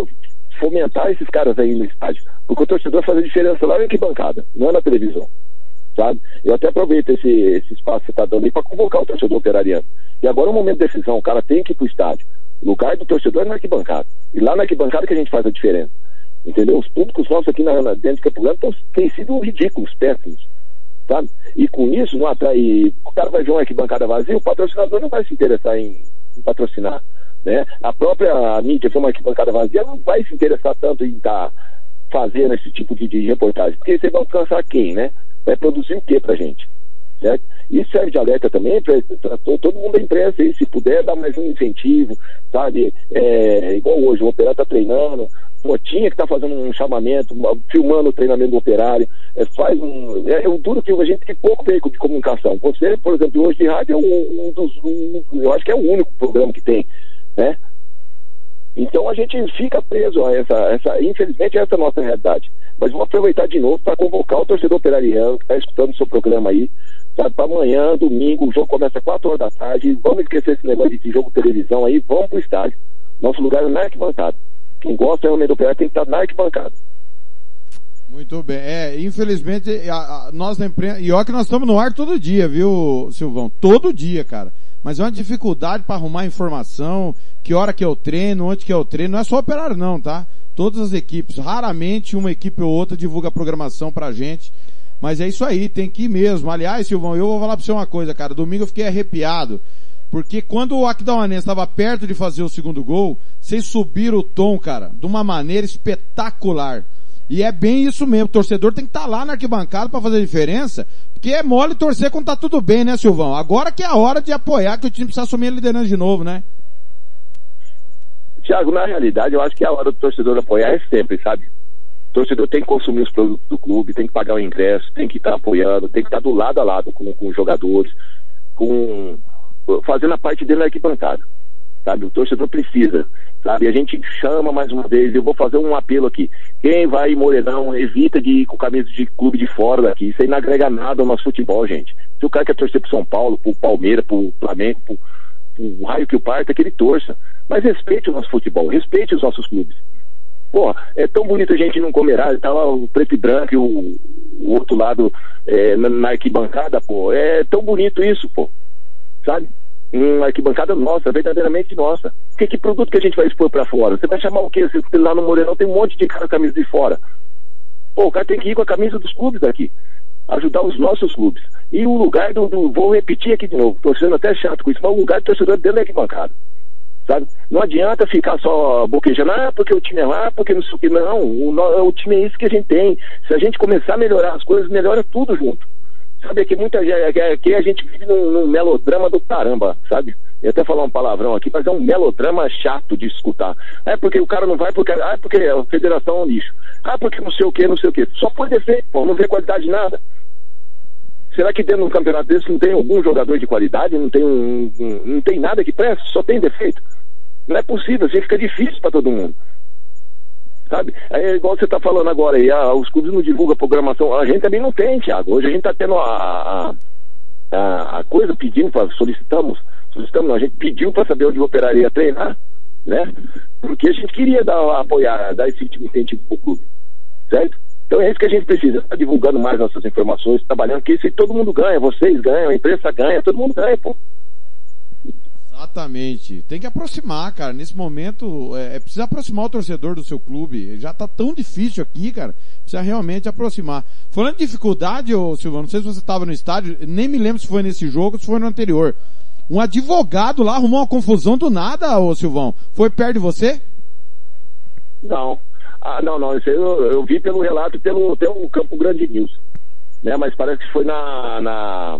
fomentar esses caras aí no estádio, porque o torcedor faz a diferença lá na arquibancada, não é na televisão, sabe? Eu até aproveito esse, esse espaço que você está dando aí para convocar o torcedor operariano. E agora é um momento de decisão, o cara tem que ir pro estádio. O lugar do torcedor é na arquibancada. E lá na arquibancada que a gente faz a diferença. Entendeu? Os públicos nossos aqui na, na, dentro de Campo Grande tão, têm sido ridículos, péssimos. Sabe? E com isso, não atrai. O cara vai ver uma arquibancada vazia, o patrocinador não vai se interessar em, em patrocinar. Né? A própria mídia, que é uma arquibancada vazia, não vai se interessar tanto em estar tá fazendo esse tipo de, de reportagem. Porque você vai alcançar quem, né? Vai produzir o que pra gente? Certo? Isso serve de alerta também para todo mundo da imprensa aí, se puder dar mais um incentivo, sabe? É, igual hoje, o operário está treinando, Motinha que está fazendo um chamamento, filmando o treinamento do operário, é, faz um. É, eu duro que a gente tem pouco veículo de comunicação. Você, por exemplo, hoje de rádio é um, um dos. Um, eu acho que é o único programa que tem, né? Então a gente fica preso a essa, essa infelizmente, essa é a nossa realidade. Mas vou aproveitar de novo para convocar o torcedor operariano que está escutando o seu programa aí, sabe, para amanhã, domingo, o jogo começa às quatro horas da tarde, vamos esquecer esse negócio de jogo de televisão aí, vamos pro estádio. Nosso lugar é na arquibancada. Quem gosta realmente do operário tem que estar na arquibancada. Muito bem. É, infelizmente, a, a, nós na imprensa, e olha que nós estamos no ar todo dia, viu, Silvão? Todo dia, cara. Mas é uma dificuldade para arrumar informação, que hora que eu treino, onde que eu treino, não é só operário não, tá? Todas as equipes, raramente uma equipe ou outra divulga a programação pra gente, mas é isso aí, tem que ir mesmo. Aliás, Silvão, eu vou falar pra você uma coisa, cara, domingo eu fiquei arrepiado, porque quando o Aquidauanense estava perto de fazer o segundo gol, vocês subiram o tom, cara, de uma maneira espetacular. E é bem isso mesmo, o torcedor tem que estar tá lá na arquibancada para fazer a diferença, porque é mole torcer quando tá tudo bem, né, Silvão? Agora que é a hora de apoiar, que o time precisa assumir a liderança de novo, né? Tiago, na realidade, eu acho que é a hora do torcedor apoiar é sempre, sabe? O torcedor tem que consumir os produtos do clube, tem que pagar o ingresso, tem que estar tá apoiando, tem que estar tá do lado a lado com, com os jogadores, com, fazendo a parte dele na arquibancada, sabe? O torcedor precisa, sabe? A gente chama mais uma vez, eu vou fazer um apelo aqui. Quem vai em Moreirão, evita de ir com camisa de clube de fora daqui. Isso aí não agrega nada ao nosso futebol, gente. Se o cara quer torcer pro São Paulo, pro Palmeiras, pro Flamengo, pro, pro raio que o parta, que ele torça. Mas respeite o nosso futebol, respeite os nossos clubes. Pô, é tão bonito a gente não comerá, tá lá o preto e branco e o, o outro lado é, na, na arquibancada, pô. É tão bonito isso, pô. Sabe? Uma arquibancada nossa, verdadeiramente nossa. Que, que produto que a gente vai expor pra fora? Você vai chamar o quê? Você, lá no Moreirão tem um monte de cara com a camisa de fora. Pô, o cara tem que ir com a camisa dos clubes daqui. Ajudar os nossos clubes. E o lugar do, do vou repetir aqui de novo, tô sendo até chato com isso, mas o lugar do torcedor dentro da arquibancada. Sabe? Não adianta ficar só boquejando, ah, porque o time é lá, porque não sei o que. Não, o, o time é isso que a gente tem. Se a gente começar a melhorar as coisas, melhora tudo junto. Sabe, que muita gente, aqui a gente vive num, num melodrama do caramba, sabe? Eu ia até falar um palavrão aqui, mas é um melodrama chato de escutar. Ah, é porque o cara não vai, porque, ah, é porque a federação é um lixo. Ah, porque não sei o que, não sei o que. Só pode defeito, pô, não vê qualidade de nada. Será que dentro de um campeonato desse não tem algum jogador de qualidade? Não tem, um, um, não tem nada que preste, só tem defeito? Não é possível, assim fica difícil para todo mundo. Sabe? É igual você está falando agora aí, ah, os clubes não divulgam a programação. A gente também não tem, Thiago. Hoje a gente está tendo a, a, a coisa pedindo, pra, solicitamos, solicitamos não, a gente pediu para saber onde o operário ia treinar, né? Porque a gente queria dar, apoiar, dar esse tipo de incentivo para o clube, certo? Então é isso que a gente precisa, tá divulgando mais nossas informações, trabalhando, porque isso aí todo mundo ganha, vocês ganham, a imprensa ganha, todo mundo ganha, pô. Exatamente. Tem que aproximar, cara. Nesse momento, é, é precisa aproximar o torcedor do seu clube. Já tá tão difícil aqui, cara. Precisa realmente aproximar. Falando de dificuldade, ô Silvano, não sei se você estava no estádio, nem me lembro se foi nesse jogo ou se foi no anterior. Um advogado lá arrumou uma confusão do nada, ô Silvão. Foi perto de você? Não. Ah, não, não. Isso aí eu, eu vi pelo relato pelo, pelo Campo Grande News. Né? Mas parece que foi na... na...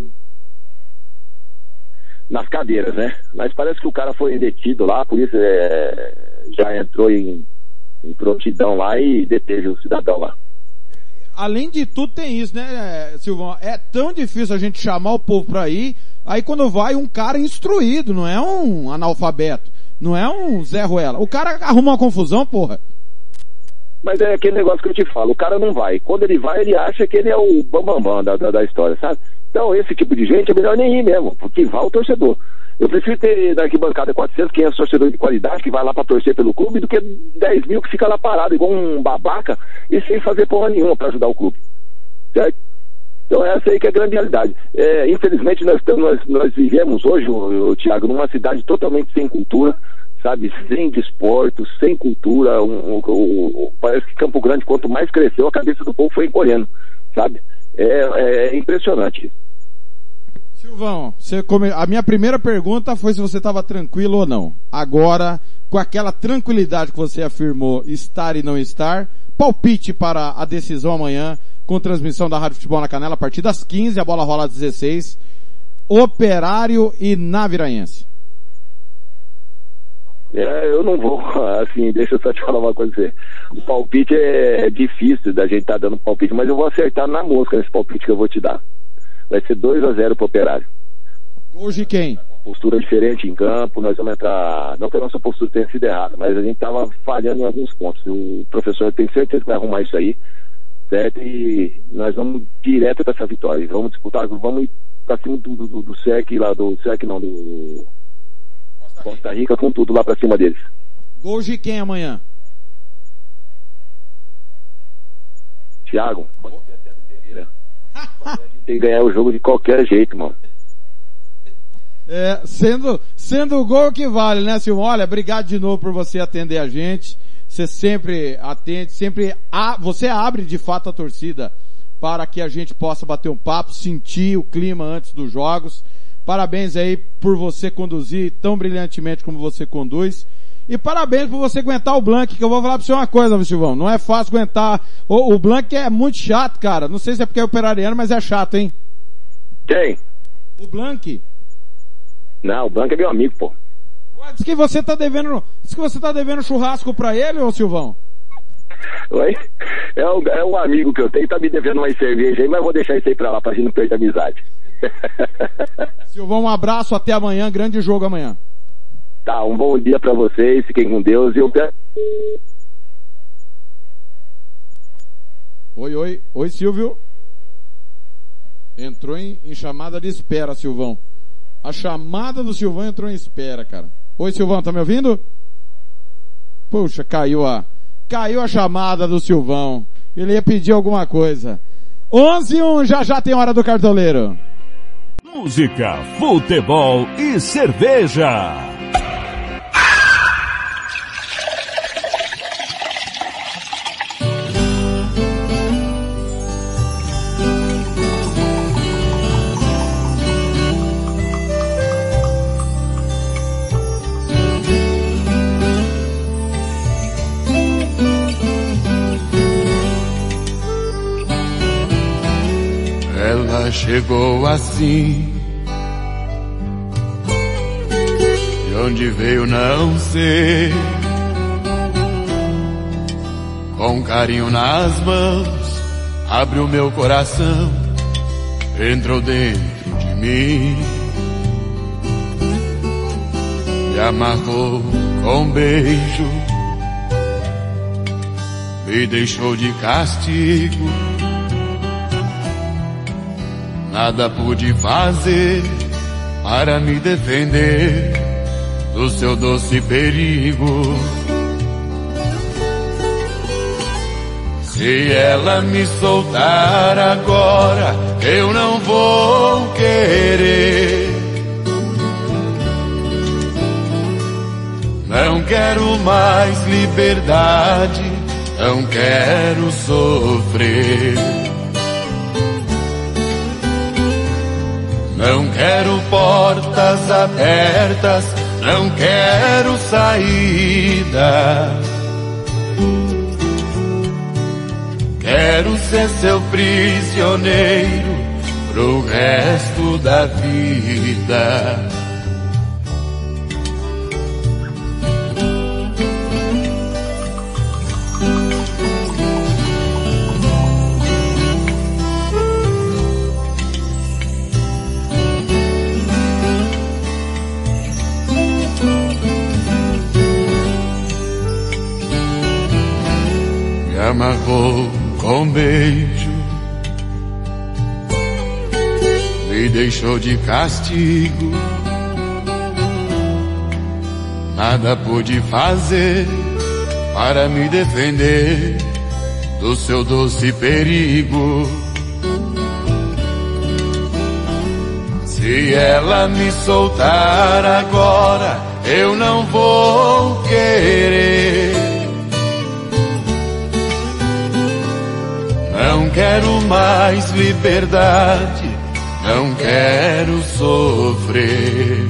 nas cadeiras, né? Mas parece que o cara foi detido lá, por isso é, já entrou em, em prontidão lá e deteve o cidadão lá. Além de tudo tem isso, né, Silvão? É tão difícil a gente chamar o povo pra ir, aí quando vai um cara instruído, não é um analfabeto, não é um Zé Ruela. O cara arruma uma confusão, porra. Mas é aquele negócio que eu te falo, o cara não vai. Quando ele vai, ele acha que ele é o bambambam da, da, da história, sabe? Então, esse tipo de gente é melhor nem ir mesmo, porque vai o torcedor. Eu prefiro ter da arquibancada quatrocentos, quinhentos torcedores de qualidade que vai lá pra torcer pelo clube do que dez mil que fica lá parado, igual um babaca, e sem fazer porra nenhuma pra ajudar o clube. Certo? Então, essa aí que é a grande realidade. É, infelizmente, nós, nós, nós vivemos hoje, o, o Thiago, numa cidade totalmente sem cultura, sabe, sem desporto, sem cultura. Um, um, um, um, parece que Campo Grande, quanto mais cresceu, a cabeça do povo foi encolhendo, sabe? É, é impressionante. Silvão, você come... a minha primeira pergunta foi se você estava tranquilo ou não. Agora, com aquela tranquilidade que você afirmou estar e não estar, palpite para a decisão amanhã, com transmissão da Rádio Futebol na Canela, a partir das quinze, a bola rola às dezesseis, Operário e Naviraense. É, eu não vou, assim, deixa eu só te falar uma coisa pra você. O palpite é difícil da gente estar tá dando palpite, mas eu vou acertar na mosca nesse palpite que eu vou te dar. Vai ser dois a zero pro Operário. Gol de quem? Postura diferente em campo, nós vamos entrar, não que a nossa postura tenha sido errada, mas a gente tava falhando em alguns pontos. O professor tem certeza que vai arrumar isso aí, certo? E nós vamos direto pra essa vitória. Vamos disputar, vamos ir pra cima do, do, do S E C lá, do S E C não, do Costa Rica, com tudo lá pra cima deles. Gol de quem amanhã? Thiago, tem que ganhar o jogo de qualquer jeito, mano. É, sendo, sendo o gol que vale, né, Silvão? Olha, obrigado de novo por você atender a gente. Você sempre atende, sempre, a, você abre de fato a torcida para que a gente possa bater um papo, sentir o clima antes dos jogos. Parabéns aí por você conduzir tão brilhantemente como você conduz. E parabéns por você aguentar o Blank, que eu vou falar pra você uma coisa, viu, Silvão. Não é fácil aguentar. O, o Blank é muito chato, cara. Não sei se é porque é operariano, mas é chato, hein? Quem? O Blank. Não, o Blank é meu amigo, pô. Ué, diz que você tá devendo, diz que você tá devendo churrasco pra ele, ô Silvão? Oi? É um, é um amigo que eu tenho, tá me devendo uma cerveja aí, mas eu vou deixar isso aí pra lá, pra gente não perder a amizade. Silvão, um abraço, até amanhã, grande jogo amanhã. Tá, um bom dia pra vocês, fiquem com Deus e eu quero... Oi, oi, oi Silvio. Entrou em, em chamada de espera, Silvão. A chamada do Silvão entrou em espera, cara. Oi, Silvão, tá me ouvindo? Puxa, caiu a, caiu a chamada do Silvão. Ele ia pedir alguma coisa. onze e um, já já tem hora do cartoleiro. Música, futebol e cerveja. Ela chegou assim, de onde veio não sei, com carinho nas mãos, abriu meu coração, entrou dentro de mim, me amarrou com um beijo, me deixou de castigo. Nada pude fazer para me defender do seu doce perigo. Se ela me soltar agora, eu não vou querer. Não quero mais liberdade, não quero sofrer. Não quero portas abertas, não quero saída. Quero ser seu prisioneiro pro resto da vida. Amarrou com um beijo, me deixou de castigo. Nada pude fazer para me defender do seu doce perigo. Se ela me soltar agora, eu não vou querer. Não quero mais liberdade, não quero sofrer.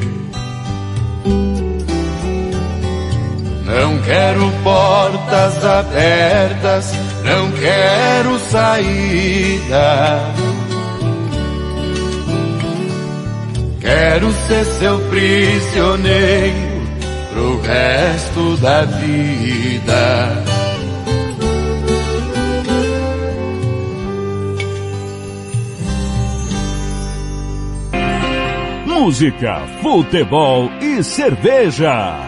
Não quero portas abertas, não quero saída. Quero ser seu prisioneiro pro resto da vida. Música, futebol e cerveja.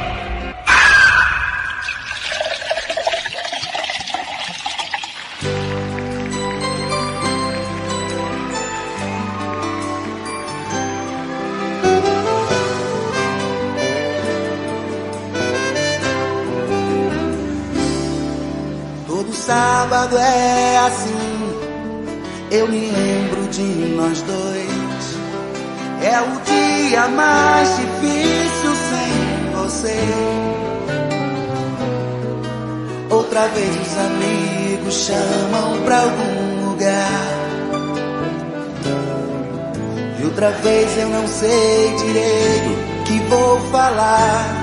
Todo sábado é assim, eu me lembro de nós dois. É o dia mais difícil sem você. Outra vez os amigos chamam pra algum lugar, e outra vez eu não sei direito o que vou falar.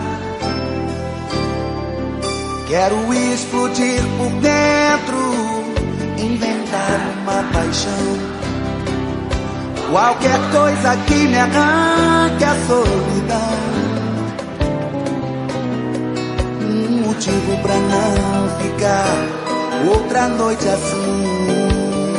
Quero explodir por dentro, inventar uma paixão, qualquer coisa que me arranque a solidão. Um motivo pra não ficar outra noite assim,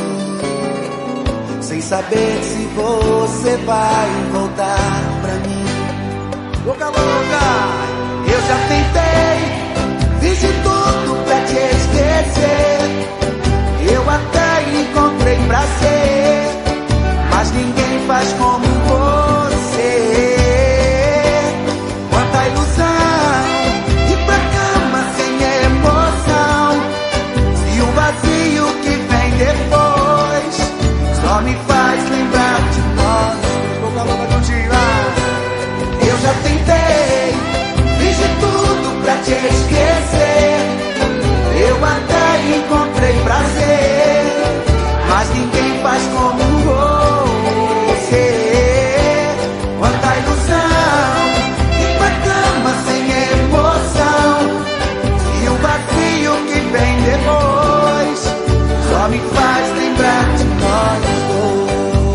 sem saber se você vai voltar pra mim. Boca a boca, eu já tentei, fiz de tudo pra te esquecer. Eu até encontrei prazer, mas ninguém faz como você. Quanta ilusão, ir pra cama sem emoção. Se o vazio que vem depois só me faz lembrar de nós. Boca a boca contigo. Eu já tentei, fiz de tudo pra te esquecer. Eu até encontrei prazer, mas ninguém faz como você. Quanta ilusão, ir pra cama sem emoção. E o vazio que vem depois só me faz lembrar de nós dois.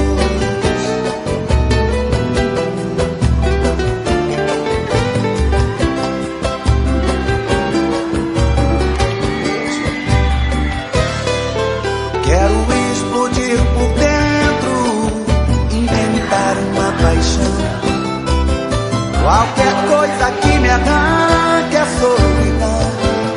Quero explodir por dentro, inventar uma paixão, qualquer coisa que me arranque a solidão.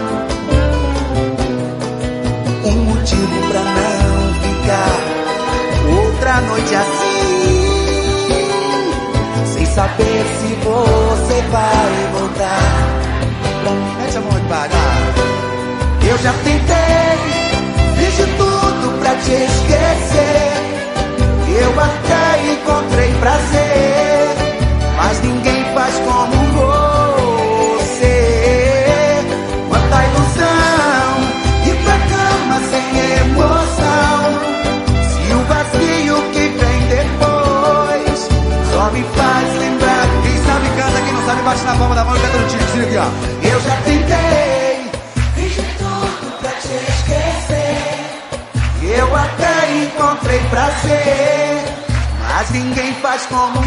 Um motivo pra não ficar outra noite assim, sem saber se você vai voltar pra mim. Mete a mão devagar. Eu já tentei, fiz de tudo pra te esquecer. Eu até encontrei prazer, mas ninguém faz como você. Quanta ilusão, ir pra cama sem emoção. Se o vazio que vem depois só me faz lembrar. Quem sabe canta, quem não sabe bate na palma da mão e canta no time. Se liga aqui, ó. Eu já tentei, fiz de tudo pra te esquecer. Eu até encontrei prazer, mas ninguém faz como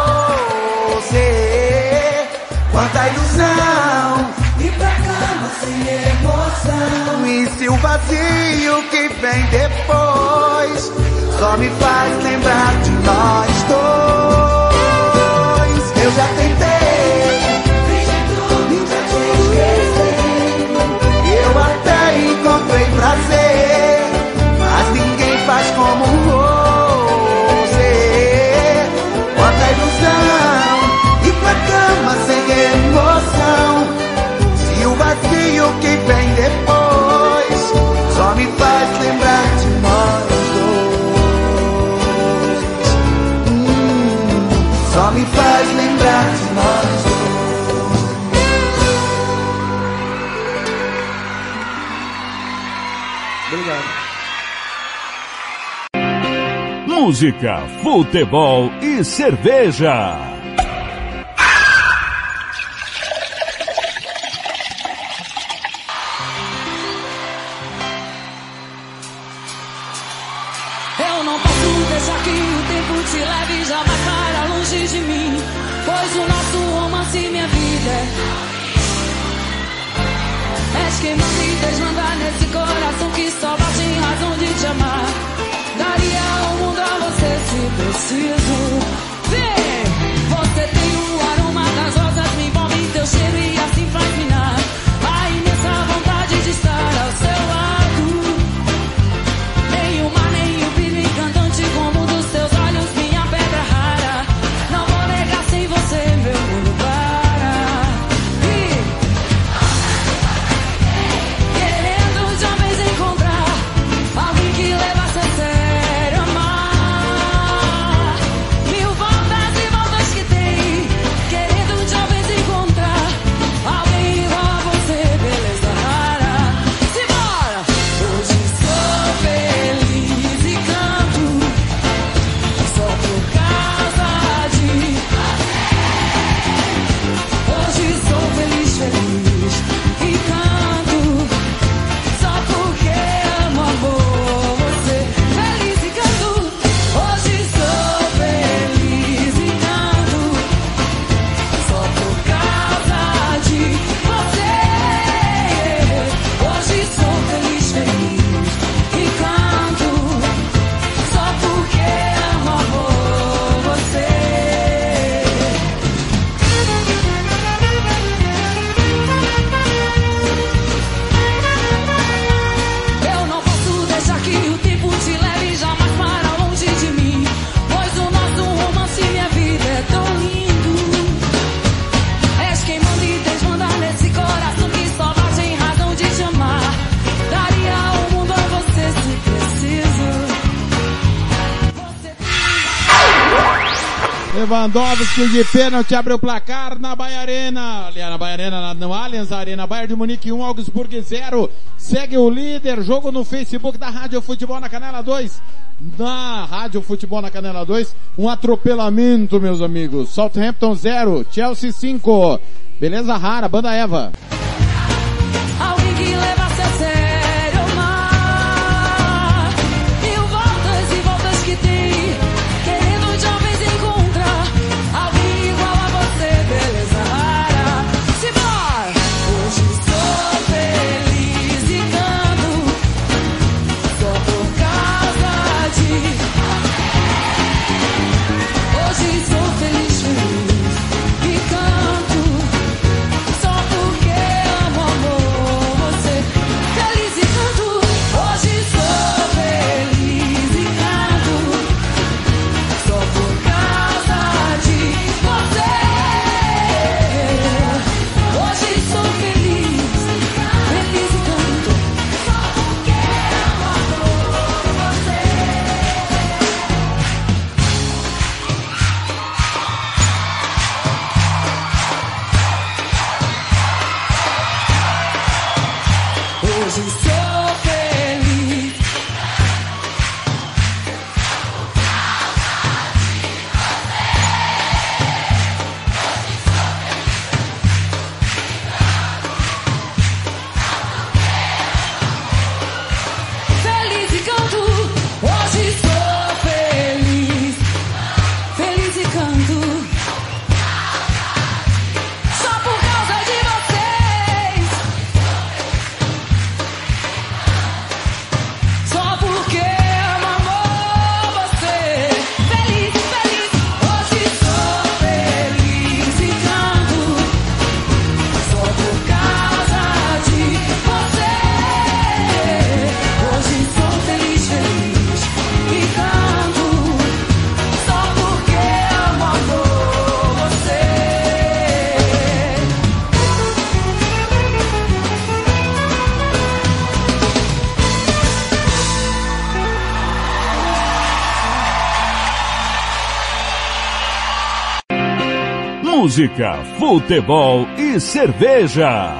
você. Quanta ilusão, ir pra cama sem emoção. E se o vazio que vem depois só me faz lembrar de nós dois. Eu já tentei, fiz de tudo pra te esquecer. Eu até encontrei prazer, mas ninguém faz como você. Quanta ilusão, ir pra cama sem emoção. Se o vazio que vem depois só me faz lembrar de nós dois. Hum, só me faz lembrar de nós dois. Música, futebol e cerveja. Eu não posso deixar que o tempo te leve jamais para longe de mim, pois o nosso romance e minha vida és quem me desmanda nesse coração que só bate em razão de te amar. Daria o mundo a você se preciso. Vem! Você tem o aroma das rosas, me envolve em teu cheiro e assim faz minar a imensa vontade de estar ao seu lado. Nem o mar, nem o brilho encantante como dos seus olhos, minha pedra rara. Não vou negar, sem você meu mundo para. E querendo de uma vez encontrar alguém que levasse a sério amar. Mil voltas e voltas que tem, querendo de uma vez encontrar alguém igual a você, beleza rara. Simbora! Hoje sou feliz e canto só por causa de hoje sou feliz, feliz e canto só porque amo amor. Você feliz e canto. Hoje sou feliz e canto só por causa de você. Hoje sou feliz, feliz e canto só porque amo amor. Você. Eu não posso deixar que o tempo te leve jamais para longe de mim, pois o nosso romance e minha vida é tão lindo. És quem manda e desmanda nesse coração que só bate em razão de te amar. Daria o mundo a você se preciso. Lewandowski de pênalti abre o placar na Bahia Arena. Ali na Bahia Arena, no Allianz Arena. Bayern de Munique um, Augsburg zero. Segue o líder. Jogo no Facebook da Rádio Futebol na Canela dois. Na Rádio Futebol na Canela dois. Um atropelamento, meus amigos. Southampton zero. Chelsea cinco. Beleza rara, Banda Eva. Alguém que levasse a sério amar. Mil voltas e voltas que tem, querendo de uma vez encontrar alguém igual a você, beleza rara. Simbora! Hoje sou feliz e canto só por causa de hoje sou feliz, feliz e canto só porque amo amor. Você feliz e canto. Hoje sou feliz e canto só por causa de você. Hoje sou feliz, feliz e canto só porque amo amor. Você. Hoje sou feliz. Feliz e canto. Hoje sou feliz. Feliz e canto só por causa de vocês. Só porque amo amor. Você. Feliz, feliz. Hoje sou feliz e canto só por causa de você. Hoje sou feliz, feliz e canto só porque amo amor. Você. Música, futebol e cerveja.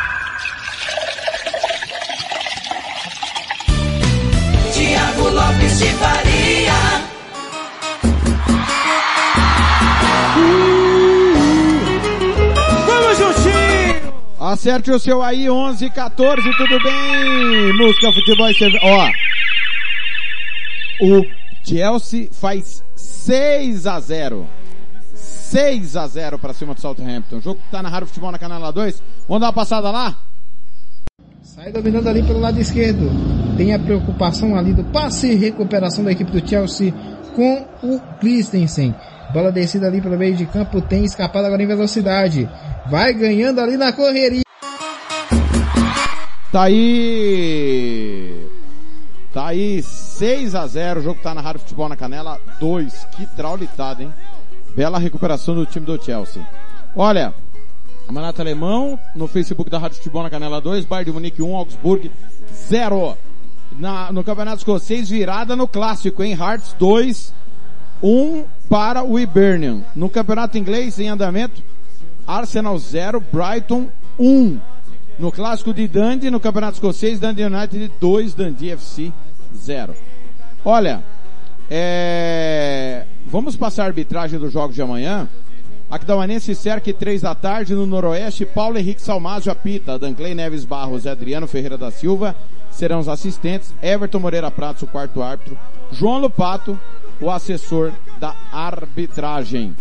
Tiago Lopes de Faria. Vamos juntinho! Acerte o seu aí, onze e quatorze, tudo bem? Música, futebol e cerveja. Ó, o Chelsea faz seis a zero. seis a zero pra cima do Southampton. O jogo que tá na Rádio Futebol na Canela dois. Vamos dar uma passada lá? Sai dominando ali pelo lado esquerdo. Tem a preocupação ali do passe e recuperação da equipe do Chelsea com o Christensen. Bola descida ali pelo meio de campo. Tem escapado agora em velocidade. Vai ganhando ali na correria. Tá aí... Tá aí seis a zero. O jogo tá na Rádio Futebol na Canela dois. Que traulitada, hein? Bela recuperação do time do Chelsea. Olha... Campeonato Alemão, no Facebook da Rádio Futebol na Canela dois, Bayern de Munique um, Augsburg zero. Na, no Campeonato Escocês, virada no Clássico, hein? Hearts dois, um para o Hibernian. No Campeonato Inglês, em andamento, Arsenal zero, Brighton um. No Clássico de Dundee, no Campeonato Escocês, Dundee United dois, Dundee F C zero. Olha, é... vamos passar a arbitragem dos jogos de amanhã. Aquidauanense Cerque, três da tarde, no Noroeste, Paulo Henrique Salmásio apita, Danclay Neves Barros e Adriano Ferreira da Silva serão os assistentes, Everton Moreira Pratos, o quarto árbitro, João Lupato, o assessor da arbitragem.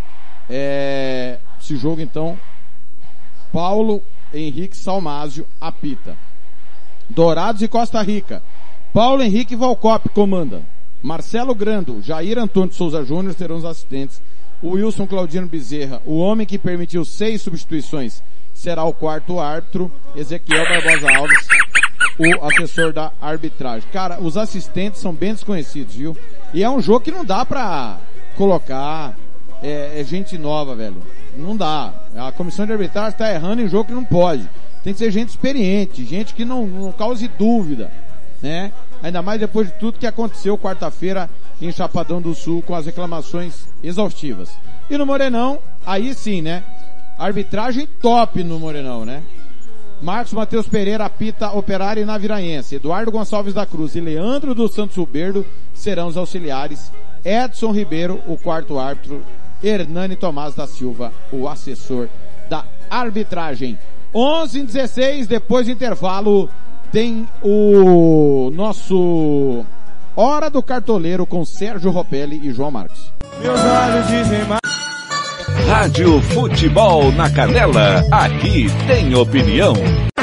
É... Esse jogo então, Paulo Henrique Salmásio apita. Dourados e Costa Rica, Paulo Henrique Valcop comanda, Marcelo Grando, Jair Antônio de Souza Júnior serão os assistentes. O Wilson Claudino Bezerra, o homem que permitiu seis substituições, será o quarto árbitro. Ezequiel Barbosa Alves, o assessor da arbitragem. Cara, os assistentes são bem desconhecidos, viu? E é um jogo que não dá pra colocar é, é gente nova, velho. Não dá. A comissão de arbitragem tá errando em jogo que não pode. Tem que ser gente experiente, gente que não, não cause dúvida, né? Ainda mais depois de tudo que aconteceu quarta-feira em Chapadão do Sul com as reclamações exaustivas. E no Morenão, aí sim, né? Arbitragem top no Morenão, né? Marcos Matheus Pereira apita Operário e Naviraense. Eduardo Gonçalves da Cruz e Leandro dos Santos Uberdo serão os auxiliares. Edson Ribeiro, o quarto árbitro. Hernani Tomás da Silva, o assessor da arbitragem. onze e dezesseis, depois do intervalo, tem o nosso Hora do Cartoleiro com Sérgio Ropelli e João Marcos. Meus olhos dizem mais. Rádio Futebol na Canela, aqui tem opinião.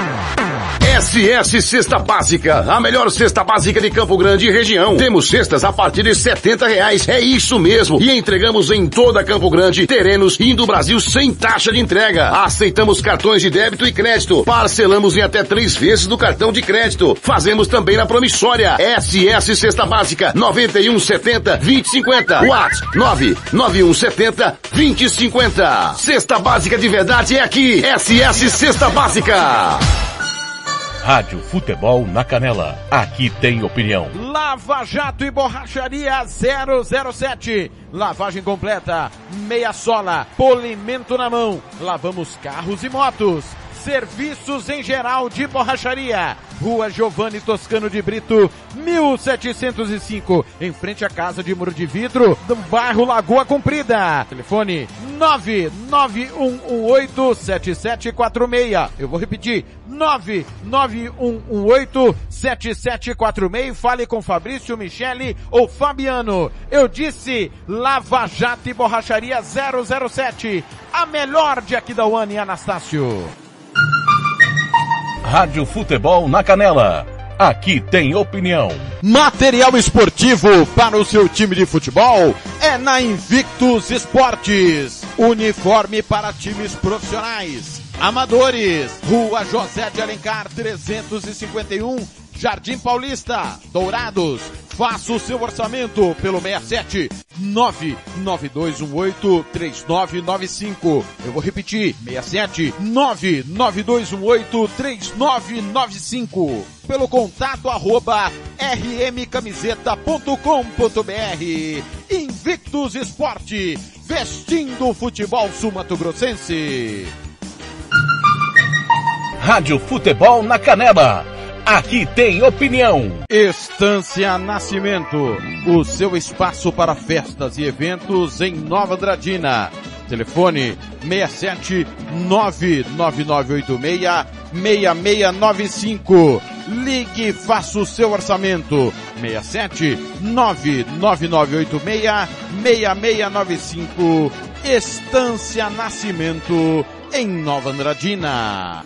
S S Cesta Básica, a melhor cesta básica de Campo Grande e região. Temos cestas a partir de setenta reais, é isso mesmo. E entregamos em toda Campo Grande, terrenos e do Brasil sem taxa de entrega. Aceitamos cartões de débito e crédito. Parcelamos em até três vezes do cartão de crédito. Fazemos também na promissória. S S Cesta Básica, nove um sete zero, dois zero cinco zero. WhatsApp, nove nove um sete zero, dois zero cinco zero. Cesta Básica de verdade é aqui. S S Cesta Básica. Rádio Futebol na Canela, aqui tem opinião. Lava Jato e Borracharia zero zero sete. Lavagem completa, meia sola, polimento na mão. Lavamos carros e motos. Serviços em geral de borracharia. Rua Giovanni Toscano de Brito, mil setecentos e cinco, em frente à Casa de Muro de Vidro, do bairro Lagoa Comprida. Telefone nove nove um um oito sete sete quatro seis. Eu vou repetir, nove nove um um oito sete sete quatro seis. Fale com Fabrício, Michele ou Fabiano. Eu disse Lava Jato e Borracharia zero zero sete. A melhor de Aquidauana e Anastácio. Rádio Futebol na Canela, aqui tem opinião. Material esportivo para o seu time de futebol é na Invictus Esportes. Uniforme para times profissionais, amadores. Rua José de Alencar trezentos e cinquenta e um, Jardim Paulista, Dourados. Faça o seu orçamento pelo seis sete nove nove dois um oito três nove nove cinco. Eu vou repetir, seis sete nove nove dois um oito três nove nove cinco. Pelo contato arroba r m camiseta ponto com ponto b r. Invictus Esporte, vestindo o futebol sul-mato-grossense. Rádio Futebol na Canela, Aqui tem opinião. Estância Nascimento, o seu espaço para festas e eventos em Nova Andradina. Telefone seis sete nove nove nove oito seis seis seis nove cinco. Ligue e faça o seu orçamento. seis sete nove nove nove oito seis seis seis nove cinco. Estância Nascimento em Nova Andradina.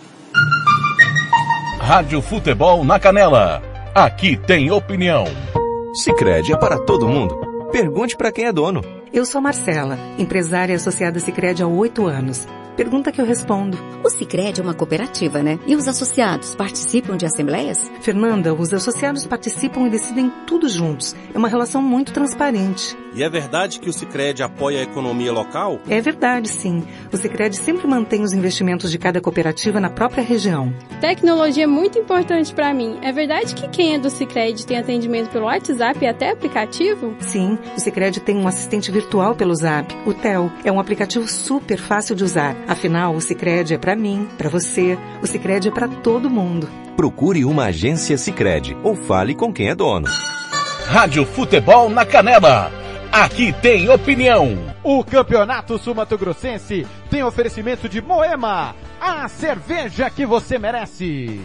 Rádio Futebol na Canela. Aqui tem opinião. Sicredi é para todo mundo. Pergunte para quem é dono. Eu sou Marcela, empresária associada Sicredi há oito anos. Pergunta que eu respondo. O Sicredi é uma cooperativa, né? E os associados participam de assembleias? Fernanda, os associados participam e decidem tudo juntos. É uma relação muito transparente. E é verdade que o Sicredi apoia a economia local? É verdade, sim. O Sicredi sempre mantém os investimentos de cada cooperativa na própria região. Tecnologia é muito importante para mim. É verdade que quem é do Sicredi tem atendimento pelo WhatsApp e até aplicativo? Sim, o Sicredi tem um assistente virtual pelo Zap, o Tel. É um aplicativo super fácil de usar. Afinal, o Sicredi é para mim, para você. O Sicredi é para todo mundo. Procure uma agência Sicredi ou fale com quem é dono. Rádio Futebol na Canela. Aqui tem opinião. O Campeonato Sul-Mato-Grossense tem oferecimento de Moema, a cerveja que você merece.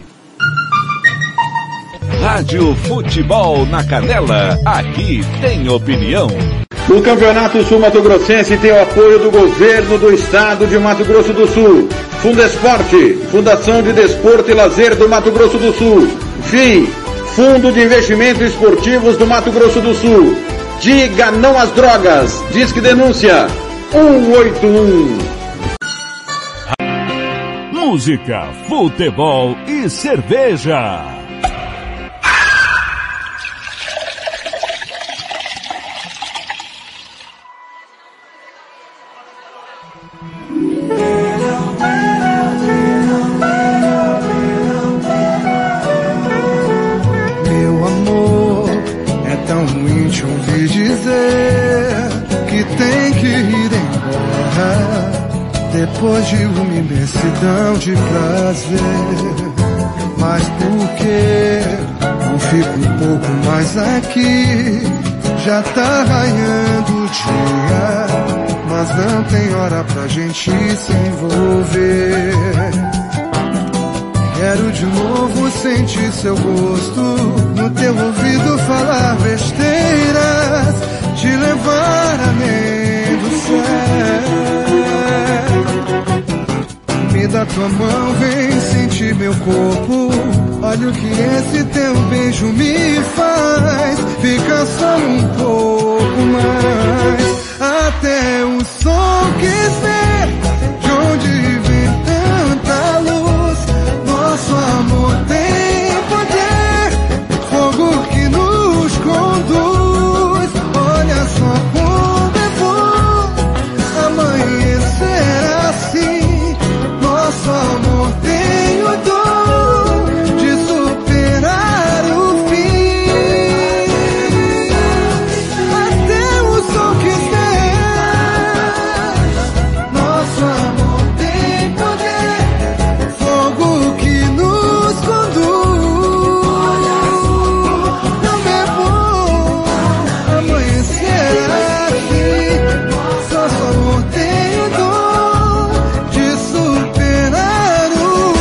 Rádio Futebol na Canela. Aqui tem opinião. O Campeonato Sul-Mato-Grossense tem o apoio do Governo do Estado de Mato Grosso do Sul, Fundesporte, Fundação de Desporto e Lazer do Mato Grosso do Sul, F I I, Fundo de Investimentos Esportivos do Mato Grosso do Sul. Diga não às drogas. Disque denúncia um oito um. Música, futebol e cerveja. Meu amor, é tão ruim te ouvir dizer que tem que ir embora depois de uma imensidão de prazer. Mas por que não fico um pouco mais aqui? Já tá raiando o dia, mas não tem hora pra gente se envolver. Quero de novo sentir seu gosto, no teu ouvido falar besteiras, te levar além do céu. Me dá tua mão, vem sentir meu corpo, olha o que esse teu beijo me faz. Fica só um pouco mais, até o sol quis ver de onde vem tanta luz. Nosso amor tem poder, fogo que nos conduz. Olha só como é bom amanhecer assim. Nosso amor tem o dom de superar o fim. Até o sol quiser. Nosso amor tem poder, fogo que nos conduz. Não é bom amanhecer assim. Nosso amor tem o dom de superar o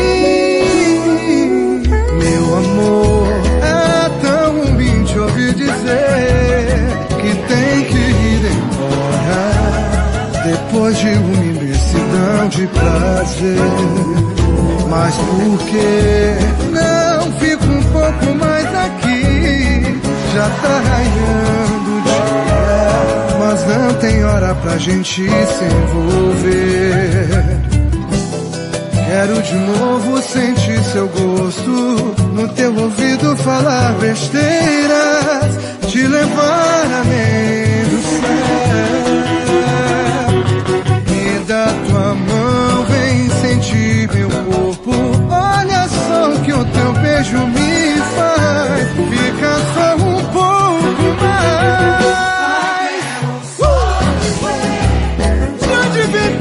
fim. Meu amor, é tão ruim te ouvir dizer que tem que ir embora depois de uma imensidão de prazer. Mas por que não fico um pouco mais aqui? Já tá raiando o dia, mas não tem hora pra gente se envolver. Quero de novo sentir seu gosto, no teu ouvido falar besteiras, te levar além do céu. Me dá tua mão, vem sentir meu corpo, olha só o que o teu beijo me faz. Fica só um pouco mais. De onde vem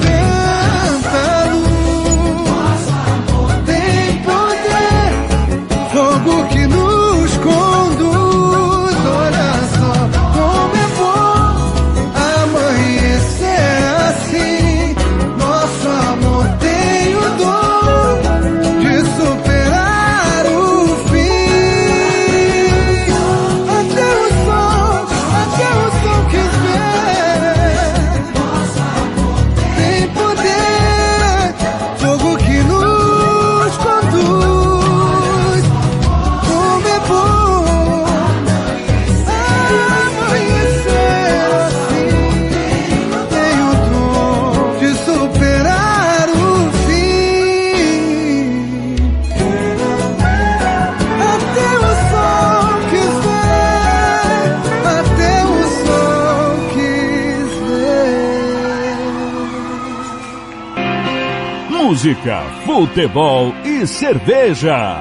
tanta luz? Tem poder, fogo Música, futebol e cerveja.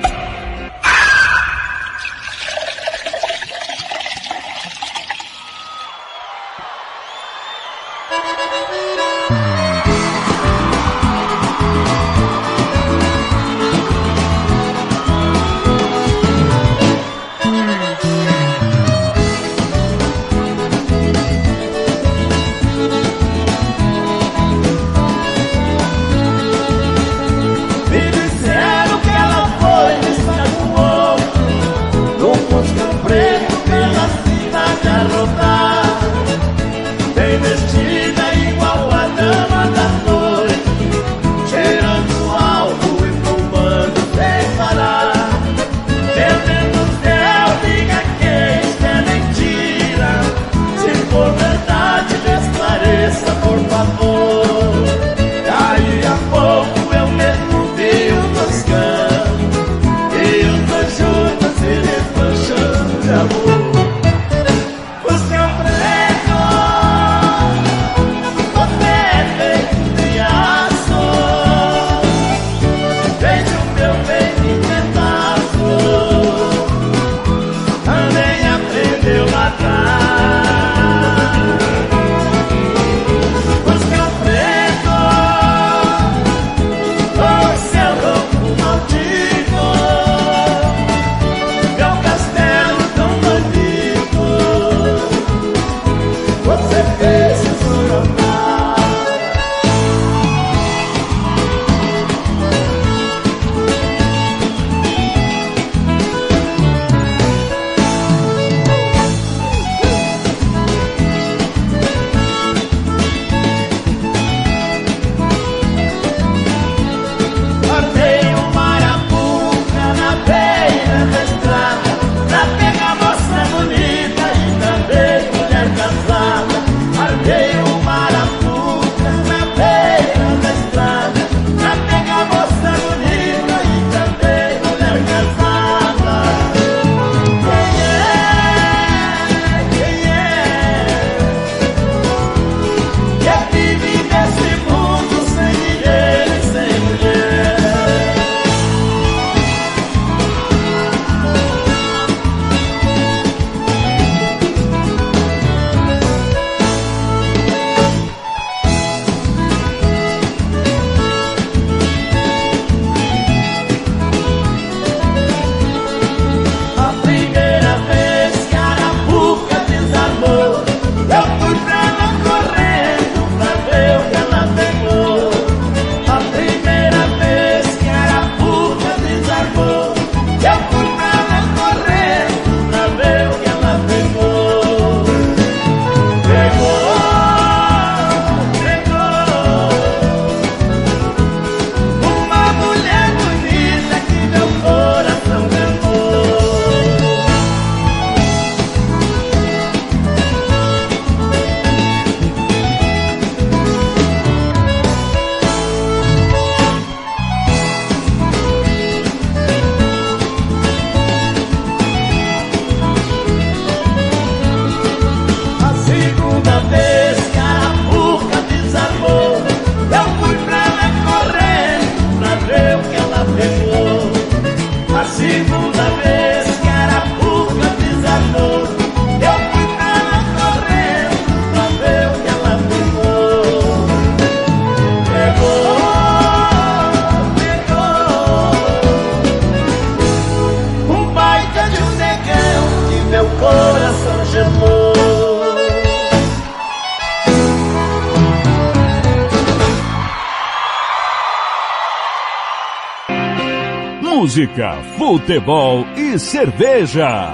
Música, futebol e cerveja.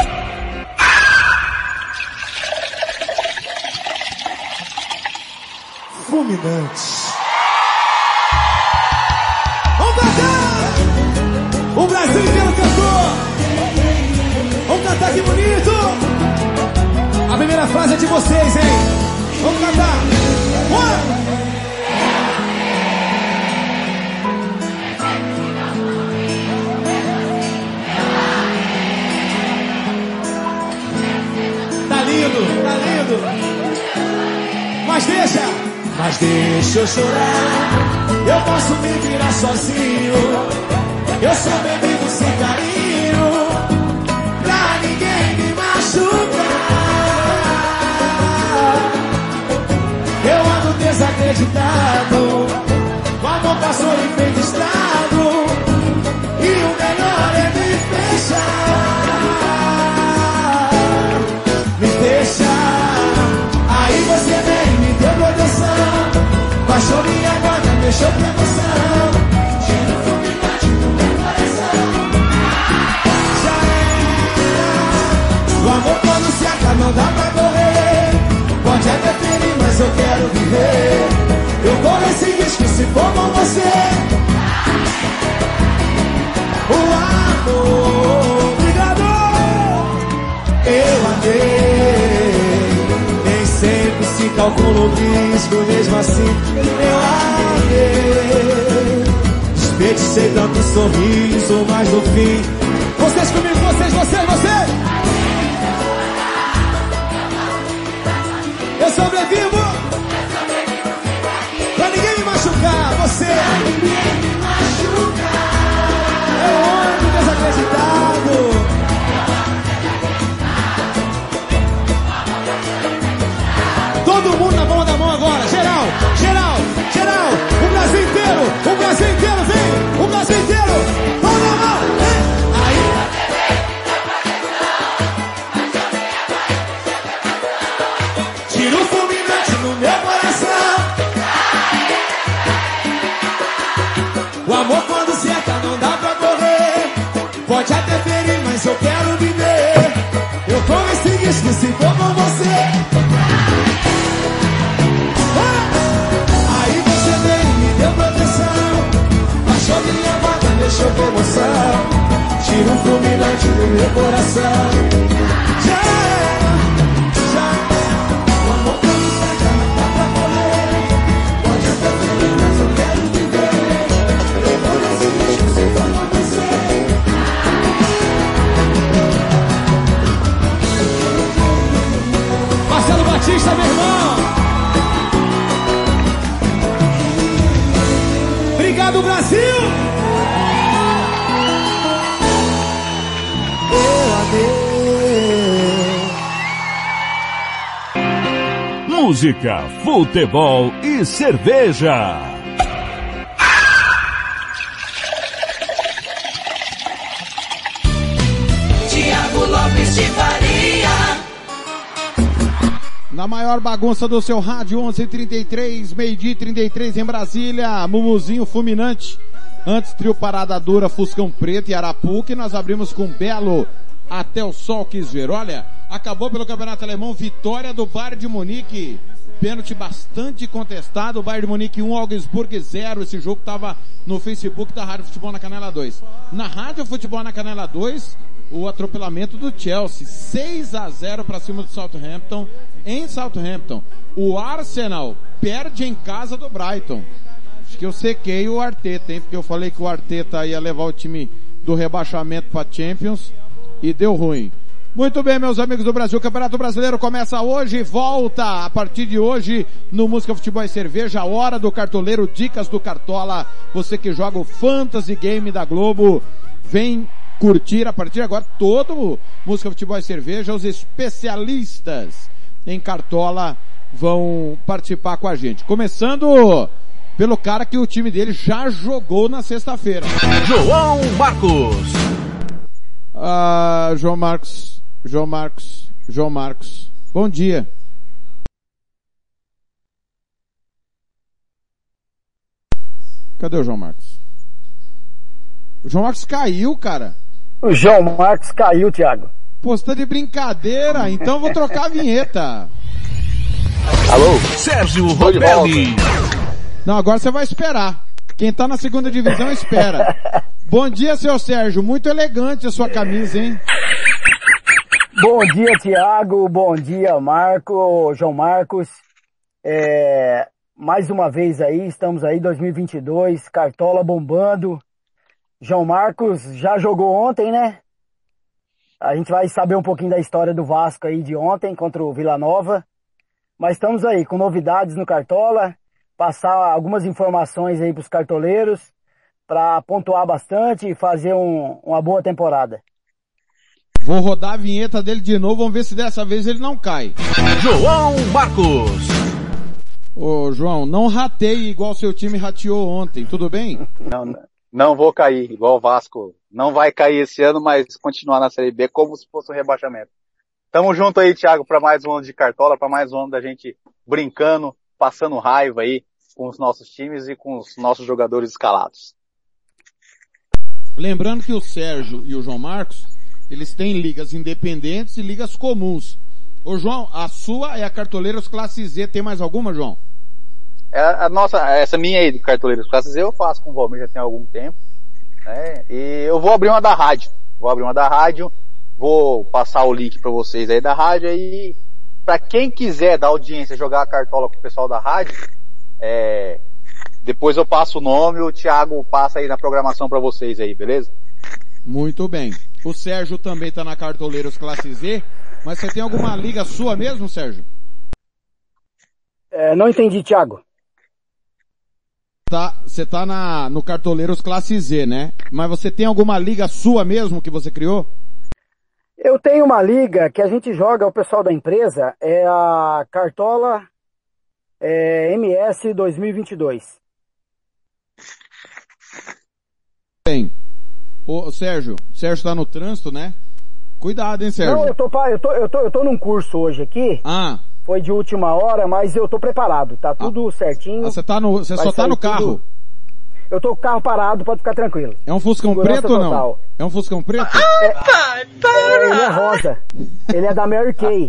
Fulminante. Vamos cantar! O Brasil inteiro cantou! Vamos cantar, que bonito! A primeira frase é de vocês, hein? Vamos cantar! Bora! Tá lindo! Mas deixa, mas deixa eu chorar. Eu posso me virar sozinho. Eu só bebido sem carinho, pra ninguém me machucar. Eu ando desacreditado, o amor passou e fez estrago, e o melhor é me fechar. Me deixa. Aí você vem e me deu proteção, baixou minha guarda, mexeu com emoção. Cheiro fulminante no meu coração. Já era. O amor quando se acaba não dá pra correr. Pode até ferir, mas eu quero viver. Eu corro esse risco se for com você. O amor, obrigado. Eu amei. Nem sempre se calcula o risco, mesmo assim eu amei. Desperdicei tanto sorriso, mas no fim. Vocês comigo, vocês, vocês, vocês. Eu sobrevivo. Pra ninguém me machucar, você. Pra ninguém me machucar. Eu ando desacreditado. Todo mundo na palma da mão agora, geral, geral, geral. O Brasil inteiro, o Brasil inteiro, vem. O Brasil inteiro, palma da mão, vem. Aí. Tira o fulminante no meu coração. O amor quando seca não dá pra correr. Pode até ferir, mas eu quero viver. Eu corro esse risco se for com você. Ah! Aí você veio e me deu proteção, baixou minha guarda, deixou com emoção. Tira um fulminante do meu coração. Já era, já era. O amor quando seca não dá pra correr. Pode até ferir, mas eu quero viver. Eu corro esse risco se for com você. Marcelo Batista, meu irmão. Obrigado, Brasil. Eu amei. Música, futebol e cerveja. Tiago Lopes de Faria. Na maior bagunça do seu rádio, onze e trinta e três, meio-dia e trinta e três em Brasília, Mumuzinho Fulminante. Antes, trio Parada Dura, Fuscão Preto e Arapuca, e nós abrimos com Belo, Até o Sol Quis Ver. Olha, acabou pelo Campeonato Alemão, vitória do Bayern de Munique. Pênalti bastante contestado, o Bayern de Munique um, Augsburg zero. Esse jogo estava no Facebook da Rádio Futebol na Canela dois. Na Rádio Futebol na Canela dois, o atropelamento do Chelsea, seis a zero para cima do Southampton, em Southampton. O Arsenal perde em casa do Brighton. Acho que eu sequei o Arteta, hein? Porque eu falei que o Arteta ia levar o time do rebaixamento para Champions e deu ruim. Muito bem, meus amigos do Brasil, o Campeonato Brasileiro começa hoje e volta a partir de hoje no Música, Futebol e Cerveja, a hora do cartoleiro, dicas do Cartola. Você que joga o Fantasy Game da Globo, vem curtir a partir de agora todo o Música, Futebol e Cerveja. Os especialistas em Cartola vão participar com a gente. Começando pelo cara que o time dele já jogou na sexta-feira. João Marcos. Ah, João Marcos, João Marcos, João Marcos. Bom dia. Cadê o João Marcos? O João Marcos caiu, cara. O João Marcos caiu, Thiago. Pô, você tá de brincadeira, então eu vou trocar a vinheta. Alô? Sérgio Robelli. Não, agora você vai esperar. Quem tá na segunda divisão espera. Bom dia, seu Sérgio. Muito elegante a sua camisa, hein? Bom dia, Thiago. Bom dia, Marco, João Marcos. É, mais uma vez aí, estamos aí, dois mil e vinte e dois, Cartola bombando. João Marcos já jogou ontem, né? A gente vai saber um pouquinho da história do Vasco aí de ontem contra o Vila Nova. mas estamos aí com novidades no Cartola, passar algumas informações aí para os cartoleiros, para pontuar bastante e fazer um, uma boa temporada. Vou rodar a vinheta dele de novo, vamos ver se dessa vez ele não cai. João Marcos. Ô, João, não rateie igual seu time rateou ontem, tudo bem? Não, não vou cair, igual o Vasco. Não vai cair esse ano, mas continuar na Série B como se fosse um rebaixamento. Tamo junto aí, Thiago, para mais um ano de Cartola, para mais um ano da gente brincando, passando raiva aí com os nossos times e com os nossos jogadores escalados. Lembrando que o Sérgio e o João Marcos, eles têm ligas independentes e ligas comuns. Ô João, a sua é a Cartoleiros Classe Z, tem mais alguma, João? É a nossa, essa minha aí do Cartoleiros Classe Z eu faço com o Valmir já tem algum tempo, né? E eu vou abrir uma da rádio, vou abrir uma da rádio, vou passar o link para vocês aí da rádio aí, para quem quiser da audiência jogar a Cartola com o pessoal da rádio, é, depois eu passo o nome, o Thiago passa aí na programação para vocês aí, beleza? Muito bem. O Sérgio também tá na Cartoleiros Classe Z, mas você tem alguma liga sua mesmo, Sérgio? É, não entendi, Thiago. Tá, você tá na, no Cartoleiros Classe Z, né? Mas você tem alguma liga sua mesmo que você criou? Eu tenho uma liga que a gente joga, o pessoal da empresa, é a Cartola é, M S dois mil e vinte e dois. Bem. Ô, Sérgio, Sérgio tá no trânsito, né? Cuidado, hein, Sérgio? Não, eu tô, eu tô, eu tô, eu tô num curso hoje aqui. Ah. Foi de última hora, mas eu tô preparado, tá tudo ah. certinho. Ah, você tá no, você só tá no carro? Tudo... Eu tô com o carro parado, pode ficar tranquilo. É um Fuscão Segurança preto ou não? Total. É um Fuscão preto? É, é, ele é rosa. Ele é da Mary Kay.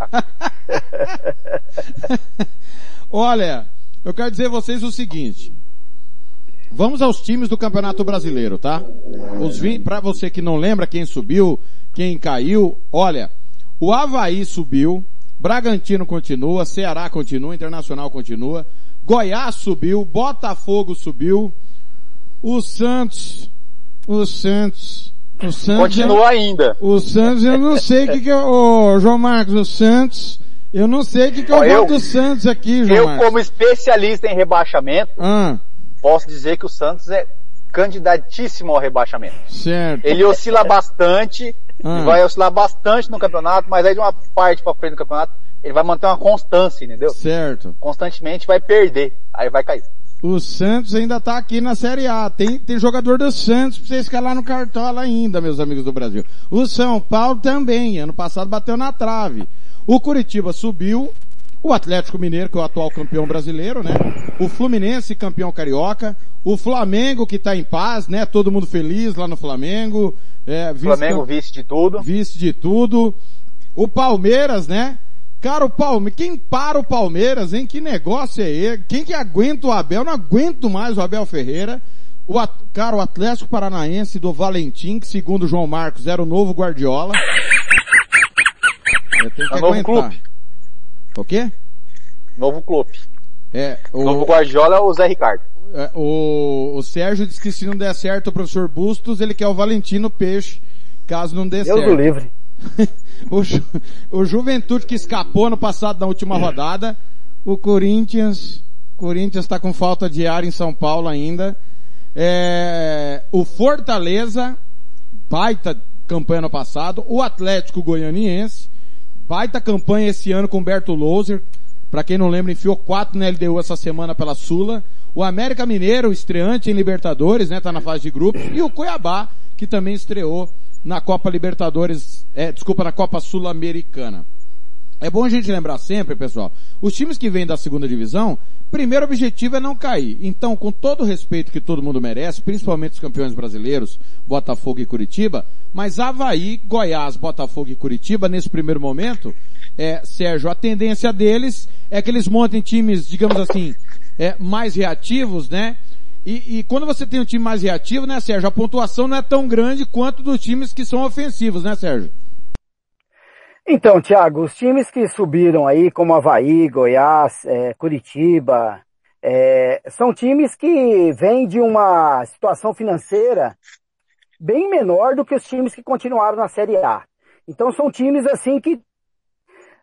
Olha, eu quero dizer a vocês o seguinte. Vamos aos times do Campeonato Brasileiro, tá? Os vinte, pra você que não lembra quem subiu, quem caiu, olha, o Avaí subiu, Bragantino continua, Ceará continua, Internacional continua, Goiás subiu, Botafogo subiu, o Santos, o Santos, o Santos... Continua eu, ainda. O Santos, eu não sei o que que eu... Ô, João Marcos, o Santos... Eu não sei o que que eu vou do Santos aqui, João Eu, Marcos. como especialista em rebaixamento... Ah. Posso dizer que o Santos é candidatíssimo ao rebaixamento. Certo. Ele oscila bastante, ah. vai oscilar bastante no campeonato, mas aí de uma parte para frente do campeonato, ele vai manter uma constância, entendeu? Certo. Constantemente vai perder, aí vai cair. O Santos ainda tá aqui na Série A. Tem, tem jogador do Santos pra você escalar no Cartola ainda, meus amigos do Brasil. O São Paulo também. Ano passado bateu na trave. O Curitiba subiu. O Atlético Mineiro, que é o atual campeão brasileiro, né? O Fluminense, campeão carioca. O Flamengo, que tá em paz, né? Todo mundo feliz lá no Flamengo. É, vice Flamengo vice de tudo. Vice de tudo. O Palmeiras, né? Cara, o Palmeiras, quem para o Palmeiras, hein? Que negócio é esse? Quem que aguenta o Abel? Eu não aguento mais o Abel Ferreira. O, at... Cara, o Atlético Paranaense do Valentim, que segundo o João Marcos era o novo Guardiola. Eu tenho que é o aguentar. Novo clube. O quê? Novo clube. É, o novo Guardiola é o Zé Ricardo. É, o, o Sérgio disse que se não der certo o professor Bustos, ele quer o Valentino Peixe, caso não dê Deus certo. Deus do livre. o, Ju, o Juventude que escapou no passado na última rodada. O Corinthians, Corinthians está com falta de ar em São Paulo ainda. É, o Fortaleza, baita campanha no passado. O Atlético Goianiense, baita campanha esse ano com Berto Louser. Pra quem não lembra, enfiou quatro na L D U essa semana pela Sula. O América Mineiro, estreante em Libertadores, né? Tá na fase de grupos. E o Cuiabá, que também estreou na Copa Libertadores, é, desculpa, na Copa Sul-Americana. É bom a gente lembrar sempre, pessoal, os times que vêm da segunda divisão, primeiro objetivo é não cair. Então, com todo o respeito que todo mundo merece, principalmente os campeões brasileiros, Botafogo e Curitiba, mas Avaí, Goiás, Botafogo e Curitiba, nesse primeiro momento, é, Sérgio, a tendência deles é que eles montem times, digamos assim, é, mais reativos, né? E, e quando você tem um time mais reativo, né, Sérgio, a pontuação não é tão grande quanto dos times que são ofensivos, né, Sérgio? Então, Thiago, os times que subiram aí, como Avaí, Goiás, é, Curitiba, é, são times que vêm de uma situação financeira bem menor do que os times que continuaram na Série A. Então são times assim que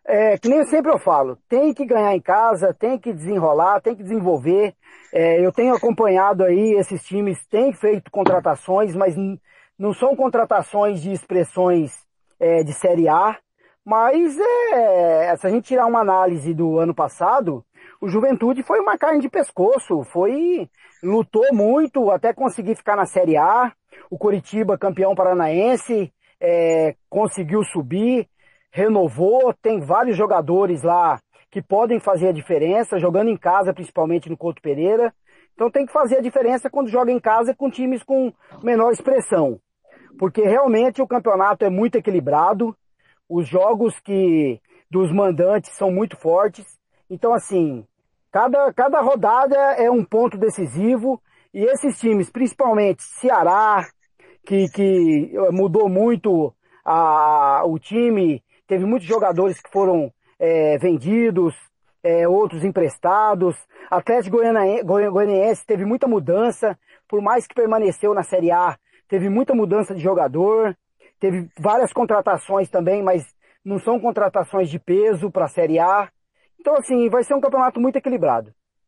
É, que nem sempre eu falo, tem que ganhar em casa, tem que desenrolar, tem que desenvolver. É, eu tenho acompanhado aí, esses times têm feito contratações, mas n- não são contratações de expressões é, de Série A, mas é, se a gente tirar uma análise do ano passado, o Juventude foi uma carne de pescoço, foi, lutou muito até conseguir ficar na Série A, o Coritiba, campeão paranaense, é, conseguiu subir, renovou, tem vários jogadores lá que podem fazer a diferença, jogando em casa, principalmente no Couto Pereira. Então tem que fazer a diferença quando joga em casa com times com menor expressão. Porque realmente o campeonato é muito equilibrado, os jogos que dos mandantes são muito fortes. Então assim, cada, cada rodada é um ponto decisivo e esses times, principalmente Ceará, que, que mudou muito a, o time, teve muitos jogadores que foram é, vendidos, é, outros emprestados. Atlético Goiana- Goi- Goianiense teve muita mudança, por mais que permaneceu na Série A, teve muita mudança de jogador, teve várias contratações também, mas não são contratações de peso para a Série A. Então assim, vai ser um campeonato muito equilibrado.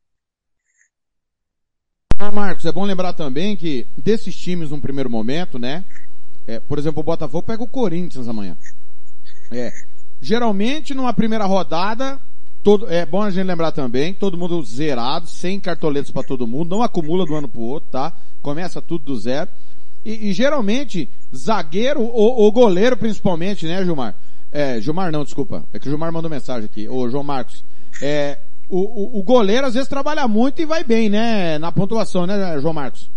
Ah, Marcos, é bom lembrar também que desses times num primeiro momento, né? É, por exemplo, o Botafogo pega o Corinthians amanhã. É, geralmente numa primeira rodada, todo, é bom a gente lembrar também, todo mundo zerado, sem cartoletas para todo mundo, não acumula do ano pro outro, tá? Começa tudo do zero. E, e geralmente, zagueiro ou, ou goleiro principalmente, né, Gilmar? É, Gilmar não, desculpa. É que o Gilmar mandou mensagem aqui. Ô, João Marcos. É, o, o, o goleiro às vezes trabalha muito e vai bem, né? Na pontuação, né, João Marcos?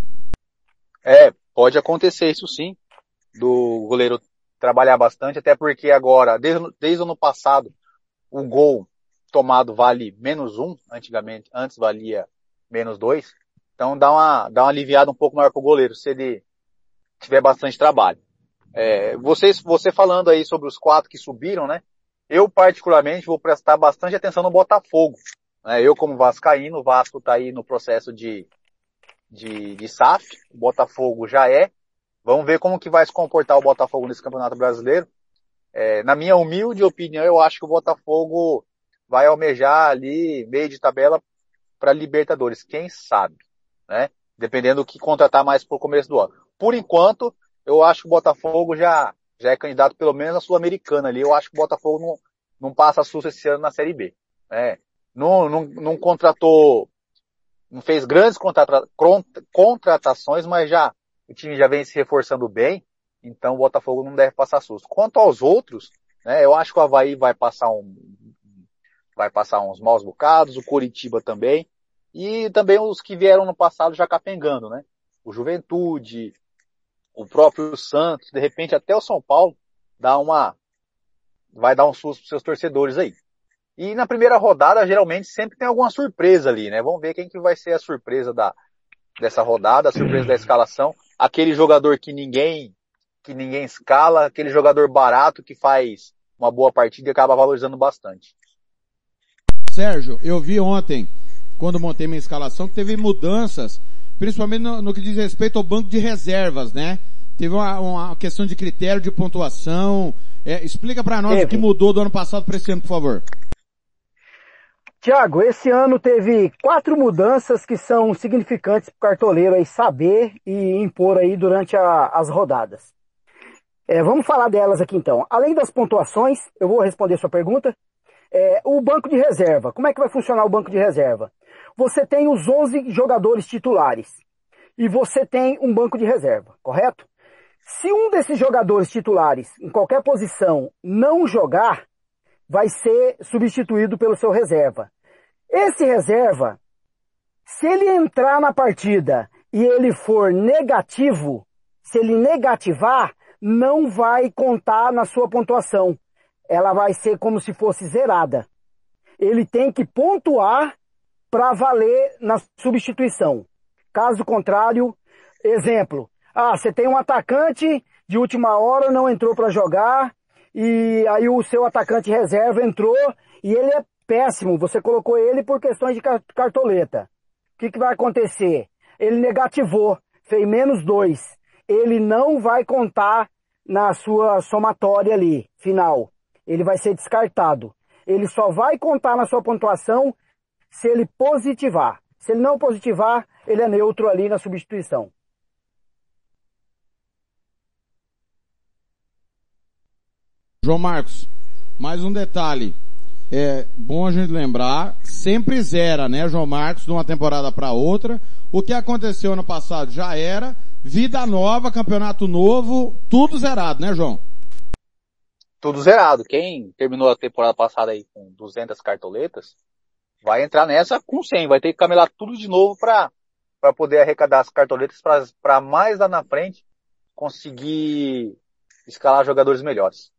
É, pode acontecer isso sim, do goleiro trabalhar bastante, até porque agora, desde, desde o ano passado, o gol tomado vale menos um, antigamente, antes valia menos dois, então dá uma, dá uma aliviada um pouco maior pro goleiro, se ele tiver bastante trabalho. É, vocês, você falando aí sobre os quatro que subiram, né, eu particularmente vou prestar bastante atenção no Botafogo, né, eu como vascaíno, o Vasco tá aí no processo de, de, de S A F, o Botafogo já é. Vamos ver como que vai se comportar o Botafogo nesse Campeonato Brasileiro. É, na minha humilde opinião, eu acho que o Botafogo vai almejar ali meio de tabela para Libertadores. Quem sabe, né? Dependendo do que contratar mais pro começo do ano. Por enquanto, eu acho que o Botafogo já, já é candidato pelo menos na Sul-Americana ali. Eu acho que o Botafogo não, não passa susto esse ano na Série B. Né? Não, não, não contratou, não fez grandes contrata, contratações, mas já o time já vem se reforçando bem, então o Botafogo não deve passar susto. Quanto aos outros, né, eu acho que o Avaí vai passar um, vai passar uns maus bocados, o Coritiba também, e também os que vieram no passado já capengando, né? O Juventude, o próprio Santos, de repente até o São Paulo dá uma, vai dar um susto pros seus torcedores aí. E na primeira rodada, geralmente, sempre tem alguma surpresa ali, né? Vamos ver quem que vai ser a surpresa da, dessa rodada, a surpresa da escalação. Aquele jogador que ninguém, que ninguém escala, aquele jogador barato que faz uma boa partida e acaba valorizando bastante. Sérgio, eu vi ontem, quando montei minha escalação, que teve mudanças, principalmente no, no que diz respeito ao banco de reservas, né? Teve uma, uma questão de critério de pontuação. É, explica para nós teve. O que mudou do ano passado para esse ano, por favor. Tiago, esse ano teve quatro mudanças que são significantes para o cartoleiro aí saber e impor aí durante a, as rodadas. É, vamos falar delas aqui então. Além das pontuações, eu vou responder sua pergunta. É, o banco de reserva. Como é que vai funcionar o banco de reserva? Você tem os onze jogadores titulares e você tem um banco de reserva, correto? Se um desses jogadores titulares, em qualquer posição, não jogar, vai ser substituído pelo seu reserva. Esse reserva, se ele entrar na partida e ele for negativo, se ele negativar, não vai contar na sua pontuação. Ela vai ser como se fosse zerada. Ele tem que pontuar para valer na substituição. Caso contrário, exemplo, ah, você tem um atacante de última hora, não entrou para jogar, e aí o seu atacante reserva entrou e ele é péssimo, você colocou ele por questões de cartoleta. O que, que vai acontecer? Ele negativou, fez menos dois. Ele não vai contar na sua somatória ali, final. Ele vai ser descartado. Ele só vai contar na sua pontuação se ele positivar. Se ele não positivar, ele é neutro ali na substituição. João Marcos, mais um detalhe. É bom a gente lembrar, sempre zera, né, João Marcos, de uma temporada para outra. O que aconteceu ano passado já era, vida nova, campeonato novo, tudo zerado, né, João? Tudo zerado. Quem terminou a temporada passada aí com duzentas cartoletas, vai entrar nessa com cem, vai ter que camelar tudo de novo para para poder arrecadar as cartoletas para mais lá na frente conseguir escalar jogadores melhores.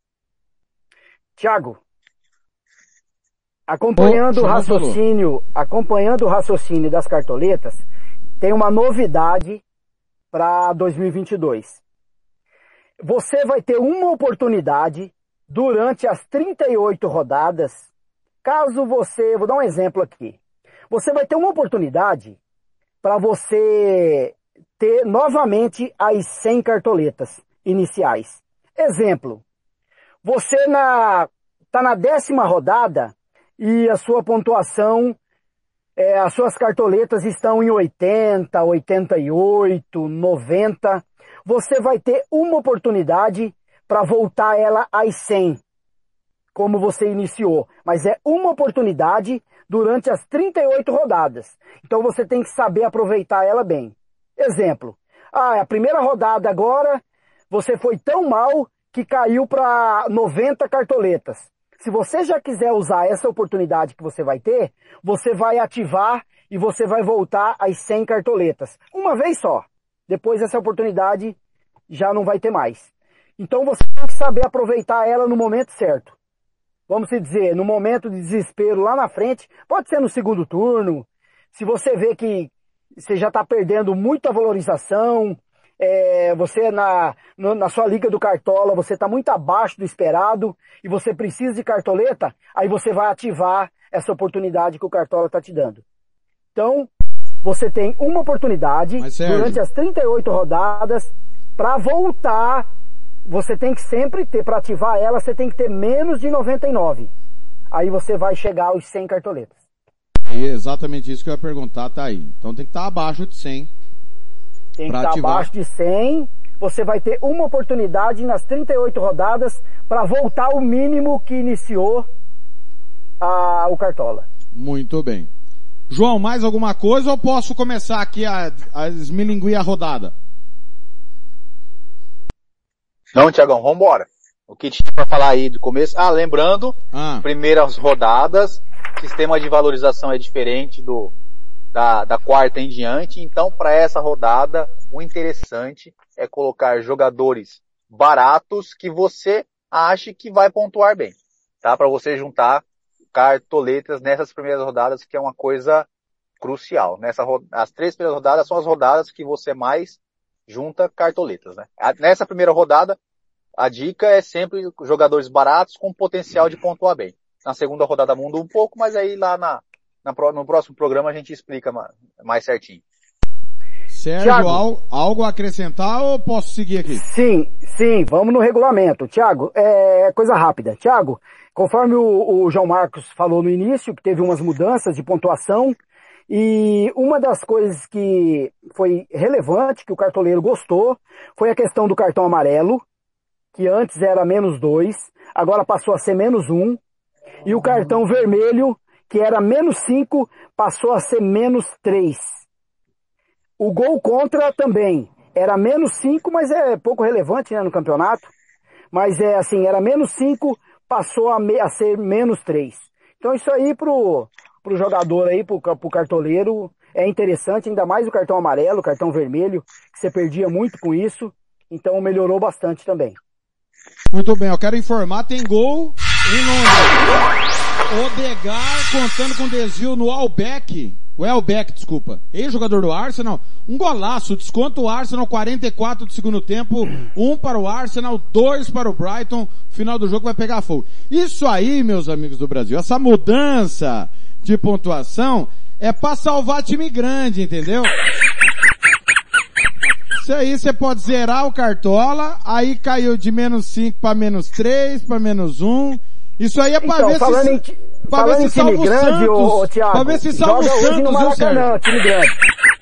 Thiago, acompanhando oh, o raciocínio, acompanhando o raciocínio das cartoletas, tem uma novidade para dois mil e vinte e dois. Você vai ter uma oportunidade durante as trinta e oito rodadas, caso você, vou dar um exemplo aqui, você vai ter uma oportunidade para você ter novamente as cem cartoletas iniciais. Exemplo, você na, tá na décima rodada e a sua pontuação, é, as suas cartoletas estão em oitenta, oitenta e oito, noventa. Você vai ter uma oportunidade para voltar ela às cem, como você iniciou. Mas é uma oportunidade durante as trinta e oito rodadas. Então você tem que saber aproveitar ela bem. Exemplo, ah, a primeira rodada agora, você foi tão mal que caiu para noventa cartoletas. Se você já quiser usar essa oportunidade que você vai ter, você vai ativar e você vai voltar às cem cartoletas. Uma vez só. Depois essa oportunidade já não vai ter mais. Então você tem que saber aproveitar ela no momento certo. Vamos dizer, no momento de desespero lá na frente, pode ser no segundo turno, se você vê que você já está perdendo muita valorização, é, você na, no, na sua liga do Cartola, você está muito abaixo do esperado e você precisa de cartoleta, aí você vai ativar essa oportunidade que o Cartola está te dando. Então, você tem uma oportunidade Mas, durante as trinta e oito rodadas para voltar. Você tem que sempre ter, para ativar ela, você tem que ter menos de noventa e nove. Aí você vai chegar aos cem cartoletas. É exatamente isso que eu ia perguntar, tá aí. Então tem que estar abaixo de cem. Tem que estar abaixo de cem. Você vai ter uma oportunidade nas trinta e oito rodadas para voltar ao mínimo que iniciou a, o Cartola. Muito bem. João, mais alguma coisa ou posso começar aqui a, a esmilinguir a rodada? Não, Tiagão, vambora. O que tinha para falar aí do começo? Ah, lembrando, ah. primeiras rodadas, sistema de valorização é diferente do da, da quarta em diante, então para essa rodada, o interessante é colocar jogadores baratos que você ache que vai pontuar bem, tá? Para você juntar cartoletas nessas primeiras rodadas, que é uma coisa crucial. Nessa, as três primeiras rodadas são as rodadas que você mais junta cartoletas, né? Nessa primeira rodada, a dica é sempre jogadores baratos com potencial de pontuar bem. Na segunda rodada muda um pouco, mas aí lá na, na, no próximo programa a gente explica mais, mais certinho. Sérgio, Thiago, algo, algo a acrescentar ou posso seguir aqui? Sim, sim, vamos no regulamento. Thiago, é coisa rápida. Thiago, conforme o, o João Marcos falou no início, que teve umas mudanças de pontuação, e uma das coisas que foi relevante, que o cartoleiro gostou, foi a questão do cartão amarelo, que antes era menos dois, agora passou a ser menos um, e o cartão vermelho, que era menos cinco, passou a ser menos três. O gol contra também era menos cinco, mas é pouco relevante, né, no campeonato. Mas é assim, era menos cinco, passou a, me, a ser menos três. Então isso aí pro, pro jogador aí, pro, pro cartoleiro, é interessante, ainda mais o cartão amarelo, o cartão vermelho, que você perdia muito com isso. Então melhorou bastante também. Muito bem, eu quero informar, tem gol em Londres. Odegaard contando com desvio no Welbeck. O Welbeck, desculpa. Ex-jogador do Arsenal. Um golaço. Desconto o Arsenal, quarenta e quatro do segundo tempo. Um para o Arsenal, dois para o Brighton. Final do jogo vai pegar fogo. Isso aí, meus amigos do Brasil, essa mudança de pontuação é para salvar time grande, entendeu? Isso aí você pode zerar o Cartola, aí caiu de menos cinco para menos três, para menos um. Isso aí é pra então, ver falando se... Em, pra falando ver em se time salva o grande, Santos. ô, ô, Thiago, Pra ver se salva o joga hoje Santos, no viu, Maracanã, Sérgio? time grande.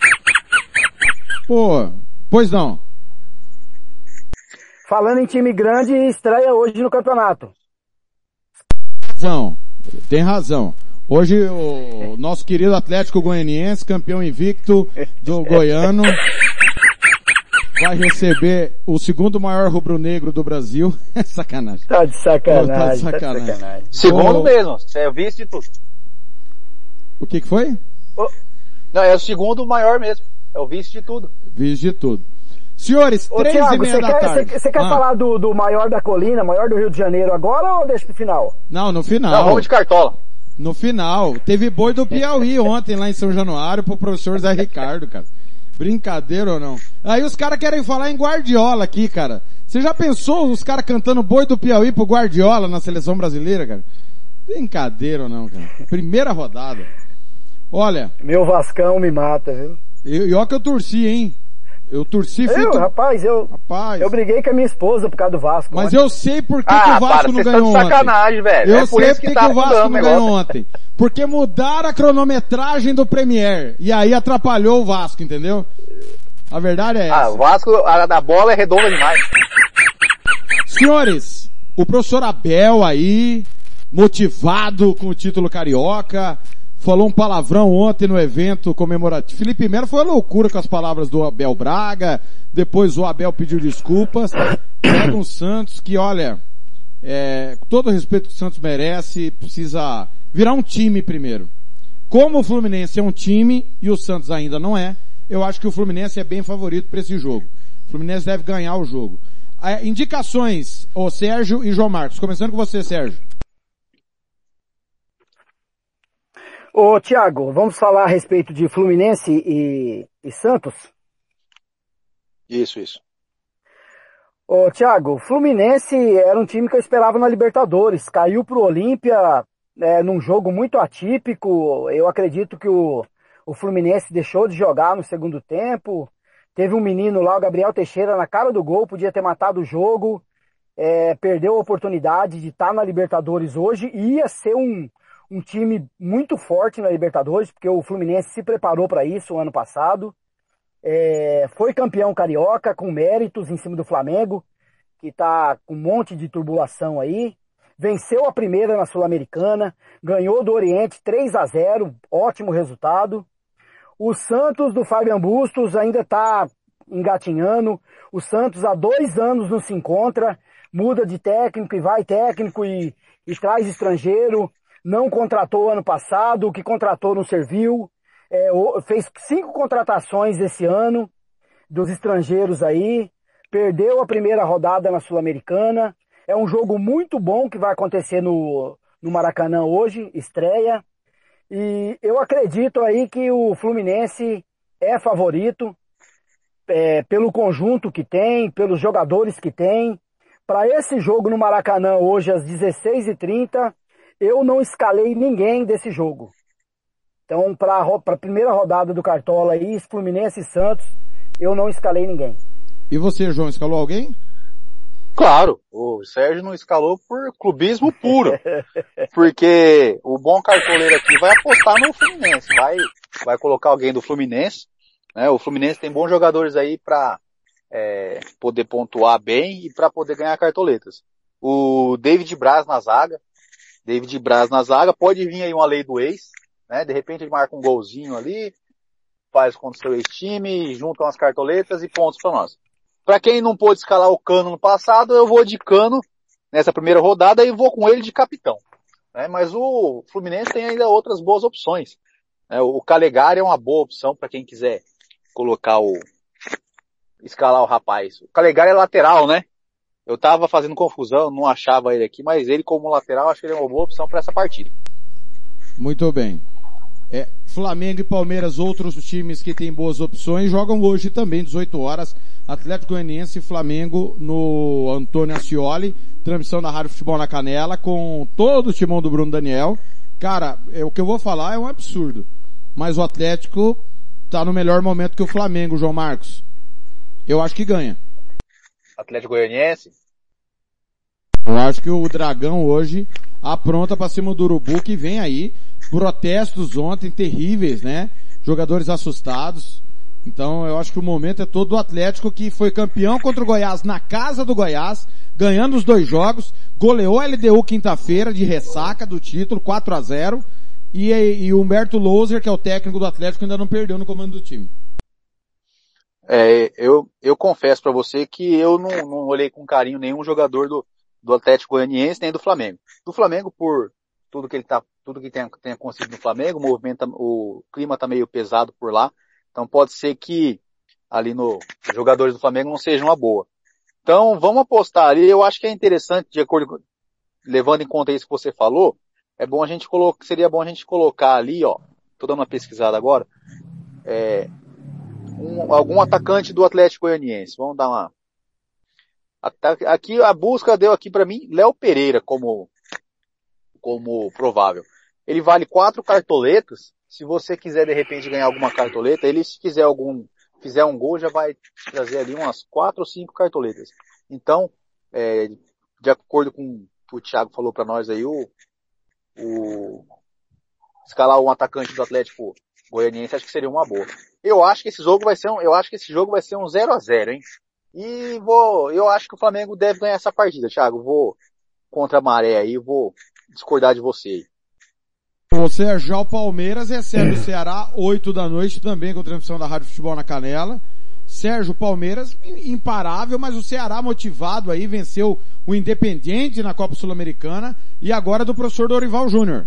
Pô, pois não. Falando em time grande, estreia hoje no campeonato. Razão, tem razão. Hoje o nosso querido Atlético Goianiense, campeão invicto do Goiano, vai receber o segundo maior rubro-negro do Brasil. Sacanagem. Tá de sacanagem. Tá de sacanagem. Tá de sacanagem. Segundo o... mesmo, você é vice de tudo. O que que foi? Não, é o segundo maior mesmo. É o vice de tudo. Vice de tudo. Senhores, Ô, três Thiago, e meia você da quer, tarde. Você quer ah. falar do, do maior da colina, maior do Rio de Janeiro agora ou deixa pro final? Não, no final. Não, vamos de Cartola. No final. Teve boi do Piauí ontem lá em São Januário pro professor Zé Ricardo, cara. Brincadeira ou não? Aí os caras querem falar em Guardiola aqui, cara. Você já pensou os caras cantando boi do Piauí pro Guardiola na seleção brasileira, cara? Brincadeira ou não, cara? Primeira rodada. Olha. Meu Vascão me mata, viu? E olha que eu torci, hein? Eu torci eu, feito... rapaz, eu, rapaz, eu briguei com a minha esposa por causa do Vasco. Mas ontem. eu sei por que, ah, que o Vasco para, não ganhou tá de ontem. sacanagem, velho. Eu é por sei isso por que, que, tá que o Vasco não ganhou negócio. ontem. Porque mudaram a cronometragem do Premier. E aí atrapalhou o Vasco, entendeu? A verdade é essa. Ah, o Vasco, a da bola é redonda demais. Senhores, o professor Abel aí, motivado com o título carioca, falou um palavrão ontem no evento comemorativo. Felipe Melo foi uma loucura com as palavras do Abel Braga, depois o Abel pediu desculpas. Pega um Santos que, olha, é, com todo o respeito que o Santos merece, precisa virar um time primeiro. Como o Fluminense é um time e o Santos ainda não é, eu acho que o Fluminense é bem favorito para esse jogo. O Fluminense deve ganhar o jogo. É, indicações, ô Sérgio e João Marcos. Começando com você, Sérgio. Ô, Thiago, vamos falar a respeito de Fluminense e, e Santos? Isso, isso. Ô, Thiago, Fluminense era um time que eu esperava na Libertadores. Caiu pro Olímpia, é, num jogo muito atípico. Eu acredito que o, o Fluminense deixou de jogar no segundo tempo. Teve um menino lá, o Gabriel Teixeira, na cara do gol, podia ter matado o jogo. É, perdeu a oportunidade de estar na Libertadores hoje. Ia ser um, um time muito forte na Libertadores, porque o Fluminense se preparou para isso o ano passado. É, foi campeão carioca com méritos em cima do Flamengo, que está com um monte de turbulação aí. Venceu a primeira na Sul-Americana, ganhou do Oriente três a zero, ótimo resultado. O Santos do Fábio Bustos ainda está engatinhando. O Santos há dois anos não se encontra, muda de técnico e vai técnico e, e traz estrangeiro. Não contratou ano passado, o que contratou não serviu. É, fez cinco contratações esse ano dos estrangeiros aí. Perdeu a primeira rodada na Sul-Americana. É um jogo muito bom que vai acontecer no, no Maracanã hoje, estreia. E eu acredito aí que o Fluminense é favorito é, pelo conjunto que tem, pelos jogadores que tem. Para esse jogo no Maracanã hoje às dezesseis e trinta, eu não escalei ninguém desse jogo. Então, para a primeira rodada do Cartola aí, Fluminense e Santos, eu não escalei ninguém. E você, João, escalou alguém? Claro, o Sérgio não escalou por clubismo puro. Porque o bom cartoleiro aqui vai apostar no Fluminense, vai, vai colocar alguém do Fluminense, né? O Fluminense tem bons jogadores aí para é, poder pontuar bem e para poder ganhar cartoletas. O David Braz na zaga, David Braz na zaga, pode vir aí uma lei do ex, né? De repente ele marca um golzinho ali, faz contra o seu ex-time, junta umas cartoletas e pontos para nós. Para quem não pôde escalar o Cano no passado, eu vou de Cano nessa primeira rodada e vou com ele de capitão. Né? Mas o Fluminense tem ainda outras boas opções. Né? O Calegari é uma boa opção para quem quiser colocar o... escalar o rapaz. O Calegari é lateral, né? Eu tava fazendo confusão, não achava ele aqui, mas ele como lateral, acho que ele é uma boa opção para essa partida. Muito bem. É, Flamengo e Palmeiras, outros times que têm boas opções, jogam hoje também, dezoito horas, Atlético Goianiense e Flamengo no Antônio Ascioli, transmissão da Rádio Futebol na Canela, com todo o timão do Bruno Daniel. Cara, é, o que eu vou falar é um absurdo, mas o Atlético tá no melhor momento que o Flamengo, João Marcos. Eu acho que ganha. Atlético Goianiense? Eu acho que o Dragão hoje, apronta pra cima do Urubu, que vem aí. Protestos ontem terríveis, né? Jogadores assustados. Então eu acho que o momento é todo do Atlético, que foi campeão contra o Goiás na casa do Goiás, ganhando os dois jogos, goleou a L D U quinta-feira de ressaca do título, quatro a zero, e, e o Humberto Louser, que é o técnico do Atlético, ainda não perdeu no comando do time. É, eu, eu confesso pra você que eu não, não olhei com carinho nenhum jogador do, do Atlético Goianiense nem do Flamengo. Do Flamengo, por tudo que ele tá, tudo que tem, tem acontecido no Flamengo, o movimento, o clima tá meio pesado por lá. Então pode ser que ali no jogadores do Flamengo não seja uma boa. Então vamos apostar ali. Eu acho que é interessante, de acordo com, levando em conta isso que você falou, é bom a gente colocar, seria bom a gente colocar ali, ó, tô dando uma pesquisada agora, é, um, algum atacante do Atlético Goianiense. Vamos dar uma, aqui a busca deu aqui para mim Léo Pereira como, como provável. Ele vale quatro cartoletas. Se você quiser de repente ganhar alguma cartoleta, ele se quiser algum, fizer um gol, já vai trazer ali umas quatro ou cinco cartoletas. Então, é, de acordo com o que o Thiago falou para nós aí, o, o escalar um atacante do Atlético Goianiense acho que seria uma boa. Eu acho que esse jogo vai ser um, eu acho que esse jogo vai ser um zero a zero, hein? E vou, eu acho que o Flamengo deve ganhar essa partida, Thiago. Vou contra a maré aí, vou discordar de você aí. O Sérgio, já o Palmeiras recebe o Ceará, oito da noite, também com transmissão da Rádio Futebol na Canela. Sérgio, Palmeiras, imparável, mas o Ceará motivado aí, venceu o Independiente na Copa Sul-Americana e agora do professor Dorival Júnior.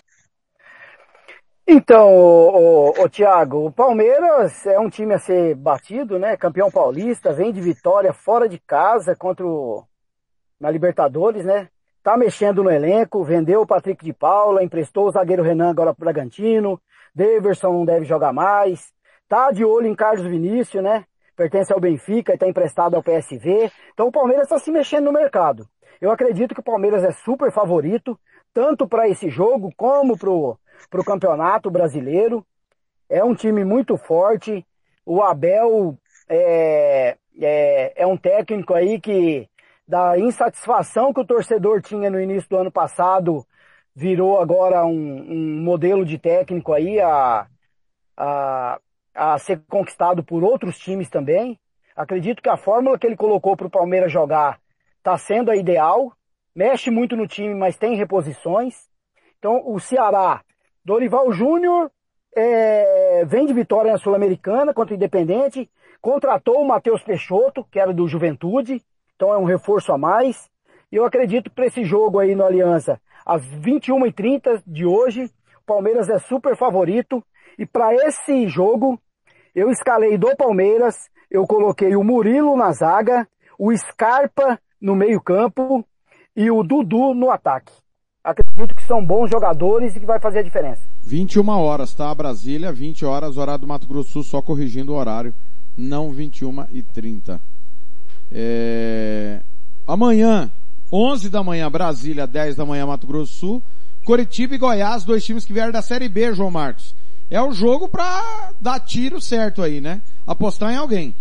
Então, o, o, o Thiago, o Palmeiras é um time a ser batido, né? Campeão paulista, vem de vitória fora de casa contra o, na Libertadores, né? Tá mexendo no elenco, vendeu o Patrick de Paula, emprestou o zagueiro Renan agora pro Bragantino, Daverson não deve jogar mais, tá de olho em Carlos Vinícius, né? Pertence ao Benfica e tá emprestado ao P S V. Então o Palmeiras tá se mexendo no mercado. Eu acredito que o Palmeiras é super favorito, tanto para esse jogo como pro, pro Campeonato Brasileiro. É um time muito forte. O Abel é, é, é um técnico aí que, da insatisfação que o torcedor tinha no início do ano passado, virou agora um, um modelo de técnico aí a, a, a ser conquistado por outros times também. Acredito que a fórmula que ele colocou para o Palmeiras jogar está sendo a ideal. Mexe muito no time, mas tem reposições. Então o Ceará, Dorival Júnior, é, vem de vitória na Sul-Americana contra o Independente, contratou o Matheus Peixoto, que era do Juventude. Então é um reforço a mais. E eu acredito que para esse jogo aí no Aliança, às vinte e uma e trinta de hoje, o Palmeiras é super favorito. E para esse jogo, eu escalei do Palmeiras, eu coloquei o Murilo na zaga, o Scarpa no meio campo e o Dudu no ataque. Acredito que são bons jogadores e que vai fazer a diferença. vinte e uma horas, tá? Brasília, vinte horas, horário do Mato Grosso do Sul, só corrigindo o horário, não vinte e uma e trinta. É... Amanhã, onze da manhã, Brasília, dez da manhã, Mato Grosso do Sul. Coritiba e Goiás, dois times que vieram da Série B, João Marcos. É o jogo pra dar tiro certo aí, né? Apostar em alguém.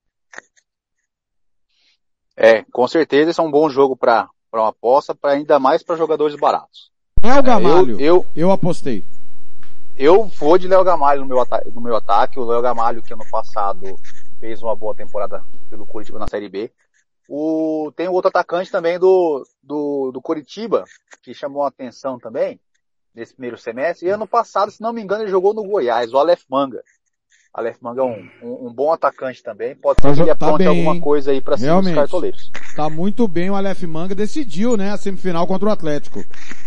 É, com certeza esse é um bom jogo pra, pra uma aposta, pra ainda mais para jogadores baratos. Léo Gamalho, eu, eu, eu apostei. Eu vou de Léo Gamalho no meu, ata- no meu ataque. O Léo Gamalho, que ano passado fez uma boa temporada pelo Coritiba na Série B. O, tem outro atacante também do, do, do Coritiba, que chamou a atenção também, nesse primeiro semestre. E ano passado, se não me engano, ele jogou no Goiás, o Aleph Manga. Aleph Manga é um, um, um bom atacante também. Pode ser que ele tá apronte bem, alguma coisa aí pra cima dos cartoleiros. Tá muito bem o Aleph Manga, decidiu, né, a semifinal contra o Atlético.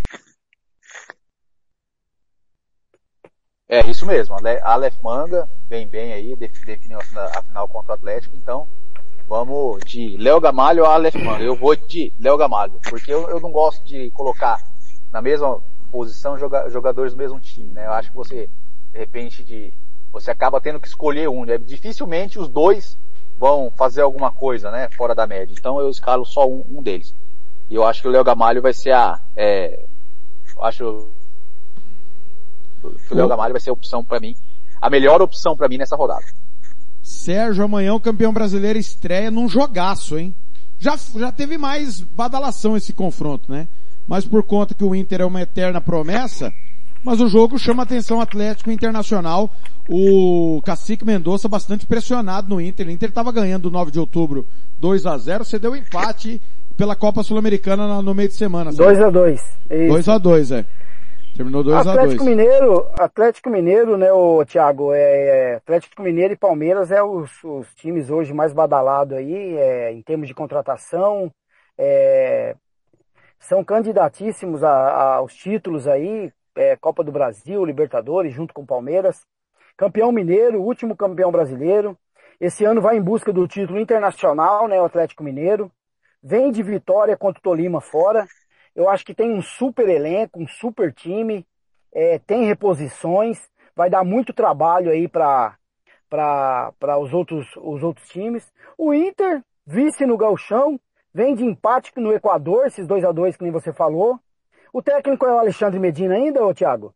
É, isso mesmo. Aleph Manga vem bem aí, definiu a final contra o Atlético. Então, vamos de Léo Gamalho ou Aleph Manga. Eu vou de Léo Gamalho, porque eu, eu não gosto de colocar na mesma posição joga, jogadores do mesmo time, né? Eu acho que você, de repente, de, você acaba tendo que escolher um, né? Dificilmente os dois vão fazer alguma coisa, né? Fora da média. Então eu escalo só um, um deles. E eu acho que o Léo Gamalho vai ser a... É, eu acho que o Léo Gamalho vai ser a opção pra mim, a melhor opção pra mim nessa rodada. Sérgio, amanhã o campeão brasileiro estreia num jogaço, hein? Já, já teve mais badalação esse confronto, né? mas por conta que o Inter é uma eterna promessa, mas o jogo chama atenção Atlético Internacional, o Cacique Mendonça bastante pressionado no Inter, o Inter estava ganhando nove de outubro dois a zero, cedeu empate pela Copa Sul-Americana no meio de semana. dois a dois. dois a dois, é. Terminou dois a dois. Atlético Mineiro, Atlético Mineiro, né, o Thiago, é, Atlético Mineiro e Palmeiras é os, os times hoje mais badalados aí, é, em termos de contratação, é, são candidatíssimos a, a, aos títulos aí, é, Copa do Brasil, Libertadores, junto com o Palmeiras, campeão mineiro, último campeão brasileiro, esse ano vai em busca do título internacional, né, o Atlético Mineiro, vem de vitória contra o Tolima fora. Eu acho que tem um super elenco, um super time, é, tem reposições, vai dar muito trabalho aí para para os outros, os outros times. O Inter, vice no Gauchão, vem de empate no Equador, esses dois a dois que nem você falou. O técnico é o Alexandre Medina ainda, ô Thiago?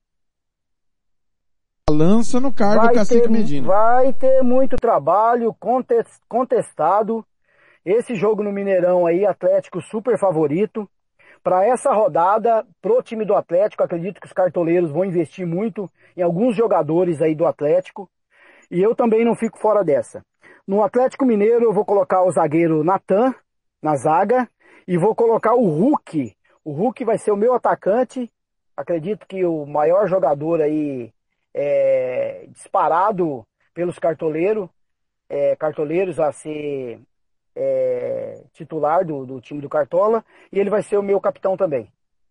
Lança no cargo o Cacique Medina. Vai ter muito trabalho, contestado. Esse jogo no Mineirão aí, Atlético super favorito. Para essa rodada, pro time do Atlético, acredito que os cartoleiros vão investir muito em alguns jogadores aí do Atlético. E eu também não fico fora dessa. No Atlético Mineiro eu vou colocar o zagueiro Natan na zaga e vou colocar o Hulk. O Hulk vai ser o meu atacante. Acredito que o maior jogador aí é, disparado pelos cartoleiros, é, cartoleiros a ser é, titular do, do time do Cartola, e ele vai ser o meu capitão também.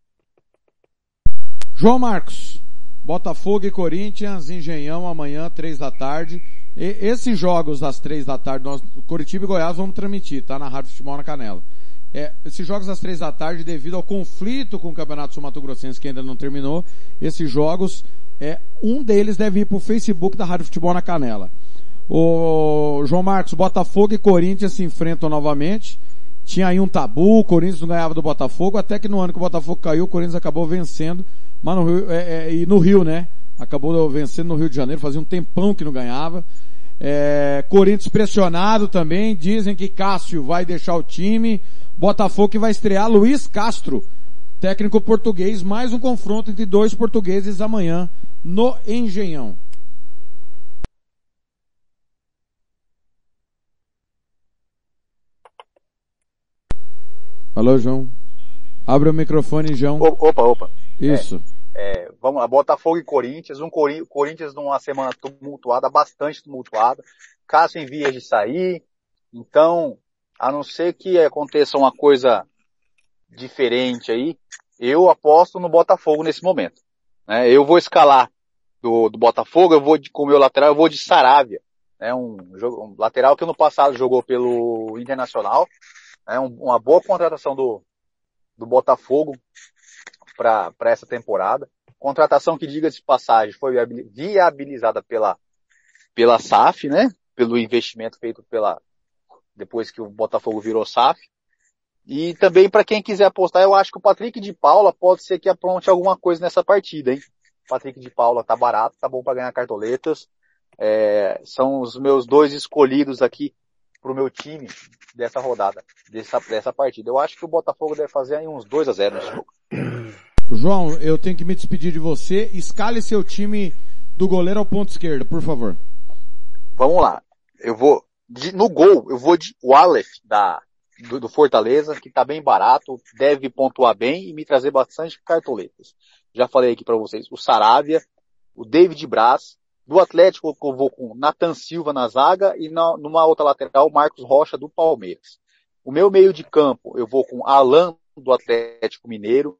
João Marcos, Botafogo e Corinthians, Engenhão, amanhã, três da tarde. E, esses jogos às três da tarde, nós, Curitiba e Goiás, vamos transmitir, tá? Na Rádio Futebol na Canela. É, esses jogos às três da tarde, devido ao conflito com o Campeonato Sul-Mato-Grossense, que ainda não terminou, esses jogos, é, um deles deve ir pro Facebook da Rádio Futebol na Canela. O João Marcos, Botafogo e Corinthians se enfrentam novamente. Tinha aí um tabu, o Corinthians não ganhava do Botafogo, até que no ano que o Botafogo caiu, o Corinthians acabou vencendo, mas no Rio, é, é, e no Rio, né? Acabou vencendo no Rio de Janeiro, fazia um tempão que não ganhava. É, Corinthians pressionado também, dizem que Cássio vai deixar o time. Botafogo que vai estrear Luiz Castro, técnico português, mais um confronto entre dois portugueses amanhã no Engenhão. Alô, João. Abre o microfone, João. Opa, opa. Isso. É, é, vamos lá, Botafogo e Corinthians. Um Cori- Corinthians numa semana tumultuada, bastante tumultuada. Cássio em vias de sair. Então, a não ser que aconteça uma coisa diferente aí, eu aposto no Botafogo nesse momento. Né? Eu vou escalar do, do Botafogo, eu vou de, com o meu lateral, eu vou de Saravia. Né? Um, um lateral que no passado jogou pelo Internacional. É um, uma boa contratação do, do Botafogo para essa temporada. Contratação que, diga-se de passagem, foi viabilizada pela, pela S A F, né? Pelo investimento feito pela, depois que o Botafogo virou S A F. E também para quem quiser apostar, eu acho que o Patrick de Paula pode ser que apronte alguma coisa nessa partida, hein? O Patrick de Paula tá barato, tá bom para ganhar cartoletas. É, são os meus dois escolhidos aqui pro meu time dessa rodada, dessa, dessa partida. Eu acho que o Botafogo deve fazer aí uns dois a zero nesse jogo. João, eu tenho que me despedir de você. Escale seu time do goleiro ao ponto esquerdo, por favor. Vamos lá. Eu vou, de, no gol, eu vou de Wallace, da, do, do Fortaleza, que tá bem barato, deve pontuar bem e me trazer bastante cartoletas. Já falei aqui para vocês, o Saravia, o David Braz. Do Atlético eu vou com Nathan Silva na zaga e na, numa outra lateral o Marcos Rocha do Palmeiras. O meu meio de campo eu vou com Alan do Atlético Mineiro,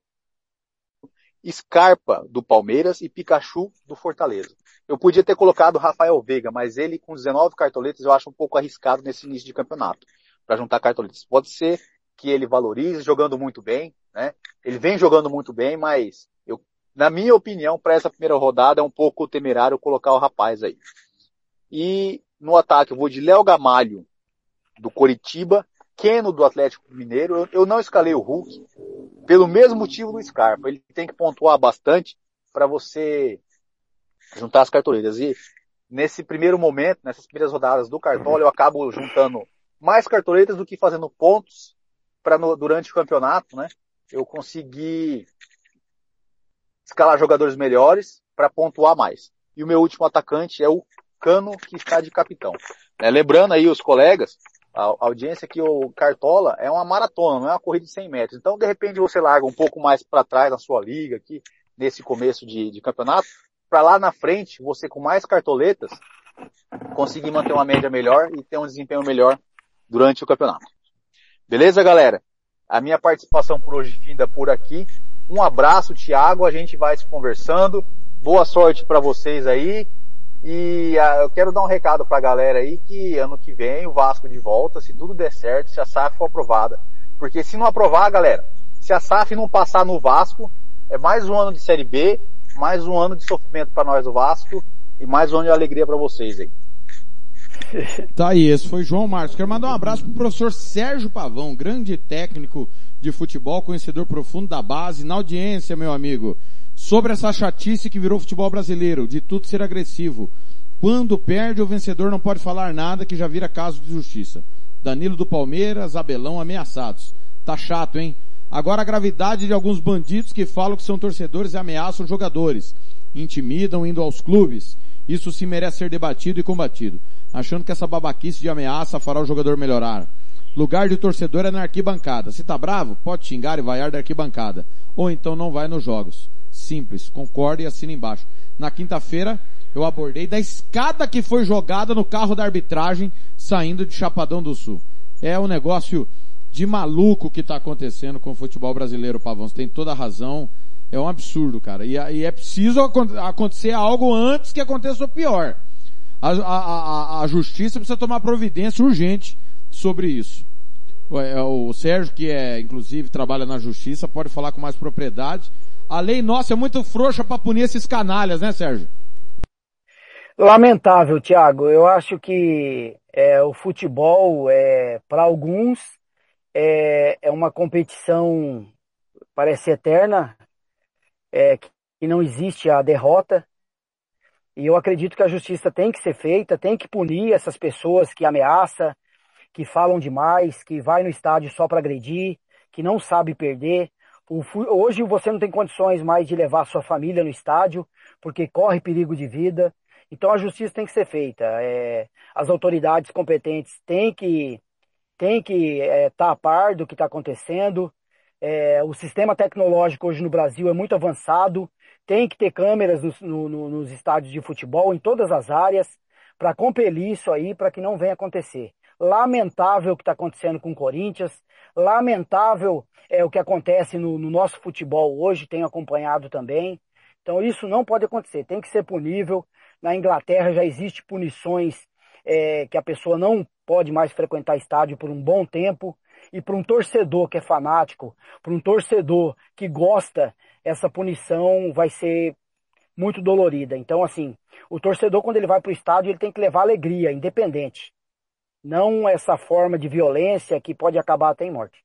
Scarpa do Palmeiras e Pikachu do Fortaleza. Eu podia ter colocado Rafael Veiga, mas ele com dezenove cartoletas eu acho um pouco arriscado nesse início de campeonato para juntar cartoletas. Pode ser que ele valorize jogando muito bem, né? Ele vem jogando muito bem, mas eu na minha opinião, para essa primeira rodada, é um pouco temerário colocar o rapaz aí. E no ataque eu vou de Léo Gamalho, do Coritiba, Keno, do Atlético Mineiro. Eu, eu não escalei o Hulk, pelo mesmo motivo do Scarpa. Ele tem que pontuar bastante para você juntar as cartoletas. E nesse primeiro momento, nessas primeiras rodadas do Cartola, eu acabo juntando mais cartoletas do que fazendo pontos pra no, durante o campeonato, né? eu consegui escalar jogadores melhores para pontuar mais. E o meu último atacante é o Cano, que está de capitão. É, lembrando aí os colegas, a, a audiência, que o Cartola é uma maratona, não é uma corrida de cem metros. Então, de repente, você larga um pouco mais para trás na sua liga aqui, nesse começo de, de campeonato, para lá na frente, você com mais cartoletas, conseguir manter uma média melhor e ter um desempenho melhor durante o campeonato. Beleza, galera? A minha participação por hoje finda por aqui. Um abraço, Thiago, a gente vai se conversando. Boa sorte para vocês aí. E uh, eu quero dar um recado pra galera aí que ano que vem o Vasco de volta, se tudo der certo, se a S A F for aprovada. Porque se não aprovar, galera, se a S A F não passar no Vasco, é mais um ano de Série B, mais um ano de sofrimento pra nós do Vasco e mais um ano de alegria pra vocês aí. Tá aí, esse foi João Marcos. Quero mandar um abraço pro professor Sérgio Pavão, grande técnico de futebol, conhecedor profundo da base, na audiência, meu amigo. Sobre essa chatice que virou futebol brasileiro, de tudo ser agressivo. Quando perde, o vencedor não pode falar nada, que já vira caso de justiça. Danilo do Palmeiras, Abelão ameaçados. Tá chato, hein? Agora a gravidade de alguns bandidos que falam que são torcedores e ameaçam jogadores. Intimidam indo aos clubes. Isso sim merece ser debatido e combatido. Achando que essa babaquice de ameaça fará o jogador melhorar. Lugar de torcedor é na arquibancada. Se tá bravo, pode xingar e vaiar da arquibancada. Ou então não vai nos jogos. Simples, concorde e assina embaixo. Na quinta-feira, eu abordei da escada que foi jogada no carro da arbitragem, saindo de Chapadão do Sul. É um negócio de maluco que está acontecendo com o futebol brasileiro, Pavão. Você tem toda a razão. É um absurdo, cara. E, e é preciso acontecer algo antes que aconteça o pior. A, a, a, a justiça precisa tomar providência urgente sobre isso. O, o Sérgio, que é, inclusive, trabalha na justiça, pode falar com mais propriedade. A lei nossa é muito frouxa para punir esses canalhas, né, Sérgio? Lamentável, Thiago. Eu acho que é, o futebol, é, para alguns, é, é uma competição, parece eterna, é, que não existe a derrota. E eu acredito que a justiça tem que ser feita, tem que punir essas pessoas que ameaçam, que falam demais, que vai no estádio só para agredir, que não sabe perder. Hoje você não tem condições mais de levar sua família no estádio, porque corre perigo de vida. Então a justiça tem que ser feita. É, as autoridades competentes têm que têm que é, tá a par do que está acontecendo. É, o sistema tecnológico hoje no Brasil é muito avançado. Tem que ter câmeras no, no, nos estádios de futebol, em todas as áreas, para compelir isso aí, para que não venha acontecer. Lamentável o que está acontecendo com o Corinthians, lamentável é o que acontece no, no nosso futebol hoje, tenho acompanhado também. Então isso não pode acontecer, tem que ser punível. Na Inglaterra já existe punições é, que a pessoa não pode mais frequentar estádio por um bom tempo. E para um torcedor que é fanático, para um torcedor que gosta, essa punição vai ser muito dolorida. Então, assim, o torcedor, quando ele vai para o estádio, ele tem que levar alegria, independente. Não essa forma de violência que pode acabar até em morte.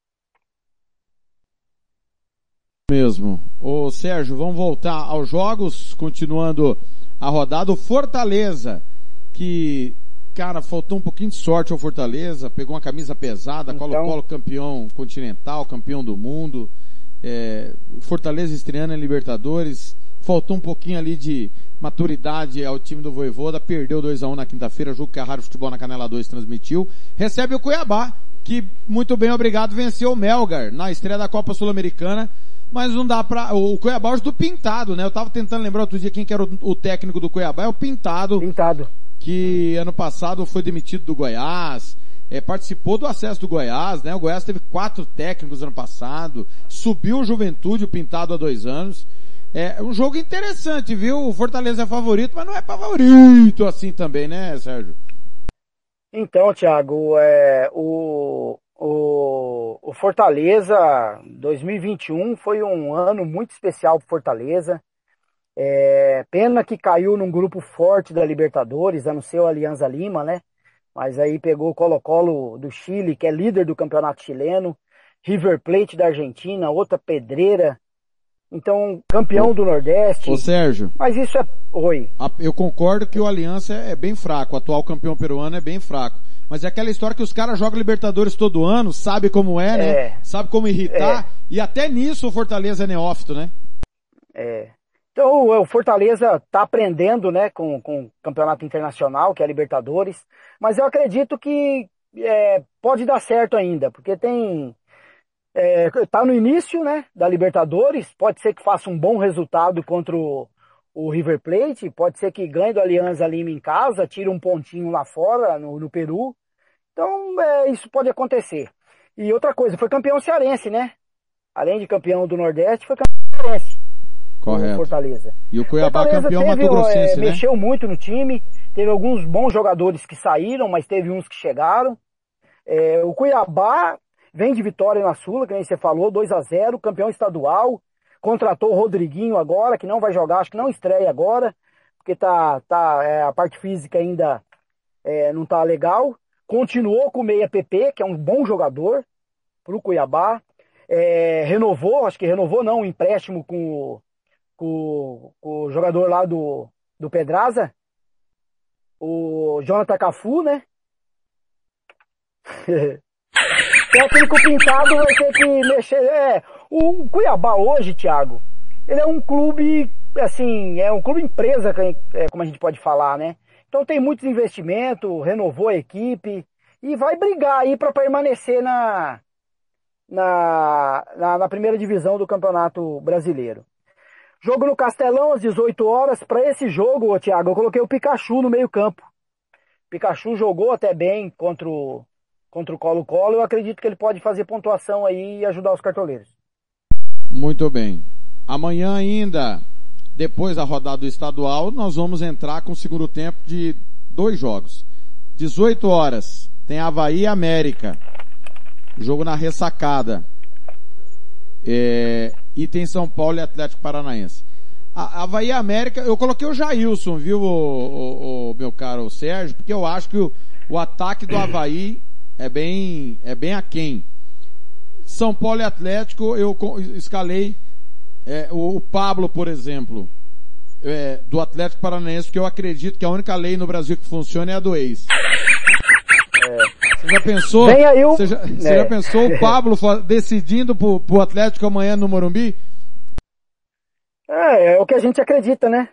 Mesmo. Ô Sérgio, vamos voltar aos jogos, continuando a rodada. O Fortaleza, que, cara, faltou um pouquinho de sorte ao Fortaleza, pegou uma camisa pesada, então... Colo-Colo campeão continental, campeão do mundo, é, Fortaleza estreando em Libertadores, faltou um pouquinho ali de maturidade ao time do Vojvoda, perdeu dois a um na quinta-feira, jogo que a Rádio Futebol na Canela dois transmitiu, recebe o Cuiabá, que muito bem obrigado venceu o Melgar na estreia da Copa Sul-Americana, mas não dá pra, o Cuiabá hoje do Pintado, né, eu tava tentando lembrar outro dia quem que era o, o técnico do Cuiabá, é o Pintado. Pintado. Que ano passado foi demitido do Goiás, é, participou do acesso do Goiás, né, o Goiás teve quatro técnicos ano passado, subiu o Juventude, o Pintado há dois anos. É um jogo interessante, viu? O Fortaleza é favorito, mas não é favorito assim também, né, Sérgio? Então, Thiago, é, o, o, o Fortaleza dois mil e vinte e um foi um ano muito especial para Fortaleza. É, pena que caiu num grupo forte da Libertadores, a não ser o Alianza Lima, né? Mas aí pegou o Colo-Colo do Chile, que é líder do campeonato chileno, River Plate da Argentina, outra pedreira. Então, campeão do Nordeste. Ô Sérgio. Mas isso é... Oi. Eu concordo que o Aliança é bem fraco, o atual campeão peruano é bem fraco. Mas é aquela história que os caras jogam Libertadores todo ano, sabe como é, né? É. Sabe como irritar. É. E até nisso o Fortaleza é neófito, né? É. Então o Fortaleza tá aprendendo, né, com, com o campeonato internacional, que é a Libertadores. Mas eu acredito que é, pode dar certo ainda, porque tem... É, tá no início, né, da Libertadores, pode ser que faça um bom resultado contra o, o River Plate, pode ser que ganhe do Alianza Lima em casa, tire um pontinho lá fora, no, no Peru. Então, é, isso pode acontecer. E outra coisa, foi campeão cearense, né? Além de campeão do Nordeste, foi campeão cearense. Correto. Fortaleza. E o Cuiabá Fortaleza campeão teve, mato-grossense, é, né? Mexeu muito no time, teve alguns bons jogadores que saíram, mas teve uns que chegaram. É, o Cuiabá vem de vitória na Sula, que nem você falou, dois a zero, campeão estadual, contratou o Rodriguinho agora, que não vai jogar, acho que não estreia agora, porque tá, tá, é, a parte física ainda é, não tá legal. Continuou com o Meia P P, que é um bom jogador pro Cuiabá. É, renovou, acho que renovou não, um empréstimo com o, com, com o jogador lá do, do Pedraza, o Jonathan Cafu, né? Técnico pintado vai ter que mexer. É, o Cuiabá hoje, Thiago, ele é um clube, assim, é um clube empresa, é, como a gente pode falar, né? Então tem muitos investimentos, renovou a equipe e vai brigar aí para permanecer na, na, na, na primeira divisão do Campeonato Brasileiro. Jogo no Castelão às dezoito horas. Para esse jogo, Thiago, eu coloquei o Pikachu no meio campo. Pikachu jogou até bem contra o contra o Colo-Colo, eu acredito que ele pode fazer pontuação aí e ajudar os cartoleiros. Muito bem. Amanhã ainda, depois da rodada do estadual, nós vamos entrar com o segundo tempo de dois jogos. dezoito horas, tem Avaí e América. Jogo na ressacada. É, e tem São Paulo e Atlético Paranaense. A Avaí e América, eu coloquei o Jailson, viu, o, o, o meu caro Sérgio, porque eu acho que o, o ataque do Avaí é bem, é bem aquém. São Paulo e Atlético, eu escalei é, o, o Pablo, por exemplo, é, do Atlético Paranaense, porque eu acredito que a única lei no Brasil que funciona é a do ex. É. Você já pensou? Vem aí o... Você, já, você é. já pensou o Pablo decidindo pro, pro Atlético amanhã no Morumbi? É, é o que a gente acredita, né?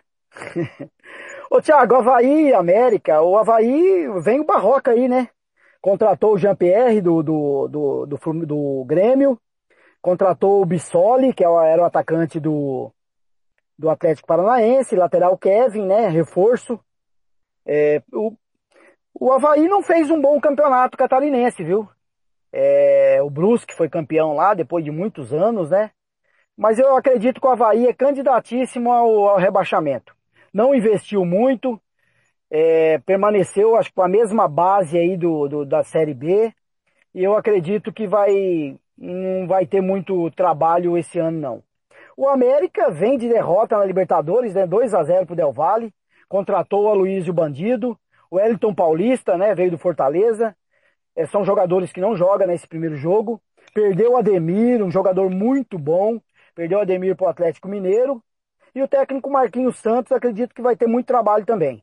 Ô Thiago, Avaí e América, o Avaí vem o Barroca aí, né? Contratou o Jean-Pierre do, do, do, do, do Grêmio, contratou o Bissoli, que era o atacante do, do Atlético Paranaense, lateral Kevin, né, reforço. É, o, o Avaí não fez um bom campeonato catarinense, viu? É, o Brusque foi campeão lá, depois de muitos anos, né? Mas eu acredito que o Avaí é candidatíssimo ao, ao rebaixamento. Não investiu muito. É, permaneceu, acho que com a mesma base aí do, do, da Série B, e eu acredito que vai, não vai ter muito trabalho esse ano, não. O América vem de derrota na Libertadores, né, dois a zero pro Del Valle, contratou o Aloysio Bandido, o Wellington Paulista, né, veio do Fortaleza, é, são jogadores que não jogam nesse primeiro jogo, perdeu o Ademir, um jogador muito bom, perdeu o Ademir pro Atlético Mineiro, e o técnico Marquinhos Santos, acredito que vai ter muito trabalho também.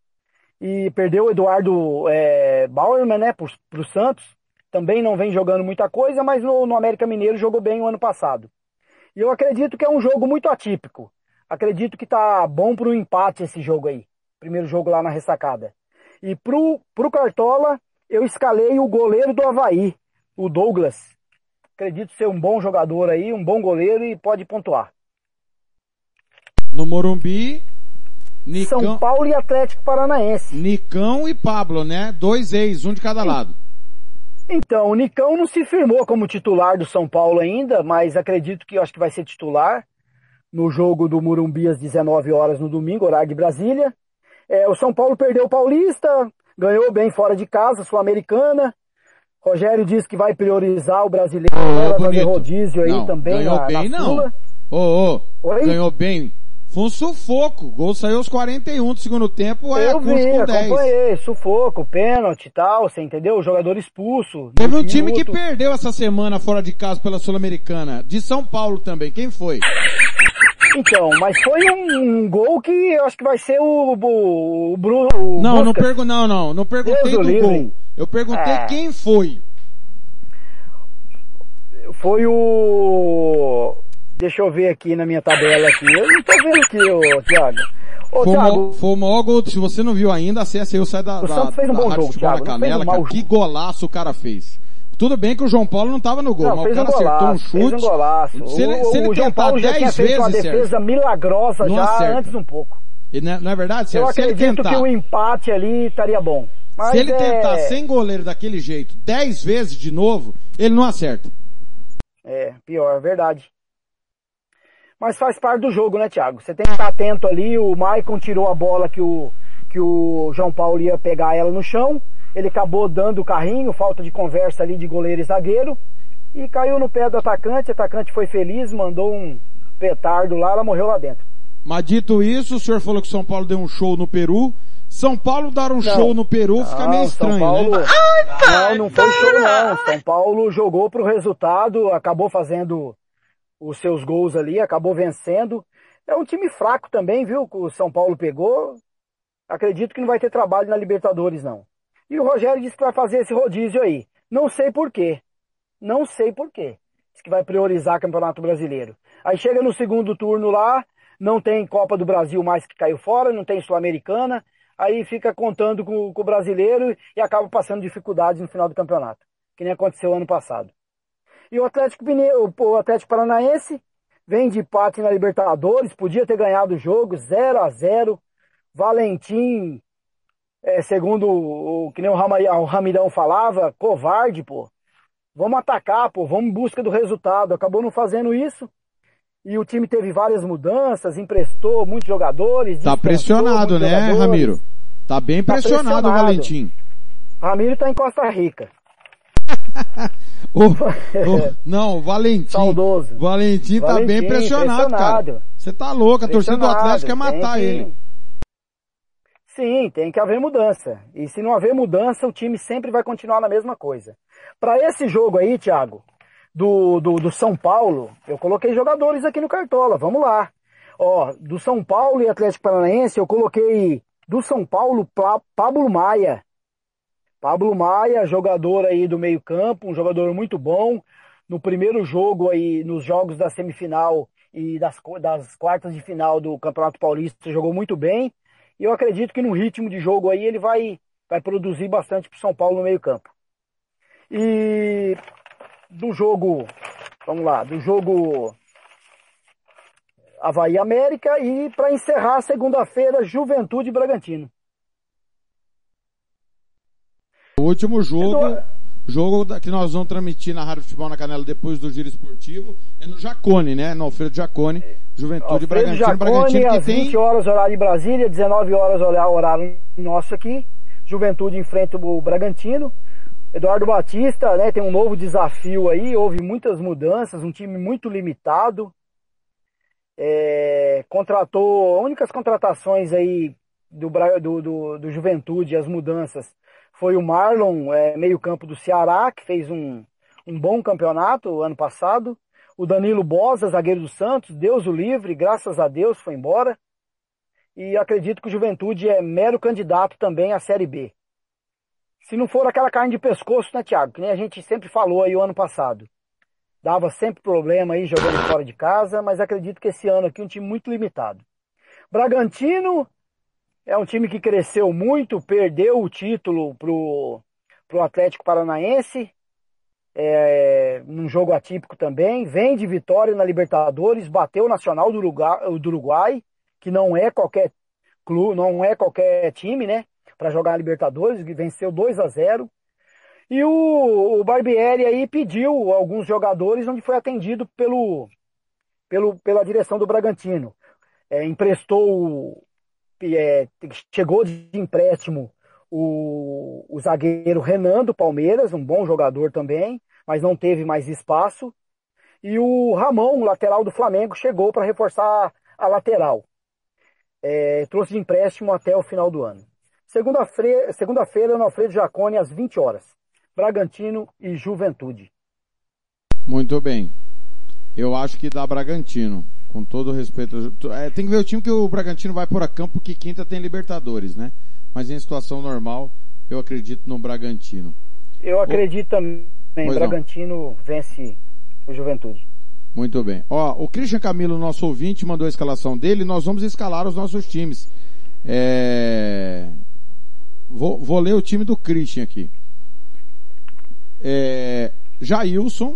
E perdeu o Eduardo é, Bauerman, né, pro, pro Santos. Também não vem jogando muita coisa, mas no, no América Mineiro jogou bem o ano passado. E eu acredito que é um jogo muito atípico. Acredito que tá bom pro empate esse jogo aí. Primeiro jogo lá na ressacada. E pro, pro Cartola, eu escalei o goleiro do Avaí, o Douglas. Acredito ser um bom jogador aí, um bom goleiro e pode pontuar. No Morumbi... Nicão, São Paulo e Atlético Paranaense. Nicão e Pablo, né? Dois ex, um de cada lado. Então, o Nicão não se firmou como titular do São Paulo ainda, mas acredito que acho que vai ser titular no jogo do Morumbi às dezenove horas no domingo, horário de Brasília. É, o São Paulo perdeu o Paulista, ganhou bem fora de casa, Sul-Americana. Rogério disse que vai priorizar o brasileiro, oh, vai bonito. fazer rodízio aí não, também ganhou na, bem, na não. Sula. Ô, ô, ganhou bem. Foi um sufoco. O gol saiu aos quarenta e um do segundo tempo, o Eu Ayacucho vi, com dez. acompanhei, sufoco, pênalti e tal, você entendeu? O jogador expulso. Teve um vinte time que minutos. perdeu essa semana fora de casa pela Sul-Americana, de São Paulo também. Quem foi? Então, mas foi um, um gol que eu acho que vai ser o, o, o Bruno. O Não, não, Busca. pergu não, não, não perguntei Deus do o livre. gol. Eu perguntei É. quem foi. Foi o... Deixa eu ver aqui na minha tabela aqui. Eu não tô vendo aqui, ô Thiago. Ô, Foi o, Thiago, maior, foi o maior gol, se você não viu ainda, acesse aí o site da, O da, Santos fez um da bom Rádio jogo, Futebol Thiago, na não fez Canela, um cara, mau que jogo. golaço o cara fez. Tudo bem que o João Paulo não tava no gol, Não, mas o fez cara um acertou um golaço, chute. fez um golaço. Se ele, O- se ele o João tentar Paulo já tinha dez feito uma vezes, defesa Sérgio, milagrosa não já acerta. antes um pouco. E não, é- não é verdade, Eu Sérgio? Se ele acredito tentar, que o empate ali estaria bom. Mas se ele é... tentar sem goleiro daquele jeito, dez vezes de novo, ele não acerta. É, pior, é verdade. Mas faz parte do jogo, né, Thiago? Você tem que estar atento ali. O Maicon tirou a bola que o, que o João Paulo ia pegar ela no chão. Ele acabou dando o carrinho, falta de conversa ali de goleiro e zagueiro. E caiu no pé do atacante. O atacante foi feliz, mandou um petardo lá, ela morreu lá dentro. Mas dito isso, o senhor falou que São Paulo deu um show no Peru. São Paulo dar um Não. show no Peru fica Não, meio São estranho, Paulo... né? Não, não foi show não. São Paulo jogou pro resultado, acabou fazendo os seus gols ali, acabou vencendo. É um time fraco também, viu? Que o São Paulo pegou. Acredito que não vai ter trabalho na Libertadores, não. E o Rogério disse que vai fazer esse rodízio aí. Não sei por quê. Não sei por quê. Diz que vai priorizar Campeonato Brasileiro. Aí chega no segundo turno lá, não tem Copa do Brasil mais que caiu fora, não tem Sul-Americana. Aí fica contando com, com o brasileiro e acaba passando dificuldades no final do campeonato. Que nem aconteceu ano passado. E o Atlético Mineiro, o Atlético Paranaense vem de empate na Libertadores, podia ter ganhado o jogo, zero a zero. Valentim, é, segundo o, o que nem o, Rama, o Ramirão falava, covarde, pô. Vamos atacar, pô, vamos em busca do resultado. Acabou não fazendo isso. E o time teve várias mudanças, emprestou muitos jogadores. Tá pressionado, né, jogadores. Ramiro? Tá bem Tá pressionado, o pressionado. Valentim. Ramiro tá em Costa Rica. O- o- não, o Valentim. Saudoso. Valentim tá Valentim, bem pressionado, cara. pressionado. Você tá louco, a torcida do Atlético quer matar Tem que- ele. Sim, tem que haver mudança. E se não haver mudança, o time sempre vai continuar na mesma coisa. Para esse jogo aí, Thiago, do, do, do São Paulo, eu coloquei jogadores aqui no Cartola, vamos lá. Ó, do São Paulo e Atlético Paranaense, eu coloquei do São Paulo, Pa- Pablo Maia. Pablo Maia, jogador aí do meio campo, um jogador muito bom. No primeiro jogo aí, nos jogos da semifinal e das, co- das quartas de final do Campeonato Paulista, jogou muito bem. E eu acredito que no ritmo de jogo aí ele vai, vai produzir bastante pro São Paulo no meio campo. E do jogo, vamos lá, do jogo Avaí América e para encerrar segunda-feira, Juventude e Bragantino. O último jogo, jogo da- que nós vamos transmitir na Rádio Futebol na Canela depois do Giro Esportivo, é no Jacone, né? No Alfredo Jacone, Juventude e Bragantino. Jacone, Bragantino que às tem... vinte horas horário de Brasília, dezenove horas horário horário nosso aqui. Juventude enfrenta o Bragantino. Eduardo Batista, né, tem um novo desafio aí, houve muitas mudanças, um time muito limitado. É, contratou, únicas contratações aí do, Bra- do, do, do Juventude, as mudanças, foi o Marlon, é, meio campo do Ceará, que fez um, um bom campeonato ano passado. O Danilo Bosa, zagueiro do Santos, Deus o livre, graças a Deus, foi embora. E acredito que o Juventude é mero candidato também à Série B. Se não for aquela carne de pescoço, né, Thiago? Que nem a gente sempre falou aí o ano passado. Dava sempre problema aí jogando fora de casa, mas acredito que esse ano aqui é um time muito limitado. Bragantino é um time que cresceu muito, perdeu o título pro, pro Atlético Paranaense, é, num jogo atípico também, vem de vitória na Libertadores, bateu o Nacional do Uruguai, do Uruguai, que não é qualquer clube, não é qualquer time, né, para jogar a Libertadores, que venceu dois a zero. E o, o Barbieri aí pediu alguns jogadores, onde foi atendido pelo, pelo, pela direção do Bragantino. É, emprestou, é, chegou de empréstimo o, o zagueiro Renan do Palmeiras, um bom jogador também, mas não teve mais espaço. E o Ramon, lateral do Flamengo, chegou para reforçar a lateral. é, trouxe de empréstimo até o final do ano. Segunda-feira, segunda-feira no Alfredo Jaconi, às vinte horas. Bragantino e Juventude. Muito bem. Eu acho que dá Bragantino. Com todo respeito. É, tem que ver o time que o Bragantino vai por a campo, porque quinta tem Libertadores, né? Mas em situação normal, eu acredito no Bragantino. Eu acredito também. Pois Bragantino não. Vence o Juventude. Muito bem. Ó, o Christian Camilo, nosso ouvinte, mandou a escalação dele. Nós vamos escalar os nossos times. É... Vou, vou ler o time do Christian aqui. É... Jailson,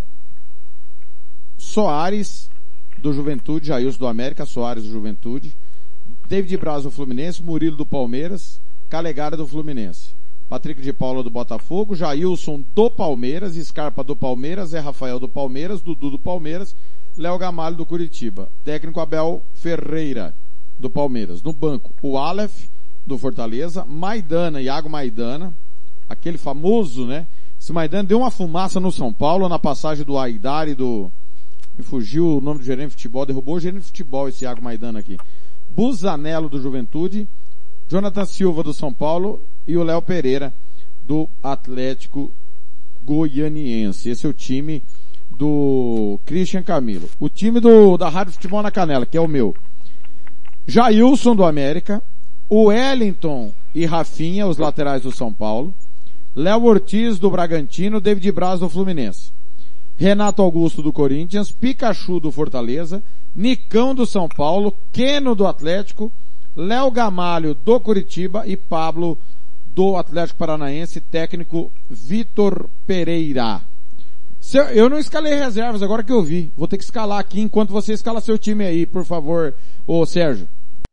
Soares do Juventude, Jailson do América, Soares do Juventude, David Braz do Fluminense, Murilo do Palmeiras, Calegari do Fluminense, Patrick de Paula do Botafogo, Jailson do Palmeiras, Scarpa do Palmeiras, Zé Rafael do Palmeiras, Dudu do Palmeiras, Léo Gamalho do Curitiba, técnico Abel Ferreira do Palmeiras. No banco, o Aleph do Fortaleza, Maidana, Iago Maidana, aquele famoso, né? Esse Maidana deu uma fumaça no São Paulo na passagem do Aidar e do... Me fugiu o nome do gerente de futebol, derrubou o gerente de futebol esse Iago Maidana aqui. Busanello do Juventude, Jonathan Silva do São Paulo e o Léo Pereira do Atlético Goianiense. Esse é o time do Christian Camilo. O time do, da Rádio Futebol na Canela, que é o meu. Jailson do América, o Wellington e Rafinha, os laterais do São Paulo, Léo Ortiz do Bragantino, David Braz do Fluminense, Renato Augusto do Corinthians, Pikachu do Fortaleza, Nicão do São Paulo, Keno do Atlético, Léo Gamalho do Curitiba e Pablo do Atlético Paranaense, técnico Vitor Pereira. Eu não escalei reservas, agora que eu vi. Vou ter que escalar aqui enquanto você escala seu time aí, por favor, ô Sérgio.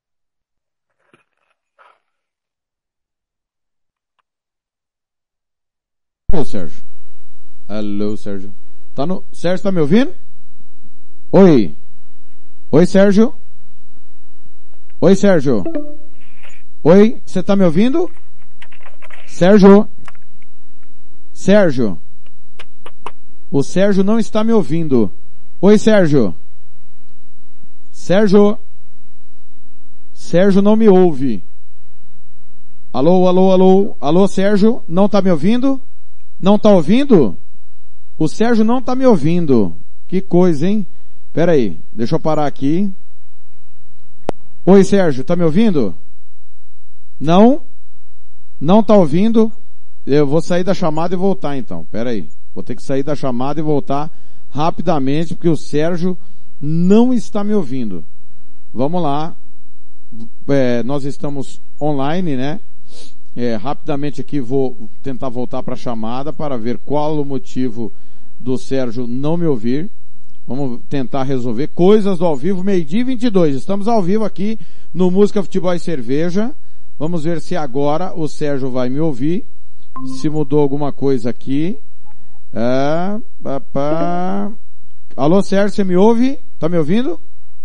Ô Sérgio. Alô, Sérgio. Tá no... Sérgio, tá me ouvindo? Oi. Oi, Sérgio. Oi, Sérgio. Oi, você tá me ouvindo? Sérgio. Sérgio. O Sérgio não está me ouvindo. Oi, Sérgio. Sérgio. Sérgio não me ouve. Alô, alô, alô. Alô, Sérgio. Não tá me ouvindo? Não tá ouvindo? O Sérgio não tá me ouvindo. Que coisa, hein? Pera aí, deixa eu parar aqui. Oi, Sérgio, tá me ouvindo? Não? Não tá ouvindo? Eu vou sair da chamada e voltar então. Pera aí. Vou ter que sair da chamada e voltar rapidamente, porque o Sérgio não está me ouvindo. Vamos lá. É, nós estamos online, né? É, rapidamente aqui vou tentar voltar para a chamada para ver qual o motivo do Sérgio não me ouvir. Vamos tentar resolver coisas do ao vivo, meio-dia e vinte e dois. Estamos ao vivo aqui no Música, Futebol e Cerveja. Vamos ver se agora o Sérgio vai me ouvir. Se mudou alguma coisa aqui. É, pá, pá. Alô, Sérgio, você me ouve? Tá me ouvindo?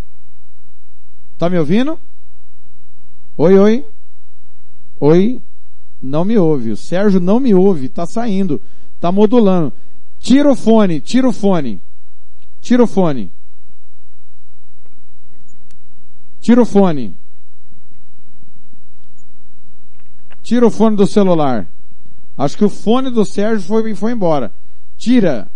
Tá me ouvindo? Oi, oi. Oi. Não me ouve. O Sérgio não me ouve. Tá saindo. Tá modulando. Tira o fone. Tira o fone. Tira o fone. Tira o fone. Tira o fone do celular. Acho que o fone do Sérgio foi, foi embora. Tira.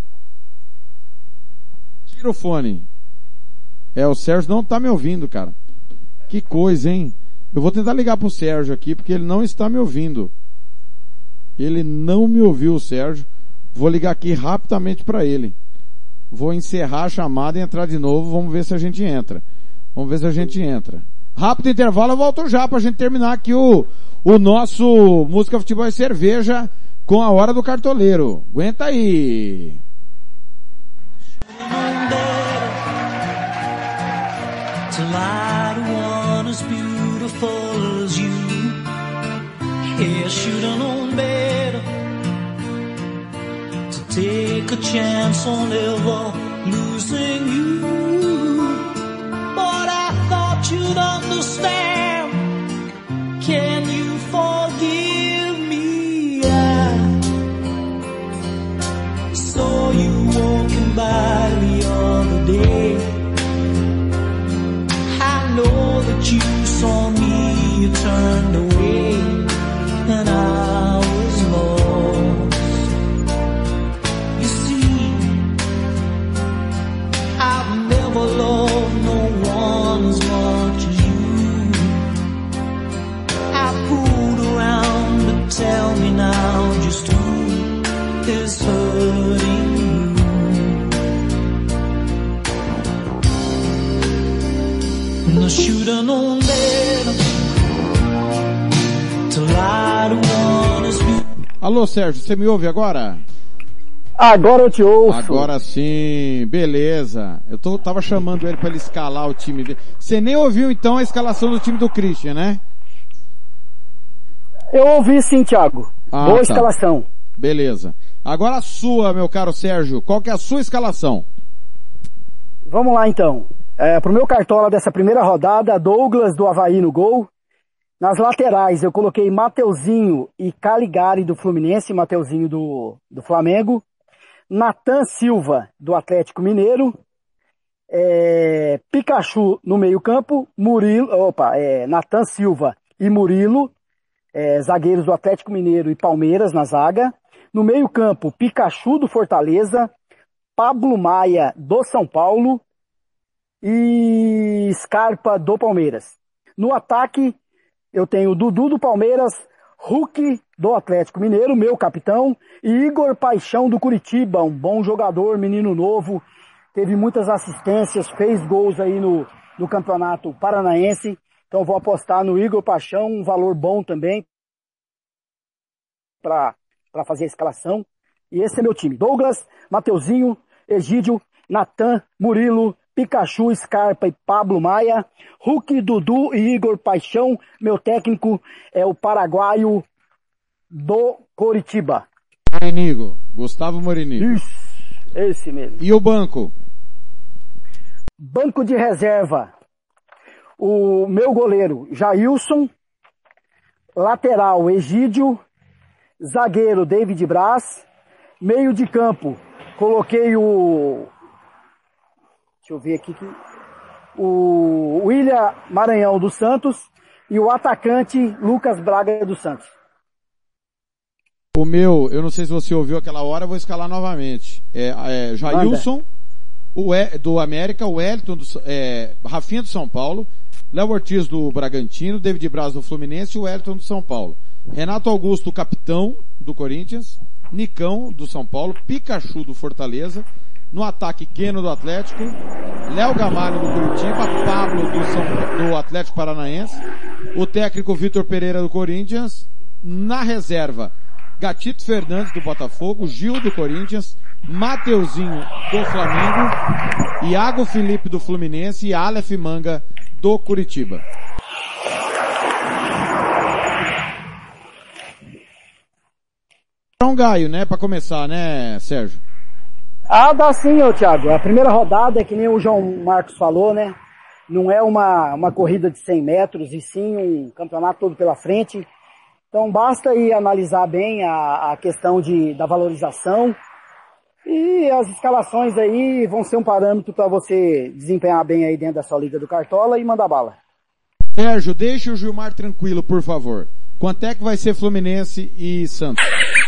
Tira o fone. É, o Sérgio não tá me ouvindo, cara. Que coisa, hein? Eu vou tentar ligar pro Sérgio aqui, porque ele não está me ouvindo. Ele não me ouviu, o Sérgio. Vou ligar aqui rapidamente para ele. Vou encerrar a chamada e entrar de novo. Vamos ver se a gente entra. Vamos ver se a gente entra. Rápido intervalo, eu volto já pra gente terminar aqui o, o nosso Música, Futebol e Cerveja com a Hora do Cartoleiro. Aguenta aí. Yeah, should've known better to take a chance on ever losing you. But I thought you'd understand. Can you forgive me? I saw you walking by the other day. I know that you saw me Alô, Sérgio, você me ouve agora? Agora eu te ouço. Agora sim, beleza. Eu tô, tava chamando ele para ele escalar o time dele. Você nem ouviu então a escalação do time do Christian, né? Eu ouvi sim, Thiago. Ah, Boa tá. escalação. Beleza. Agora a sua, meu caro Sérgio. Qual que é a sua escalação? Vamos lá então. É, pro meu cartola dessa primeira rodada, Douglas do Avaí no gol. Nas laterais eu coloquei Mateuzinho e Caligari do Fluminense, Mateuzinho do, do Flamengo. Natan Silva do Atlético Mineiro. É, Pikachu no meio campo. Murilo, opa, é, Natan Silva e Murilo, é, zagueiros do Atlético Mineiro e Palmeiras na zaga. No meio campo, Pikachu do Fortaleza. Pablo Maia do São Paulo. E Scarpa do Palmeiras. No ataque, eu tenho Dudu do Palmeiras, Hulk do Atlético Mineiro, meu capitão, e Igor Paixão do Curitiba, um bom jogador, menino novo, teve muitas assistências, fez gols aí no, no Campeonato Paranaense, então vou apostar no Igor Paixão, um valor bom também para para fazer a escalação. E esse é meu time: Douglas, Mateuzinho, Egídio, Natan, Murilo, Pikachu, Scarpa e Pablo Maia, Hulk, Dudu e Igor Paixão. Meu técnico é o paraguaio do Coritiba. Morinigo, Gustavo Morinigo. Isso, esse mesmo. E o banco? Banco de reserva. O meu goleiro, Jailson. Lateral, Egídio. Zagueiro, David Braz. Meio de campo, coloquei o... Deixa eu ver aqui. Que... O William Maranhão dos Santos e o atacante Lucas Braga dos Santos. O meu, eu não sei se você ouviu aquela hora, eu vou escalar novamente. É, é Jailson, o e, do América, o Wellington, do, é, Rafinha do São Paulo, Léo Ortiz do Bragantino, David Braz do Fluminense e o Wellington do São Paulo. Renato Augusto, capitão do Corinthians, Nicão do São Paulo, Pikachu do Fortaleza. No ataque, Keno do Atlético, Léo Gamalho do Curitiba, Pablo do, São, do Atlético Paranaense, o técnico Vitor Pereira do Corinthians. Na reserva, Gatito Fernandes do Botafogo, Gil do Corinthians, Mateuzinho do Flamengo, Iago Felipe do Fluminense e Aleph Manga do Curitiba. Um Gaio, né, pra começar, né, Sérgio? Ah, dá sim, ô Thiago. A primeira rodada é que nem o João Marcos falou, né? Não é uma, uma corrida de cem metros, e sim um campeonato todo pela frente. Então basta aí analisar bem a, a questão de, da valorização. E as escalações aí vão ser um parâmetro para você desempenhar bem aí dentro da sua liga do Cartola e mandar bala. Sérgio, deixe o Gilmar tranquilo, por favor. Quanto é que vai ser Fluminense e Santos?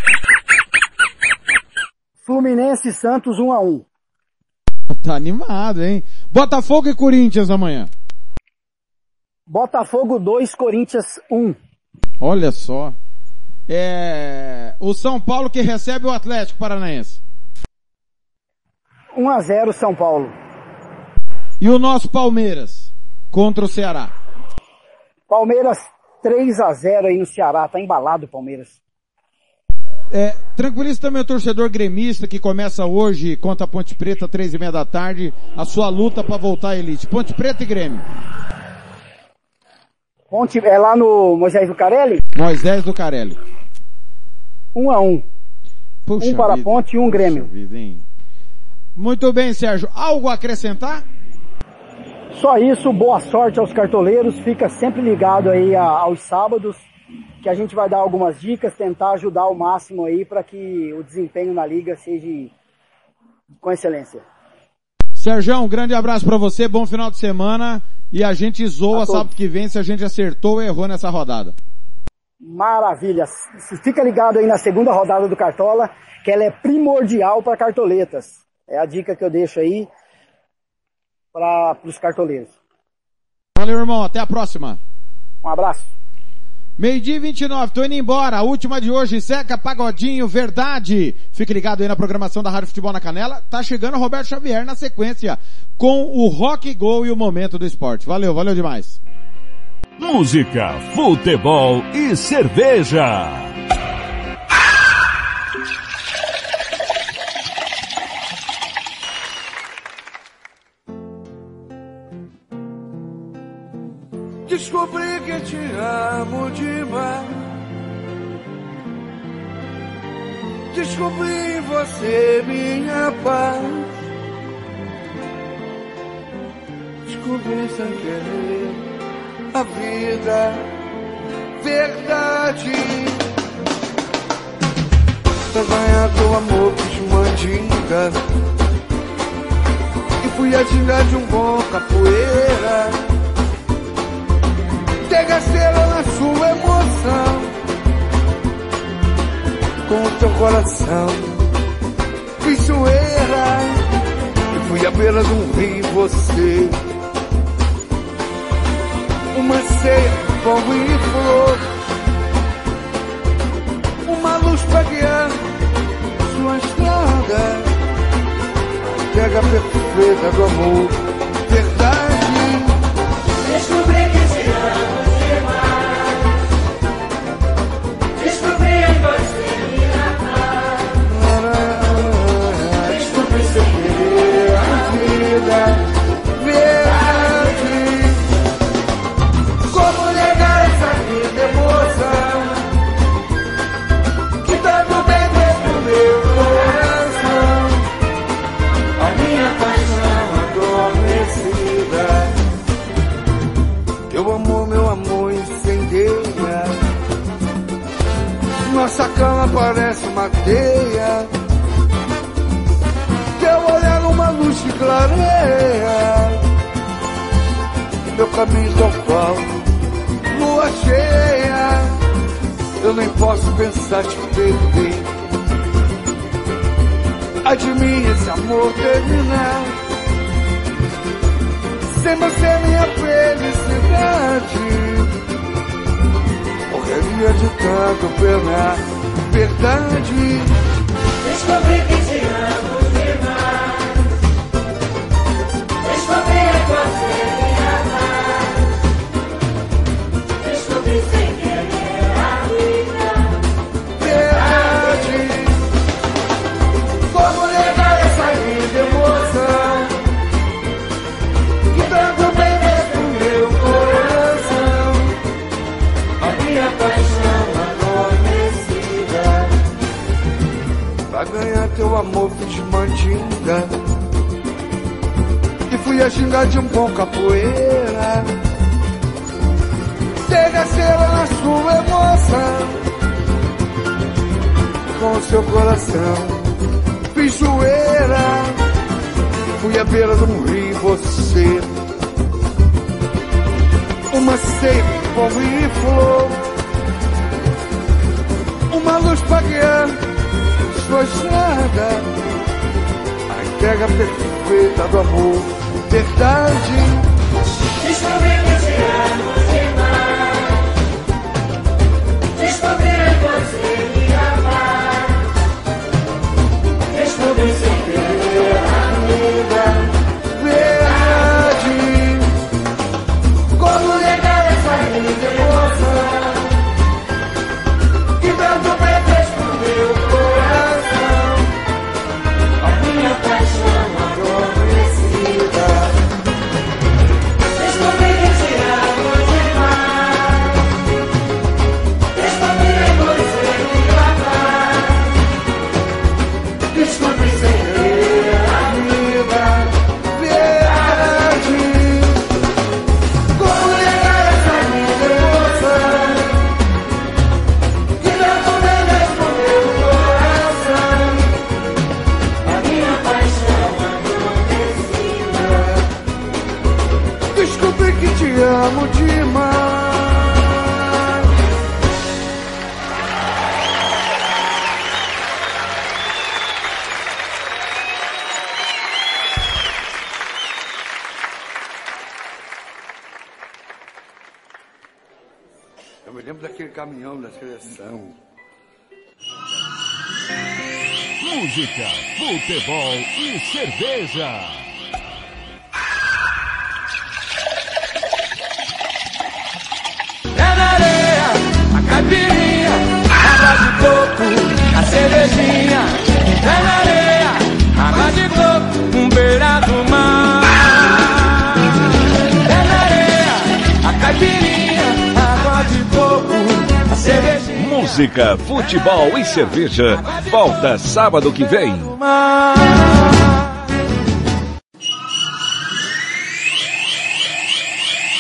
Fluminense e Santos um a um. Tá animado, hein? Botafogo e Corinthians amanhã. Botafogo dois, Corinthians um. Olha só. É... O São Paulo que recebe o Atlético Paranaense. um a zero São Paulo. E o nosso Palmeiras contra o Ceará. Palmeiras três a zero aí no Ceará. Tá embalado o Palmeiras. É, tranquiliza também o torcedor gremista que começa hoje contra a Ponte Preta, três e meia da tarde, a sua luta para voltar à elite. Ponte Preta e Grêmio. Ponte, é lá no Moisés do Carelli? Moisés do Carelli. Um a um. Puxa um para a vida, Ponte e um Grêmio. Vida, hein? Muito bem, Sérgio. Algo a acrescentar? Só isso, boa sorte aos cartoleiros. Fica sempre ligado aí a, aos sábados, que a gente vai dar algumas dicas, tentar ajudar ao máximo aí para que o desempenho na liga seja com excelência. Sérgio, um grande abraço para você, bom final de semana e a gente zoa sábado que vem se a gente acertou ou errou nessa rodada. Maravilha. Fica ligado aí na segunda rodada do Cartola, que ela é primordial para cartoletas. É a dica que eu deixo aí para os cartoleiros. Valeu, irmão. Até a próxima. Um abraço. Meio-dia e vinte e nove, tô indo embora. A última de hoje, Seca Pagodinho, Verdade. Fique ligado aí na programação da Rádio Futebol na Canela. Tá chegando o Roberto Xavier na sequência com o Rock Go e o Momento do Esporte. Valeu, valeu demais. Música, futebol e cerveja. Descobri que te amo demais. Descobri em você minha paz. Descobri sem querer a vida, verdade. Pra ganhar teu amor fiz mandinga e fui a ginga de um bom capoeira. Tegaceira na sua emoção, com o teu coração fiz zoeira e fui à beira de um rio você. Uma ceia, fogo e flor, uma luz pra guiar sua estrada, pega perfeita do amor, verdade. Descobri que te amo demais. Descobri em você minha paz. Descobri sem querer a vida, verdade. Como negar essa vida, emoção que tanto bem dentro do meu coração, a minha paixão adormecida. Teu amor, meu amor, incendeia. Nossa cama parece uma teia. Teu olhar uma luz que clareia meu caminho tão qual lua cheia. Eu nem posso pensar te perder. Ai de mim esse amor terminar. Sem você minha felicidade morreria de tanto penar, verdade. Descobri que te amo demais. Descobri em você minha paz. Descobri sem querer a vida, verdade. Como negar essa linda emoção que tanto bem dentro do meu coração, a minha paixão adormecida. Pra ganhar teu amor fiz mandinga e fui a gingar de um bom capoeira. Tegaceira na sua emoção, com o seu coração fiz zoeira. Fui à beira de um rio você, uma ceia, fogo e flor, uma luz pra guiar sua estrada, a entrega perfeita do amor, verdade. Descobri que te amo demais. Descobri em você minha paz. Descobri sem querer a vida, verdade. Como negar essa linda emoção que tanto bem fez pro meu coração, a minha paixão adormecida. descobri que te amo demais. Descobri em você minha paz. Descobri sem querer a vida, verdade. Como negar essa linda emoção que tanto bem fez pro meu coração, A minha paixão adormecida. descobri que te amo demais. Eu me lembro daquele caminhão da seleção. Música, futebol e cerveja. É na areia, a caipirinha, água de coco, a cervejinha. É na areia, água de coco, um beira do mar. É na areia, a caipirinha. música, futebol e cerveja. Volta sábado que vem. Mar.